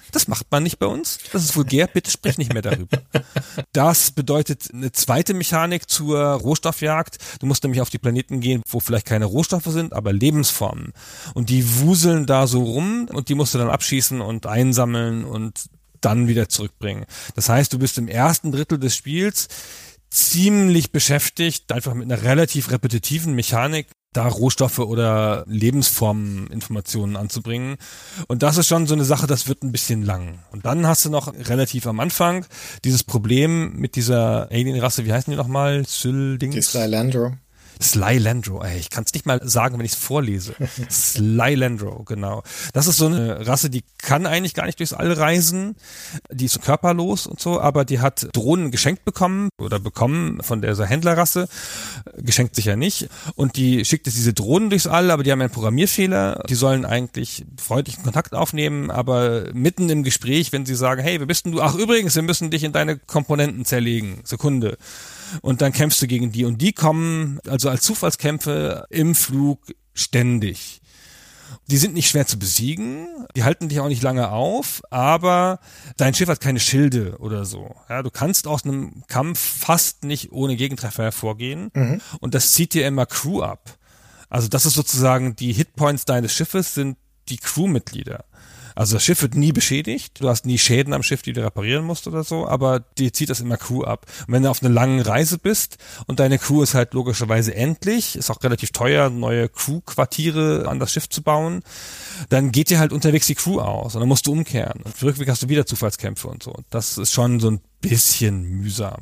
Das macht man nicht bei uns. Das ist vulgär, bitte sprich nicht mehr darüber. Das bedeutet eine zweite Mechanik zur Rohstoffjagd. Du musst nämlich auf die Planeten gehen, wo vielleicht keine Rohstoffe sind, aber Lebensformen. Und die wuseln da so rum und die musst du dann abschießen und einsammeln und dann wieder zurückbringen. Das heißt, du bist im ersten Drittel des Spiels ziemlich beschäftigt, einfach mit einer relativ repetitiven Mechanik, da Rohstoffe oder Lebensformeninformationen anzubringen. Und das ist schon so eine Sache, das wird ein bisschen lang. Und dann hast du noch relativ am Anfang dieses Problem mit dieser Alien-Rasse, wie heißen die nochmal? Die Slylandro. Slylandro, ich kann es nicht mal sagen, wenn ich es vorlese. Slylandro, genau. Das ist so eine Rasse, die kann eigentlich gar nicht durchs All reisen. Die ist so körperlos und so, aber die hat Drohnen geschenkt bekommen von dieser Händlerrasse. Geschenkt sicher nicht. Und die schickt jetzt diese Drohnen durchs All, aber die haben einen Programmierfehler. Die sollen eigentlich freundlichen Kontakt aufnehmen, aber mitten im Gespräch, wenn sie sagen, hey, wer bist denn du? Ach, übrigens, wir müssen dich in deine Komponenten zerlegen. Sekunde. Und dann kämpfst du gegen die. Und die kommen also als Zufallskämpfe im Flug ständig. Die sind nicht schwer zu besiegen, die halten dich auch nicht lange auf, aber dein Schiff hat keine Schilde oder so. Ja, du kannst aus einem Kampf fast nicht ohne Gegentreffer hervorgehen. Und das zieht dir immer Crew ab. Also das ist sozusagen die Hitpoints deines Schiffes, sind die Crewmitglieder. Also das Schiff wird nie beschädigt, du hast nie Schäden am Schiff, die du reparieren musst oder so, aber dir zieht das immer Crew ab. Und wenn du auf einer langen Reise bist und deine Crew ist halt logischerweise endlich, ist auch relativ teuer, neue Crew-Quartiere an das Schiff zu bauen, dann geht dir halt unterwegs die Crew aus und dann musst du umkehren. Und für Rückweg hast du wieder Zufallskämpfe und so. Und das ist schon so ein bisschen mühsam.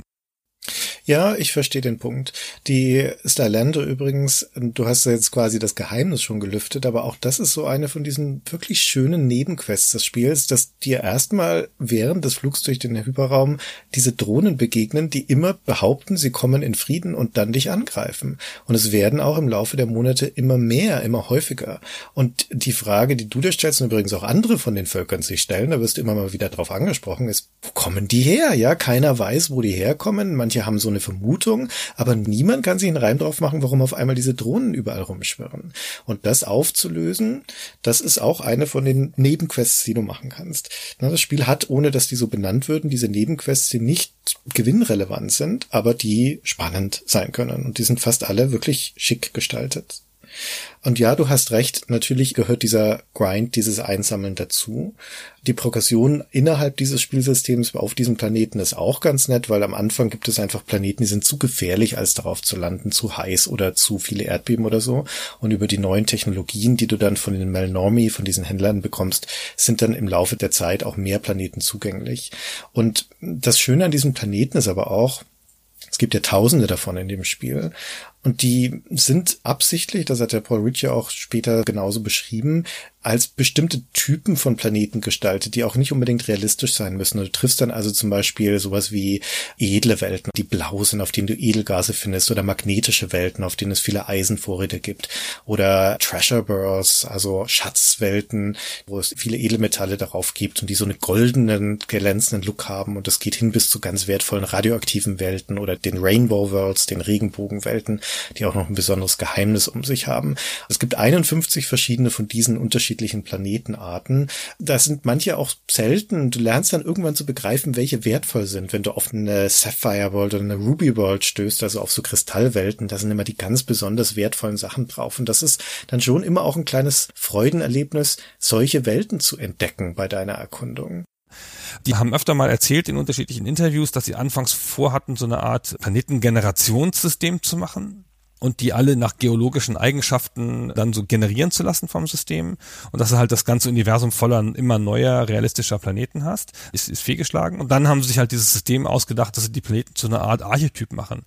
Ja, ich verstehe den Punkt. Die Slylandro übrigens, du hast ja jetzt quasi das Geheimnis schon gelüftet, aber auch das ist so eine von diesen wirklich schönen Nebenquests des Spiels, dass dir erstmal während des Flugs durch den Hyperraum diese Drohnen begegnen, die immer behaupten, sie kommen in Frieden und dann dich angreifen. Und es werden auch im Laufe der Monate immer mehr, immer häufiger. Und die Frage, die du dir stellst und übrigens auch andere von den Völkern sich stellen, da wirst du immer mal wieder drauf angesprochen, ist, wo kommen die her? Ja, keiner weiß, wo die herkommen. Manche haben so eine Vermutung, aber niemand kann sich einen Reim drauf machen, warum auf einmal diese Drohnen überall rumschwirren. Und das aufzulösen, das ist auch eine von den Nebenquests, die du machen kannst. Das Spiel hat, ohne dass die so benannt würden, diese Nebenquests, die nicht gewinnrelevant sind, aber die spannend sein können. Und die sind fast alle wirklich schick gestaltet. Und ja, du hast recht, natürlich gehört dieser Grind, dieses Einsammeln dazu. Die Progression innerhalb dieses Spielsystems auf diesem Planeten ist auch ganz nett, weil am Anfang gibt es einfach Planeten, die sind zu gefährlich, als darauf zu landen, zu heiß oder zu viele Erdbeben oder so. Und über die neuen Technologien, die du dann von den Melnormi, von diesen Händlern bekommst, sind dann im Laufe der Zeit auch mehr Planeten zugänglich. Und das Schöne an diesem Planeten ist aber auch, es gibt ja Tausende davon in dem Spiel. Und die sind absichtlich, das hat der Paul Ricci auch später genauso beschrieben, als bestimmte Typen von Planeten gestaltet, die auch nicht unbedingt realistisch sein müssen. Du triffst dann also zum Beispiel sowas wie edle Welten, die blau sind, auf denen du Edelgase findest, oder magnetische Welten, auf denen es viele Eisenvorräte gibt, oder Treasure Burrows, also Schatzwelten, wo es viele Edelmetalle darauf gibt und die so einen goldenen, glänzenden Look haben, und das geht hin bis zu ganz wertvollen radioaktiven Welten oder den Rainbow Worlds, den Regenbogenwelten, die auch noch ein besonderes Geheimnis um sich haben. Es gibt 51 verschiedene von diesen unterschiedlichen Planetenarten. Da sind manche auch selten. Du lernst dann irgendwann zu begreifen, welche wertvoll sind. Wenn du auf eine Sapphire World oder eine Ruby World stößt, also auf so Kristallwelten, da sind immer die ganz besonders wertvollen Sachen drauf. Und das ist dann schon immer auch ein kleines Freudenerlebnis, solche Welten zu entdecken bei deiner Erkundung. Die haben öfter mal erzählt in unterschiedlichen Interviews, dass sie anfangs vorhatten, so eine Art Planetengenerationssystem zu machen und die alle nach geologischen Eigenschaften dann so generieren zu lassen vom System, und dass du halt das ganze Universum voller immer neuer, realistischer Planeten hast, ist fehlgeschlagen. Und dann haben sie sich halt dieses System ausgedacht, dass sie die Planeten zu einer Art Archetyp machen.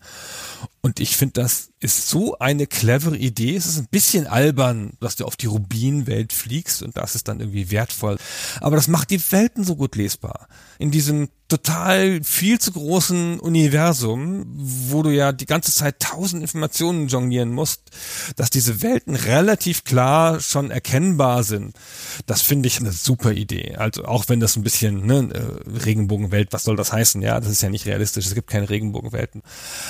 Und ich finde, das ist so eine clevere Idee. Es ist ein bisschen albern, dass du auf die Rubinwelt fliegst und das ist dann irgendwie wertvoll. Aber das macht die Welten so gut lesbar. In diesem total viel zu großen Universum, wo du ja die ganze Zeit 1000 Informationen jonglieren musst, dass diese Welten relativ klar schon erkennbar sind. Das finde ich eine super Idee. Also auch wenn das ein bisschen, Regenbogenwelt, was soll das heißen? Ja, das ist ja nicht realistisch. Es gibt keine Regenbogenwelten.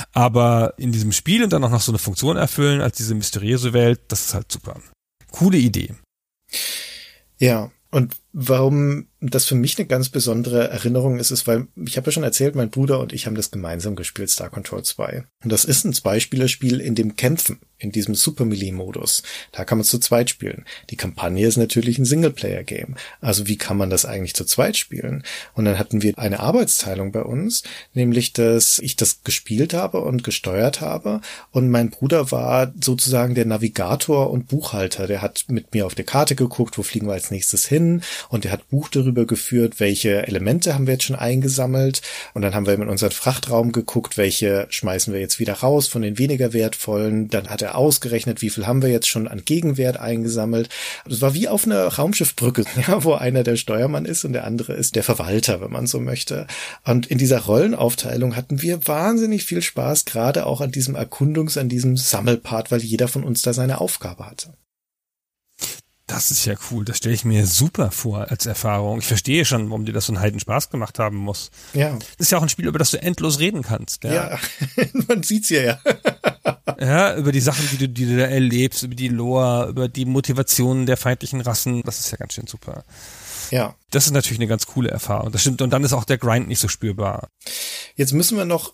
Aber in diesem Spiel und dann auch noch so eine Funktion erfüllen als diese mysteriöse Welt, das ist halt super. Coole Idee. Ja, und Warum das für mich eine ganz besondere Erinnerung ist, weil ich habe ja schon erzählt, mein Bruder und ich haben das gemeinsam gespielt, Star Control 2. Und das ist ein Zweispielerspiel in dem Kämpfen, in diesem Super Melee-Modus. Da kann man zu zweit spielen. Die Kampagne ist natürlich ein Singleplayer-Game. Also wie kann man das eigentlich zu zweit spielen? Und dann hatten wir eine Arbeitsteilung bei uns, nämlich, dass ich das gespielt habe und gesteuert habe und mein Bruder war sozusagen der Navigator und Buchhalter. Der hat mit mir auf der Karte geguckt, wo fliegen wir als nächstes hin, und der hat Buch darüber geführt, welche Elemente haben wir jetzt schon eingesammelt, und dann haben wir in unseren Frachtraum geguckt, welche schmeißen wir jetzt wieder raus von den weniger wertvollen. Dann hat er ausgerechnet, wie viel haben wir jetzt schon an Gegenwert eingesammelt. Das war wie auf einer Raumschiffbrücke, ja, wo einer der Steuermann ist und der andere ist der Verwalter, wenn man so möchte. Und in dieser Rollenaufteilung hatten wir wahnsinnig viel Spaß, gerade auch an diesem an diesem Sammelpart, weil jeder von uns da seine Aufgabe hatte. Das ist ja cool, das stelle ich mir super vor als Erfahrung. Ich verstehe schon, warum dir das so einen Heiden Spaß gemacht haben muss. Ja. Das ist ja auch ein Spiel, über das du endlos reden kannst. Ja, man sieht's ja. Ja, über die Sachen, die du da erlebst, über die Lore, über die Motivationen der feindlichen Rassen. Das ist ja ganz schön super. Ja. Das ist natürlich eine ganz coole Erfahrung. Das stimmt. Und dann ist auch der Grind nicht so spürbar. Jetzt müssen wir noch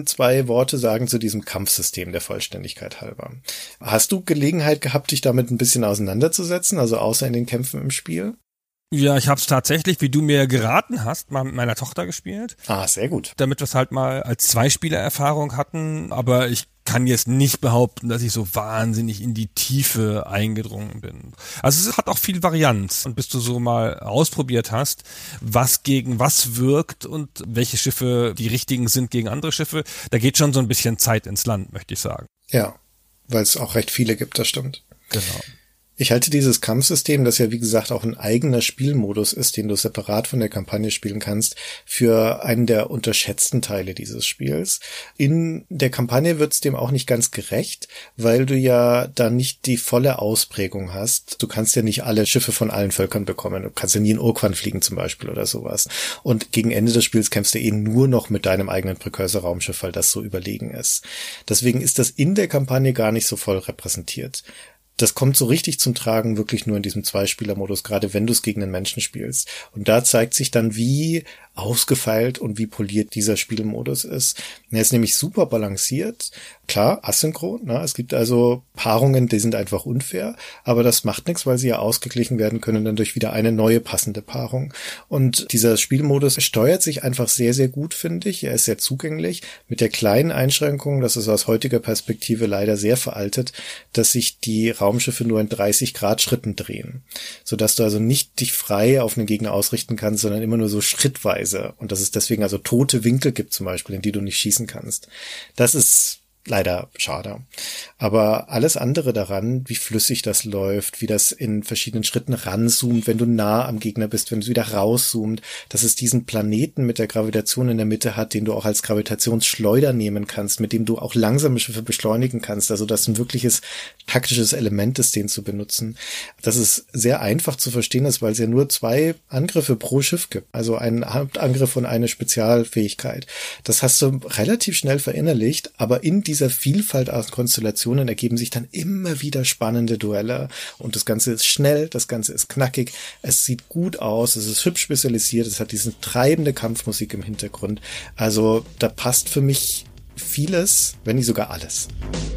2 Worte sagen zu diesem Kampfsystem der Vollständigkeit halber. Hast du Gelegenheit gehabt, dich damit ein bisschen auseinanderzusetzen, also außer in den Kämpfen im Spiel? Ja, ich habe es tatsächlich, wie du mir geraten hast, mal mit meiner Tochter gespielt. Ah, sehr gut. Damit wir es halt mal als Zweispieler-Erfahrung hatten. Aber ich kann jetzt nicht behaupten, dass ich so wahnsinnig in die Tiefe eingedrungen bin. Also es hat auch viel Varianz. Und bis du so mal ausprobiert hast, was gegen was wirkt und welche Schiffe die richtigen sind gegen andere Schiffe, da geht schon so ein bisschen Zeit ins Land, möchte ich sagen. Ja, weil es auch recht viele gibt, das stimmt. Genau. Ich halte dieses Kampfsystem, das ja wie gesagt auch ein eigener Spielmodus ist, den du separat von der Kampagne spielen kannst, für einen der unterschätzten Teile dieses Spiels. In der Kampagne wird es dem auch nicht ganz gerecht, weil du ja da nicht die volle Ausprägung hast. Du kannst ja nicht alle Schiffe von allen Völkern bekommen. Du kannst ja nie in Urquan fliegen zum Beispiel oder sowas. Und gegen Ende des Spiels kämpfst du nur noch mit deinem eigenen Precursor-Raumschiff, weil das so überlegen ist. Deswegen ist das in der Kampagne gar nicht so voll repräsentiert. Das kommt so richtig zum Tragen wirklich nur in diesem Zweispieler-Modus, gerade wenn du es gegen einen Menschen spielst. Und da zeigt sich dann, wie ausgefeilt und wie poliert dieser Spielmodus ist. Er ist nämlich super balanciert, klar, asynchron, ne? Es gibt also Paarungen, die sind einfach unfair, aber das macht nichts, weil sie ja ausgeglichen werden können dann durch wieder eine neue passende Paarung. Und dieser Spielmodus steuert sich einfach sehr, sehr gut, finde ich. Er ist sehr zugänglich, mit der kleinen Einschränkung, das ist aus heutiger Perspektive leider sehr veraltet, dass sich die Raumschiffe nur in 30-Grad-Schritten drehen, sodass du also nicht dich frei auf einen Gegner ausrichten kannst, sondern immer nur so schrittweise. Und dass es deswegen also tote Winkel gibt zum Beispiel, in die du nicht schießen kannst. Das ist leider schade. Aber alles andere daran, wie flüssig das läuft, wie das in verschiedenen Schritten ranzoomt, wenn du nah am Gegner bist, wenn du wieder rauszoomt, dass es diesen Planeten mit der Gravitation in der Mitte hat, den du auch als Gravitationsschleuder nehmen kannst, mit dem du auch langsame Schiffe beschleunigen kannst. Also das ein wirkliches taktisches Element ist, den zu benutzen. Das ist sehr einfach zu verstehen ist, weil es ja nur 2 Angriffe pro Schiff gibt. Also einen Hauptangriff und eine Spezialfähigkeit. Das hast du relativ schnell verinnerlicht, aber in dieser Vielfalt aus Konstellationen ergeben sich dann immer wieder spannende Duelle und das Ganze ist schnell, das Ganze ist knackig, es sieht gut aus, es ist hübsch spezialisiert, es hat diese treibende Kampfmusik im Hintergrund. Also da passt für mich vieles, wenn nicht sogar alles.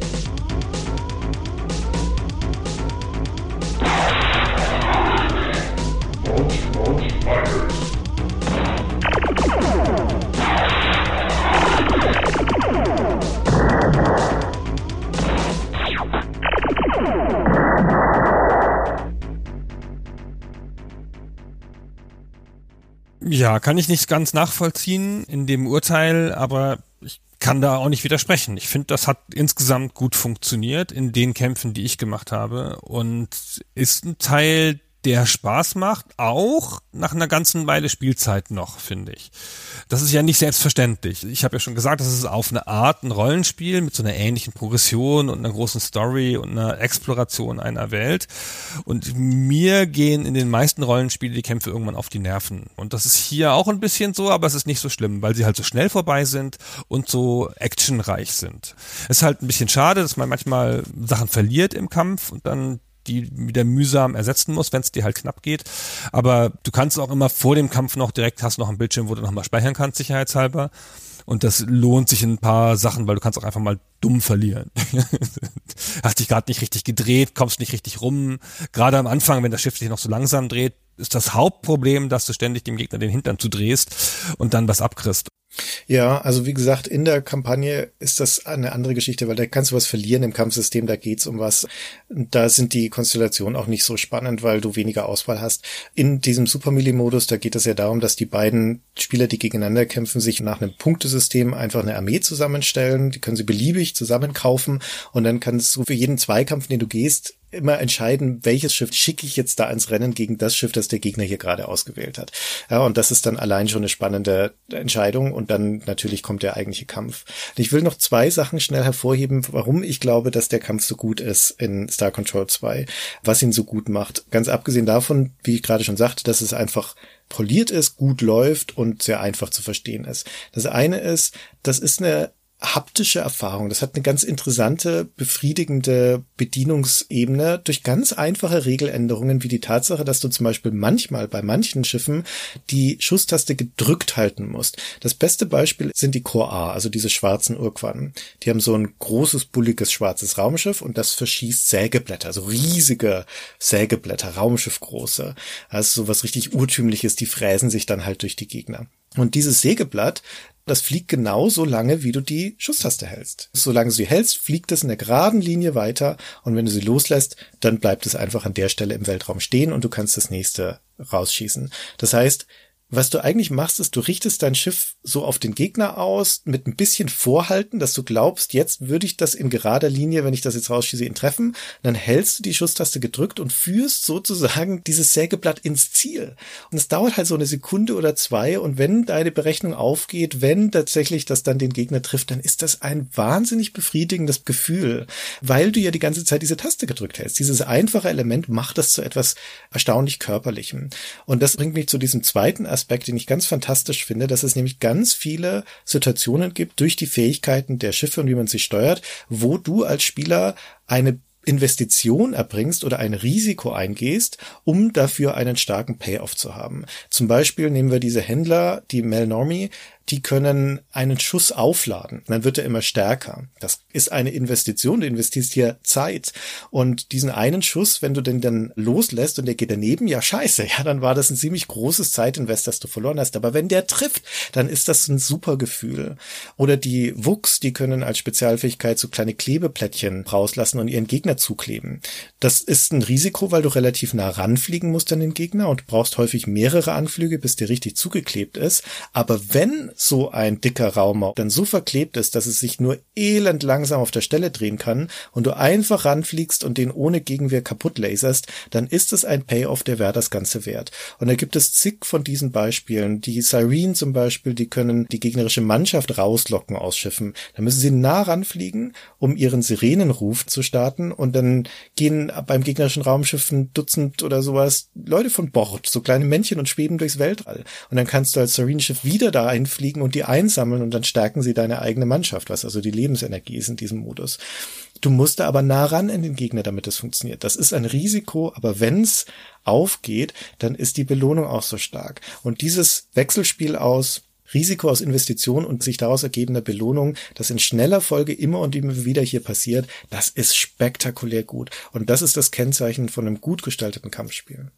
Ja, kann ich nicht ganz nachvollziehen in dem Urteil, aber ich kann da auch nicht widersprechen. Ich finde, das hat insgesamt gut funktioniert in den Kämpfen, die ich gemacht habe und ist ein Teil, der Spaß macht, auch nach einer ganzen Weile Spielzeit noch, finde ich. Das ist ja nicht selbstverständlich. Ich habe ja schon gesagt, das ist auf eine Art ein Rollenspiel mit so einer ähnlichen Progression und einer großen Story und einer Exploration einer Welt. Und mir gehen in den meisten Rollenspielen die Kämpfe irgendwann auf die Nerven. Und das ist hier auch ein bisschen so, aber es ist nicht so schlimm, weil sie halt so schnell vorbei sind und so actionreich sind. Es ist halt ein bisschen schade, dass man manchmal Sachen verliert im Kampf und dann die wieder mühsam ersetzen musst, wenn es dir halt knapp geht. Aber du kannst auch immer vor dem Kampf noch direkt, hast noch einen Bildschirm, wo du nochmal speichern kannst, sicherheitshalber. Und das lohnt sich in ein paar Sachen, weil du kannst auch einfach mal dumm verlieren. Hast dich gerade nicht richtig gedreht, kommst nicht richtig rum. Gerade am Anfang, wenn das Schiff sich noch so langsam dreht, ist das Hauptproblem, dass du ständig dem Gegner den Hintern zudrehst und dann was abkriegst. Ja, also wie gesagt, in der Kampagne ist das eine andere Geschichte, weil da kannst du was verlieren im Kampfsystem, da geht's um was. Da sind die Konstellationen auch nicht so spannend, weil du weniger Auswahl hast. In diesem Super-Melee-Modus, da geht es ja darum, dass die beiden Spieler, die gegeneinander kämpfen, sich nach einem Punktesystem einfach eine Armee zusammenstellen. Die können sie beliebig zusammenkaufen und dann kannst du für jeden Zweikampf, den du gehst, immer entscheiden, welches Schiff schicke ich jetzt da ins Rennen gegen das Schiff, das der Gegner hier gerade ausgewählt hat. Ja, und das ist dann allein schon eine spannende Entscheidung und dann natürlich kommt der eigentliche Kampf. Und ich will noch 2 Sachen schnell hervorheben, warum ich glaube, dass der Kampf so gut ist in Star Control 2, was ihn so gut macht. Ganz abgesehen davon, wie ich gerade schon sagte, dass es einfach poliert ist, gut läuft und sehr einfach zu verstehen ist. Das eine ist, das ist eine haptische Erfahrung. Das hat eine ganz interessante, befriedigende Bedienungsebene durch ganz einfache Regeländerungen, wie die Tatsache, dass du zum Beispiel manchmal bei manchen Schiffen die Schusstaste gedrückt halten musst. Das beste Beispiel sind die Core A, also diese schwarzen Urquanen. Die haben so ein großes, bulliges, schwarzes Raumschiff und das verschießt Sägeblätter, so riesige Sägeblätter, Raumschiffgroße. Also so was richtig Urtümliches, die fräsen sich dann halt durch die Gegner. Und dieses Sägeblatt, das fliegt genau so lange, wie du die Schusstaste hältst. Solange du sie hältst, fliegt es in der geraden Linie weiter und wenn du sie loslässt, dann bleibt es einfach an der Stelle im Weltraum stehen und du kannst das nächste rausschießen. Das heißt, was du eigentlich machst, ist, du richtest dein Schiff so auf den Gegner aus, mit ein bisschen Vorhalten, dass du glaubst, jetzt würde ich das in gerader Linie, wenn ich das jetzt rausschieße, ihn treffen. Dann hältst du die Schusstaste gedrückt und führst sozusagen dieses Sägeblatt ins Ziel. Und es dauert halt so eine Sekunde oder 2 und wenn deine Berechnung aufgeht, wenn tatsächlich das dann den Gegner trifft, dann ist das ein wahnsinnig befriedigendes Gefühl, weil du ja die ganze Zeit diese Taste gedrückt hältst. Dieses einfache Element macht das zu etwas erstaunlich Körperlichem. Und das bringt mich zu diesem zweiten Aspekt, den ich ganz fantastisch finde, dass es nämlich ganz viele Situationen gibt durch die Fähigkeiten der Schiffe und wie man sie steuert, wo du als Spieler eine Investition erbringst oder ein Risiko eingehst, um dafür einen starken Payoff zu haben. Zum Beispiel nehmen wir diese Händler, die Melnormi, die können einen Schuss aufladen. Dann wird er immer stärker. Das ist eine Investition. Du investierst hier Zeit. Und diesen einen Schuss, wenn du den dann loslässt und der geht daneben, ja scheiße, ja, dann war das ein ziemlich großes Zeitinvest, das du verloren hast. Aber wenn der trifft, dann ist das ein super Gefühl. Oder die Wuchs, die können als Spezialfähigkeit so kleine Klebeplättchen rauslassen und ihren Gegner zukleben. Das ist ein Risiko, weil du relativ nah ranfliegen musst an den Gegner und du brauchst häufig mehrere Anflüge, bis der richtig zugeklebt ist. Aber wenn so ein dicker Raum dann so verklebt ist, dass es sich nur elend langsam auf der Stelle drehen kann und du einfach ranfliegst und den ohne Gegenwehr kaputt laserst, dann ist es ein Payoff, der wäre das Ganze wert. Und da gibt es zig von diesen Beispielen. Die Sirene zum Beispiel, die können die gegnerische Mannschaft rauslocken aus Schiffen. Da müssen sie nah ranfliegen, um ihren Sirenenruf zu starten und dann gehen beim gegnerischen Raumschiff ein Dutzend oder sowas Leute von Bord, so kleine Männchen und schweben durchs Weltall. Und dann kannst du als Sirene-Schiff wieder da einfliegen und die einsammeln und dann stärken sie deine eigene Mannschaft, was also die Lebensenergie ist in diesem Modus. Du musst da aber nah ran an den Gegner, damit es funktioniert. Das ist ein Risiko, aber wenn es aufgeht, dann ist die Belohnung auch so stark. Und dieses Wechselspiel aus Risiko, aus Investition und sich daraus ergebender Belohnung, das in schneller Folge immer und immer wieder hier passiert, das ist spektakulär gut. Und das ist das Kennzeichen von einem gut gestalteten Kampfspiel.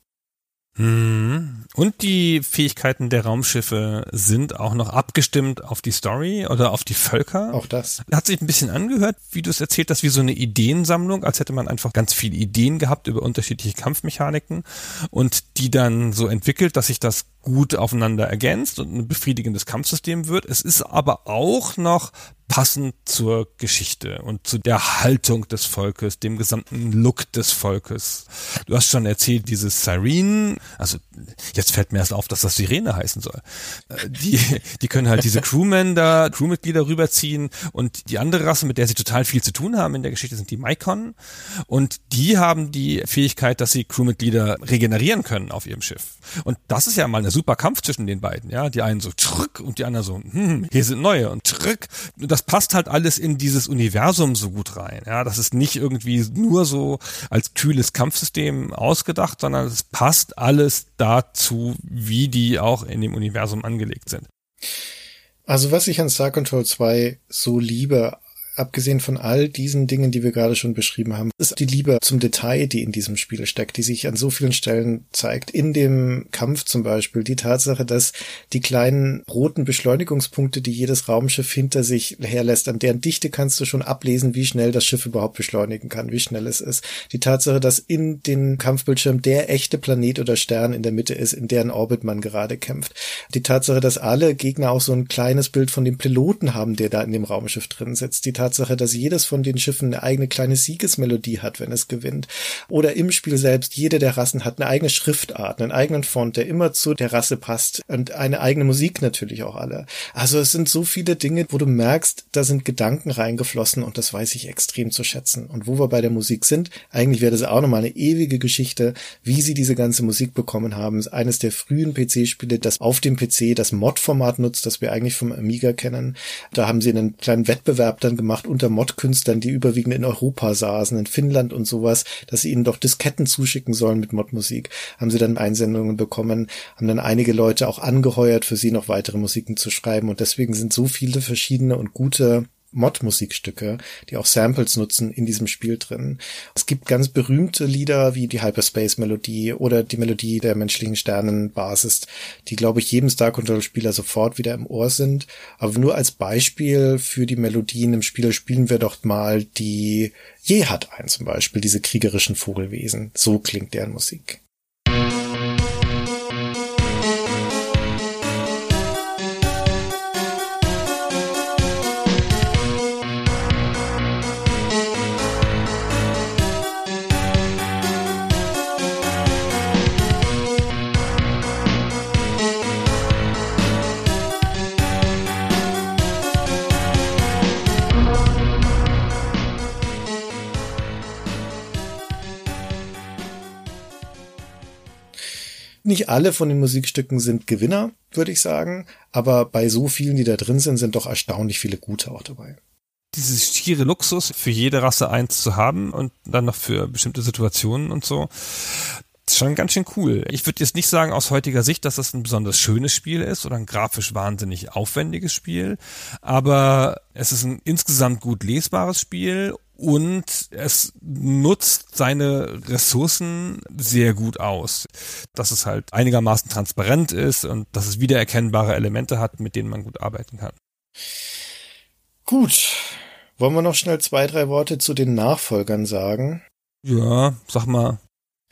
Und die Fähigkeiten der Raumschiffe sind auch noch abgestimmt auf die Story oder auf die Völker. Auch das. Hat sich ein bisschen angehört, wie du es erzählt hast, wie so eine Ideensammlung, als hätte man einfach ganz viele Ideen gehabt über unterschiedliche Kampfmechaniken und die dann so entwickelt, dass sich das gut aufeinander ergänzt und ein befriedigendes Kampfsystem wird. Es ist aber auch noch passend zur Geschichte und zu der Haltung des Volkes, dem gesamten Look des Volkes. Du hast schon erzählt, dieses Sirene, also jetzt fällt mir erst auf, dass das Sirene heißen soll. Die können halt diese Crewmitglieder rüberziehen und die andere Rasse, mit der sie total viel zu tun haben in der Geschichte, sind die Mycon und die haben die Fähigkeit, dass sie Crewmitglieder regenerieren können auf ihrem Schiff. Und das ist ja mal eine ein super Kampf zwischen den beiden, ja, die einen so trrrk und die anderen so, hier sind neue und trrrk. Das passt halt alles in dieses Universum so gut rein, ja, das ist nicht irgendwie nur so als kühles Kampfsystem ausgedacht, sondern es passt alles dazu, wie die auch in dem Universum angelegt sind. Also was ich an Star Control 2 so liebe, abgesehen von all diesen Dingen, die wir gerade schon beschrieben haben, ist die Liebe zum Detail, die in diesem Spiel steckt, die sich an so vielen Stellen zeigt. In dem Kampf zum Beispiel die Tatsache, dass die kleinen roten Beschleunigungspunkte, die jedes Raumschiff hinter sich herlässt, an deren Dichte kannst du schon ablesen, wie schnell das Schiff überhaupt beschleunigen kann, wie schnell es ist. Die Tatsache, dass in den Kampfbildschirm der echte Planet oder Stern in der Mitte ist, in deren Orbit man gerade kämpft. Die Tatsache, dass alle Gegner auch so ein kleines Bild von dem Piloten haben, der da in dem Raumschiff drin sitzt. Die Tatsache, dass jedes von den Schiffen eine eigene kleine Siegesmelodie hat, wenn es gewinnt. Oder im Spiel selbst, jede der Rassen hat eine eigene Schriftart, einen eigenen Font, der immer zu der Rasse passt und eine eigene Musik natürlich auch alle. Also es sind so viele Dinge, wo du merkst, da sind Gedanken reingeflossen und das weiß ich extrem zu schätzen. Und wo wir bei der Musik sind, eigentlich wäre das auch nochmal eine ewige Geschichte, wie sie diese ganze Musik bekommen haben. Es ist eines der frühen PC-Spiele, das auf dem PC das Mod-Format nutzt, das wir eigentlich vom Amiga kennen. Da haben sie einen kleinen Wettbewerb dann gemacht unter Mod-Künstlern, die überwiegend in Europa saßen, in Finnland und sowas, dass sie ihnen doch Disketten zuschicken sollen mit Mod-Musik. Haben sie dann Einsendungen bekommen, haben dann einige Leute auch angeheuert, für sie noch weitere Musiken zu schreiben und deswegen sind so viele verschiedene und gute Mod-Musikstücke, die auch Samples nutzen, in diesem Spiel drin. Es gibt ganz berühmte Lieder wie die Hyperspace-Melodie oder die Melodie der menschlichen Sternenbasis, die, glaube ich, jedem Star Control-Spieler sofort wieder im Ohr sind. Aber nur als Beispiel für die Melodien im Spiel spielen wir doch mal die Jehad ein, zum Beispiel, diese kriegerischen Vogelwesen. So klingt deren Musik. Nicht alle von den Musikstücken sind Gewinner, würde ich sagen, aber bei so vielen, die da drin sind, sind doch erstaunlich viele gute auch dabei. Dieses schiere Luxus, für jede Rasse eins zu haben und dann noch für bestimmte Situationen und so, ist schon ganz schön cool. Ich würde jetzt nicht sagen aus heutiger Sicht, dass das ein besonders schönes Spiel ist oder ein grafisch wahnsinnig aufwendiges Spiel, aber es ist ein insgesamt gut lesbares Spiel und es nutzt seine Ressourcen sehr gut aus. Dass es halt einigermaßen transparent ist und dass es wiedererkennbare Elemente hat, mit denen man gut arbeiten kann. Gut. Wollen wir noch schnell 2, 3 Worte zu den Nachfolgern sagen? Ja, sag mal.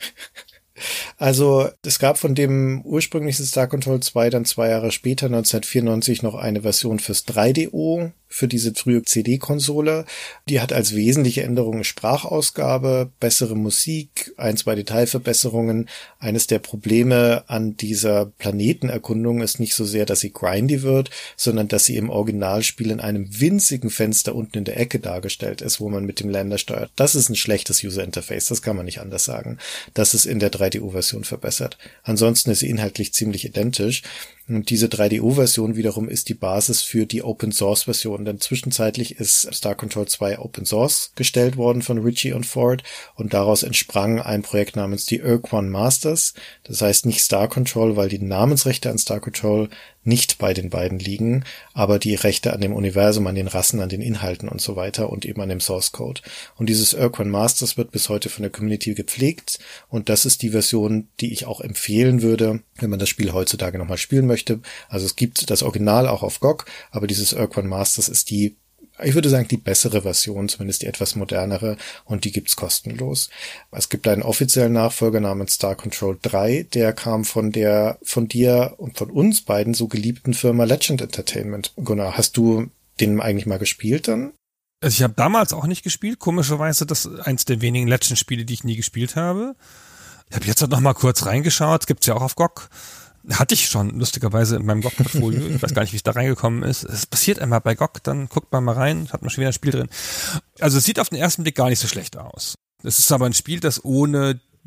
Also es gab von dem ursprünglichen Star Control 2 dann 2 Jahre später, 1994, noch eine Version fürs 3DO, für diese frühe CD-Konsole. Die hat als wesentliche Änderungen Sprachausgabe, bessere Musik, 1, 2 Detailverbesserungen. Eines der Probleme an dieser Planetenerkundung ist nicht so sehr, dass sie grindy wird, sondern dass sie im Originalspiel in einem winzigen Fenster unten in der Ecke dargestellt ist, wo man mit dem Lander steuert. Das ist ein schlechtes User-Interface, das kann man nicht anders sagen. Das ist in der 3DO-Version verbessert. Ansonsten ist sie inhaltlich ziemlich identisch. Und diese 3DO-Version wiederum ist die Basis für die Open-Source-Version, denn zwischenzeitlich ist Star Control 2 Open-Source gestellt worden von Ritchie und Ford und daraus entsprang ein Projekt namens die Urquan Masters. Das heißt nicht Star Control, weil die Namensrechte an Star Control nicht bei den beiden liegen, aber die Rechte an dem Universum, an den Rassen, an den Inhalten und so weiter und eben an dem Source Code. Und dieses Urquan Masters wird bis heute von der Community gepflegt und das ist die Version, die ich auch empfehlen würde, wenn man das Spiel heutzutage nochmal spielen möchte. Also es gibt das Original auch auf GOG, aber dieses Urquan Masters ist die, ich würde sagen, die bessere Version, zumindest die etwas modernere, und die gibt's kostenlos. Es gibt einen offiziellen Nachfolger namens Star Control 3, der kam von der von dir und von uns beiden so geliebten Firma Legend Entertainment. Gunnar, hast du den eigentlich mal gespielt dann? Also ich habe damals auch nicht gespielt, komischerweise das ist eins der wenigen Legend-Spiele, die ich nie gespielt habe. Ich habe jetzt noch mal kurz reingeschaut, gibt's ja auch auf GOG. Hatte ich schon, lustigerweise, in meinem GOG-Portfolio. Ich weiß gar nicht, wie es da reingekommen ist. Es passiert einmal bei GOG, dann guckt man mal rein, hat man schon wieder ein Spiel drin. Also es sieht auf den ersten Blick gar nicht so schlecht aus. Es ist aber ein Spiel, das ohne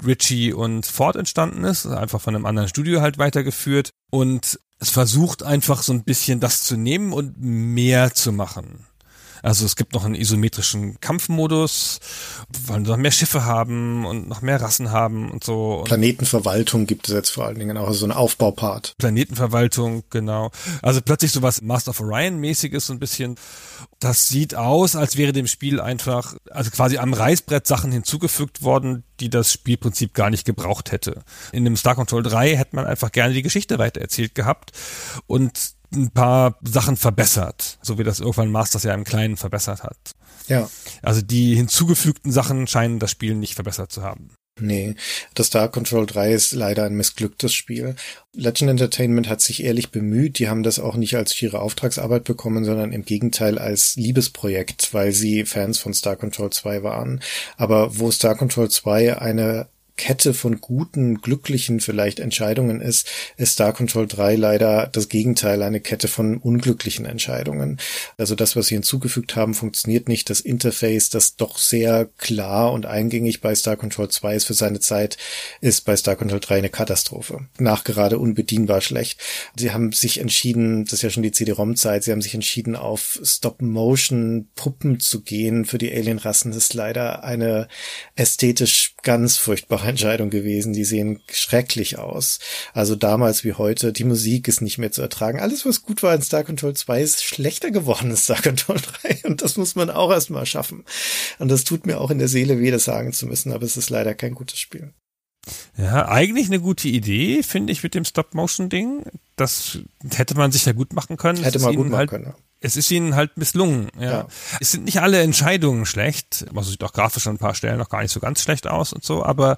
Ritchie und Ford entstanden ist, einfach von einem anderen Studio halt weitergeführt und es versucht einfach so ein bisschen das zu nehmen und mehr zu machen. Also es gibt noch einen isometrischen Kampfmodus, wollen noch mehr Schiffe haben und noch mehr Rassen haben und so. Und Planetenverwaltung gibt es jetzt vor allen Dingen auch, also so ein Aufbaupart. Planetenverwaltung, genau. Also plötzlich sowas Master of Orion-mäßiges so ein bisschen. Das sieht aus, als wäre dem Spiel einfach, also quasi am Reißbrett Sachen hinzugefügt worden, die das Spielprinzip gar nicht gebraucht hätte. In dem Star Control 3 hätte man einfach gerne die Geschichte weitererzählt gehabt und ein paar Sachen verbessert, so wie das irgendwann Masters ja im Kleinen verbessert hat. Ja. Also die hinzugefügten Sachen scheinen das Spiel nicht verbessert zu haben. Nee, das Star Control 3 ist leider ein missglücktes Spiel. Legend Entertainment hat sich ehrlich bemüht, die haben das auch nicht als schiere Auftragsarbeit bekommen, sondern im Gegenteil als Liebesprojekt, weil sie Fans von Star Control 2 waren. Aber wo Star Control 2 eine Kette von guten, glücklichen vielleicht Entscheidungen ist Star Control 3 leider das Gegenteil, eine Kette von unglücklichen Entscheidungen. Also das, was sie hinzugefügt haben, funktioniert nicht. Das Interface, das doch sehr klar und eingängig bei Star Control 2 ist für seine Zeit, ist bei Star Control 3 eine Katastrophe. Nachgerade unbedienbar schlecht. Sie haben sich entschieden, das ist ja schon die CD-ROM-Zeit, sie haben sich entschieden, auf Stop-Motion-Puppen zu gehen für die Alien-Rassen. Das ist leider eine ästhetisch ganz furchtbare Entscheidung gewesen. Die sehen schrecklich aus. Also damals wie heute, die Musik ist nicht mehr zu ertragen. Alles, was gut war in Star Control 2, ist schlechter geworden in Star Control 3. Und das muss man auch erstmal schaffen. Und das tut mir auch in der Seele weh, das sagen zu müssen, aber es ist leider kein gutes Spiel. Ja, eigentlich eine gute Idee, finde ich, mit dem Stop-Motion-Ding. Das hätte man sich ja gut machen können. Hätte man gut machen können, ja. Es ist ihnen halt misslungen, ja. Es sind nicht alle Entscheidungen schlecht. Also sieht auch grafisch an ein paar Stellen noch gar nicht so ganz schlecht aus und so, aber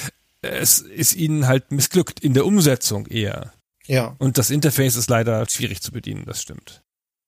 es ist ihnen halt missglückt in der Umsetzung eher. Ja. Und das Interface ist leider schwierig zu bedienen, das stimmt.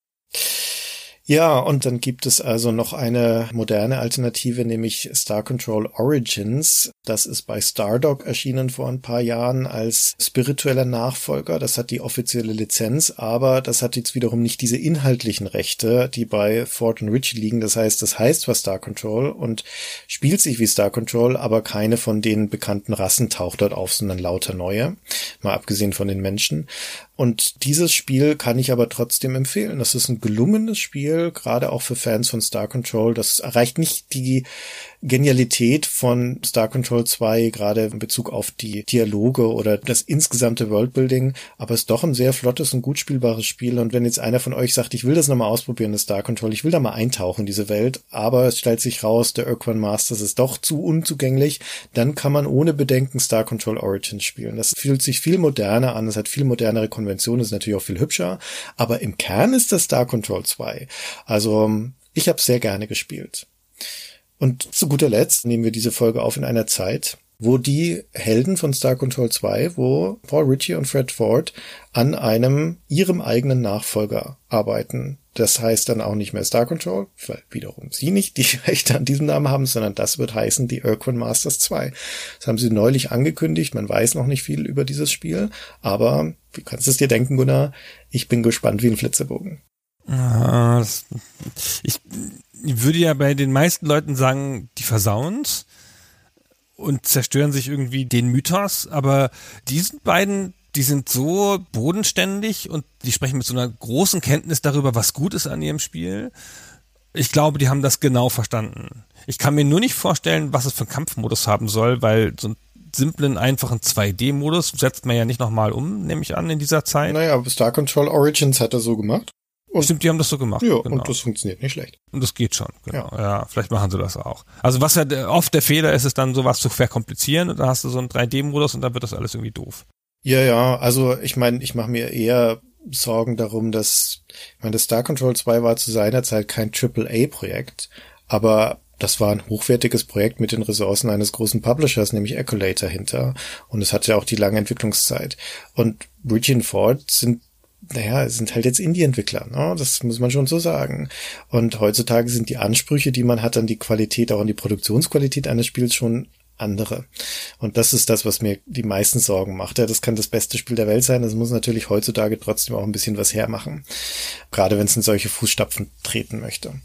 Ja, und dann gibt es also noch eine moderne Alternative, nämlich Star Control Origins. Das ist bei Stardog erschienen vor ein paar Jahren als spiritueller Nachfolger. Das hat die offizielle Lizenz, aber das hat jetzt wiederum nicht diese inhaltlichen Rechte, die bei Ford und Ritchie liegen. Das heißt was Star Control und spielt sich wie Star Control, aber keine von den bekannten Rassen taucht dort auf, sondern lauter neue, mal abgesehen von den Menschen. Und dieses Spiel kann ich aber trotzdem empfehlen. Das ist ein gelungenes Spiel, gerade auch für Fans von Star Control. Das erreicht nicht die Genialität von Star Control 2, gerade in Bezug auf die Dialoge oder das insgesamte Worldbuilding, aber ist doch ein sehr flottes und gut spielbares Spiel. Und wenn jetzt einer von euch sagt, ich will das nochmal ausprobieren, das Star Control, ich will da mal eintauchen in diese Welt, aber es stellt sich raus, der Urquan Masters ist doch zu unzugänglich, dann kann man ohne Bedenken Star Control Origins spielen. Das fühlt sich viel moderner an, es hat viel modernere Konventionen, ist natürlich auch viel hübscher, aber im Kern ist das Star Control 2. Also ich habe sehr gerne gespielt. Und zu guter Letzt nehmen wir diese Folge auf in einer Zeit, wo die Helden von Star Control 2, wo Paul Ritchie und Fred Ford an ihrem eigenen Nachfolger arbeiten. Das heißt dann auch nicht mehr Star Control, weil wiederum sie nicht die Rechte an diesem Namen haben, sondern das wird heißen die Urquan Masters 2. Das haben sie neulich angekündigt, man weiß noch nicht viel über dieses Spiel, aber wie kannst du es dir denken, Gunnar? Ich bin gespannt wie ein Flitzebogen. Ich würde ja bei den meisten Leuten sagen, die versauen's und zerstören sich irgendwie den Mythos, aber diesen beiden, die sind so bodenständig und die sprechen mit so einer großen Kenntnis darüber, was gut ist an ihrem Spiel. Ich glaube, die haben das genau verstanden. Ich kann mir nur nicht vorstellen, was es für einen Kampfmodus haben soll, weil so einen simplen, einfachen 2D-Modus setzt man ja nicht nochmal um, nehme ich an, in dieser Zeit. Naja, aber Star Control Origins hat er so gemacht. Und stimmt, die haben das so gemacht. Ja, genau. Und das funktioniert nicht schlecht. Und das geht schon, genau. Ja, vielleicht machen sie das auch. Also was ja oft der Fehler ist, ist dann sowas zu verkomplizieren und dann hast du so einen 3D-Modus und dann wird das alles irgendwie doof. Ja, also ich meine, ich mache mir eher Sorgen darum, das Star Control 2 war zu seiner Zeit kein AAA-Projekt, aber das war ein hochwertiges Projekt mit den Ressourcen eines großen Publishers, nämlich Accolade dahinter. Und es hatte auch die lange Entwicklungszeit. Und Ritchie und Ford sind halt jetzt Indie-Entwickler, ne? Das muss man schon so sagen. Und heutzutage sind die Ansprüche, die man hat an die Qualität, auch an die Produktionsqualität eines Spiels schon andere. Und das ist das, was mir die meisten Sorgen macht. Ja, das kann das beste Spiel der Welt sein. Das muss natürlich heutzutage trotzdem auch ein bisschen was hermachen. Gerade wenn es in solche Fußstapfen treten möchte.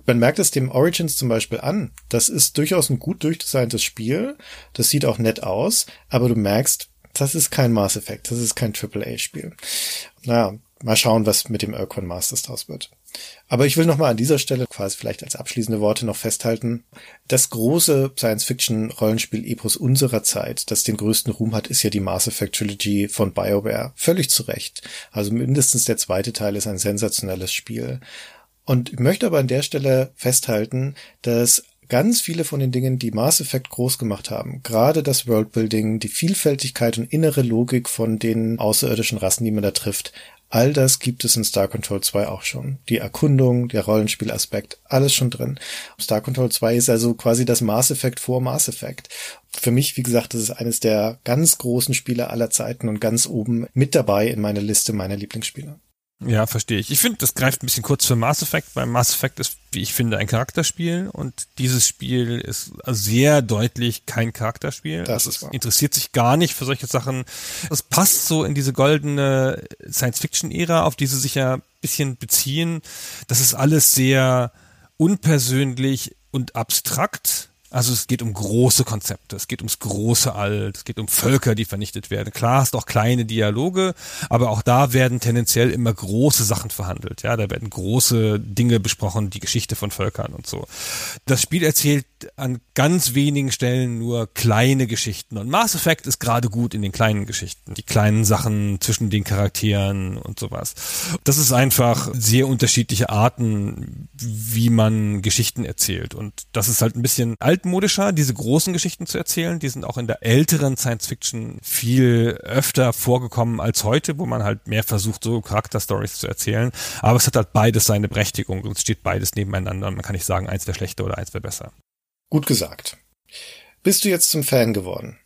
Man merkt es dem Origins zum Beispiel an. Das ist durchaus ein gut durchdesigntes Spiel. Das sieht auch nett aus, aber du merkst, das ist kein Mass Effect, das ist kein AAA-Spiel. Naja, mal schauen, was mit dem Urquell Masters draus wird. Aber ich will nochmal an dieser Stelle quasi vielleicht als abschließende Worte noch festhalten. Das große Science-Fiction-Rollenspiel-Epos unserer Zeit, das den größten Ruhm hat, ist ja die Mass Effect Trilogy von BioWare. Völlig zu Recht. Also mindestens der zweite Teil ist ein sensationelles Spiel. Und ich möchte aber an der Stelle festhalten, dass ganz viele von den Dingen, die Mass Effect groß gemacht haben, gerade das Worldbuilding, die Vielfältigkeit und innere Logik von den außerirdischen Rassen, die man da trifft, all das gibt es in Star Control 2 auch schon. Die Erkundung, der Rollenspielaspekt, alles schon drin. Star Control 2 ist also quasi das Mass Effect vor Mass Effect. Für mich, wie gesagt, das ist eines der ganz großen Spiele aller Zeiten und ganz oben mit dabei in meiner Liste meiner Lieblingsspiele. Ja, verstehe ich. Ich finde, das greift ein bisschen kurz für Mass Effect, weil Mass Effect ist, wie ich finde, ein Charakterspiel und dieses Spiel ist sehr deutlich kein Charakterspiel. Das ist wahr. Interessiert sich gar nicht für solche Sachen. Das passt so in diese goldene Science-Fiction-Ära, auf die sie sich ja ein bisschen beziehen. Das ist alles sehr unpersönlich und abstrakt. Also es geht um große Konzepte, es geht ums große All, es geht um Völker, die vernichtet werden. Klar, es sind auch kleine Dialoge, aber auch da werden tendenziell immer große Sachen verhandelt. Ja, da werden große Dinge besprochen, die Geschichte von Völkern und so. Das Spiel erzählt an ganz wenigen Stellen nur kleine Geschichten und Mass Effect ist gerade gut in den kleinen Geschichten, die kleinen Sachen zwischen den Charakteren und sowas. Das ist einfach sehr unterschiedliche Arten, wie man Geschichten erzählt und das ist halt ein bisschen altmodischer, diese großen Geschichten zu erzählen. Die sind auch in der älteren Science-Fiction viel öfter vorgekommen als heute, wo man halt mehr versucht, so Charakterstories zu erzählen. Aber es hat halt beides seine Berechtigung und es steht beides nebeneinander und man kann nicht sagen, eins wäre schlechter oder eins wäre besser. Gut gesagt. Bist du jetzt zum Fan geworden?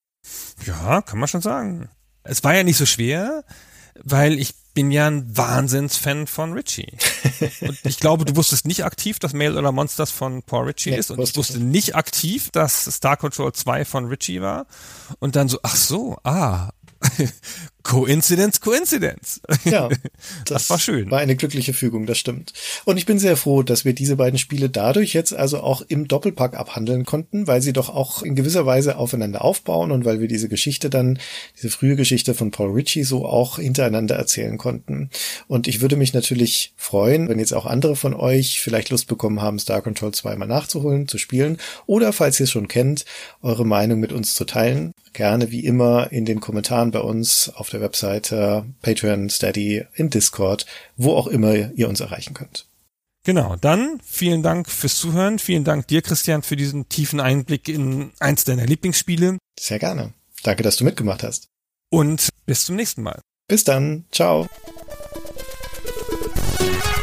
Ja, kann man schon sagen. Es war ja nicht so schwer, weil ich bin ja ein Wahnsinnsfan von Ritchie. Und ich glaube, du wusstest nicht aktiv, dass Mail oder Monsters von Paul Ritchie ist. Und ich wusste nicht aktiv, dass Star Control 2 von Ritchie war. Und dann so, ach so, Coincidence. Ja, das war schön. War eine glückliche Fügung, das stimmt. Und ich bin sehr froh, dass wir diese beiden Spiele dadurch jetzt also auch im Doppelpack abhandeln konnten, weil sie doch auch in gewisser Weise aufeinander aufbauen und weil wir diese Geschichte dann, diese frühe Geschichte von Paul Ritchie so auch hintereinander erzählen konnten. Und ich würde mich natürlich freuen, wenn jetzt auch andere von euch vielleicht Lust bekommen haben, Star Control 2 mal nachzuholen, zu spielen oder, falls ihr es schon kennt, eure Meinung mit uns zu teilen. Gerne wie immer in den Kommentaren bei uns auf der Webseite, Patreon, Steady, in Discord, wo auch immer ihr uns erreichen könnt. Genau, dann vielen Dank fürs Zuhören. Vielen Dank dir, Christian, für diesen tiefen Einblick in eins deiner Lieblingsspiele. Sehr gerne. Danke, dass du mitgemacht hast. Und bis zum nächsten Mal. Bis dann. Ciao.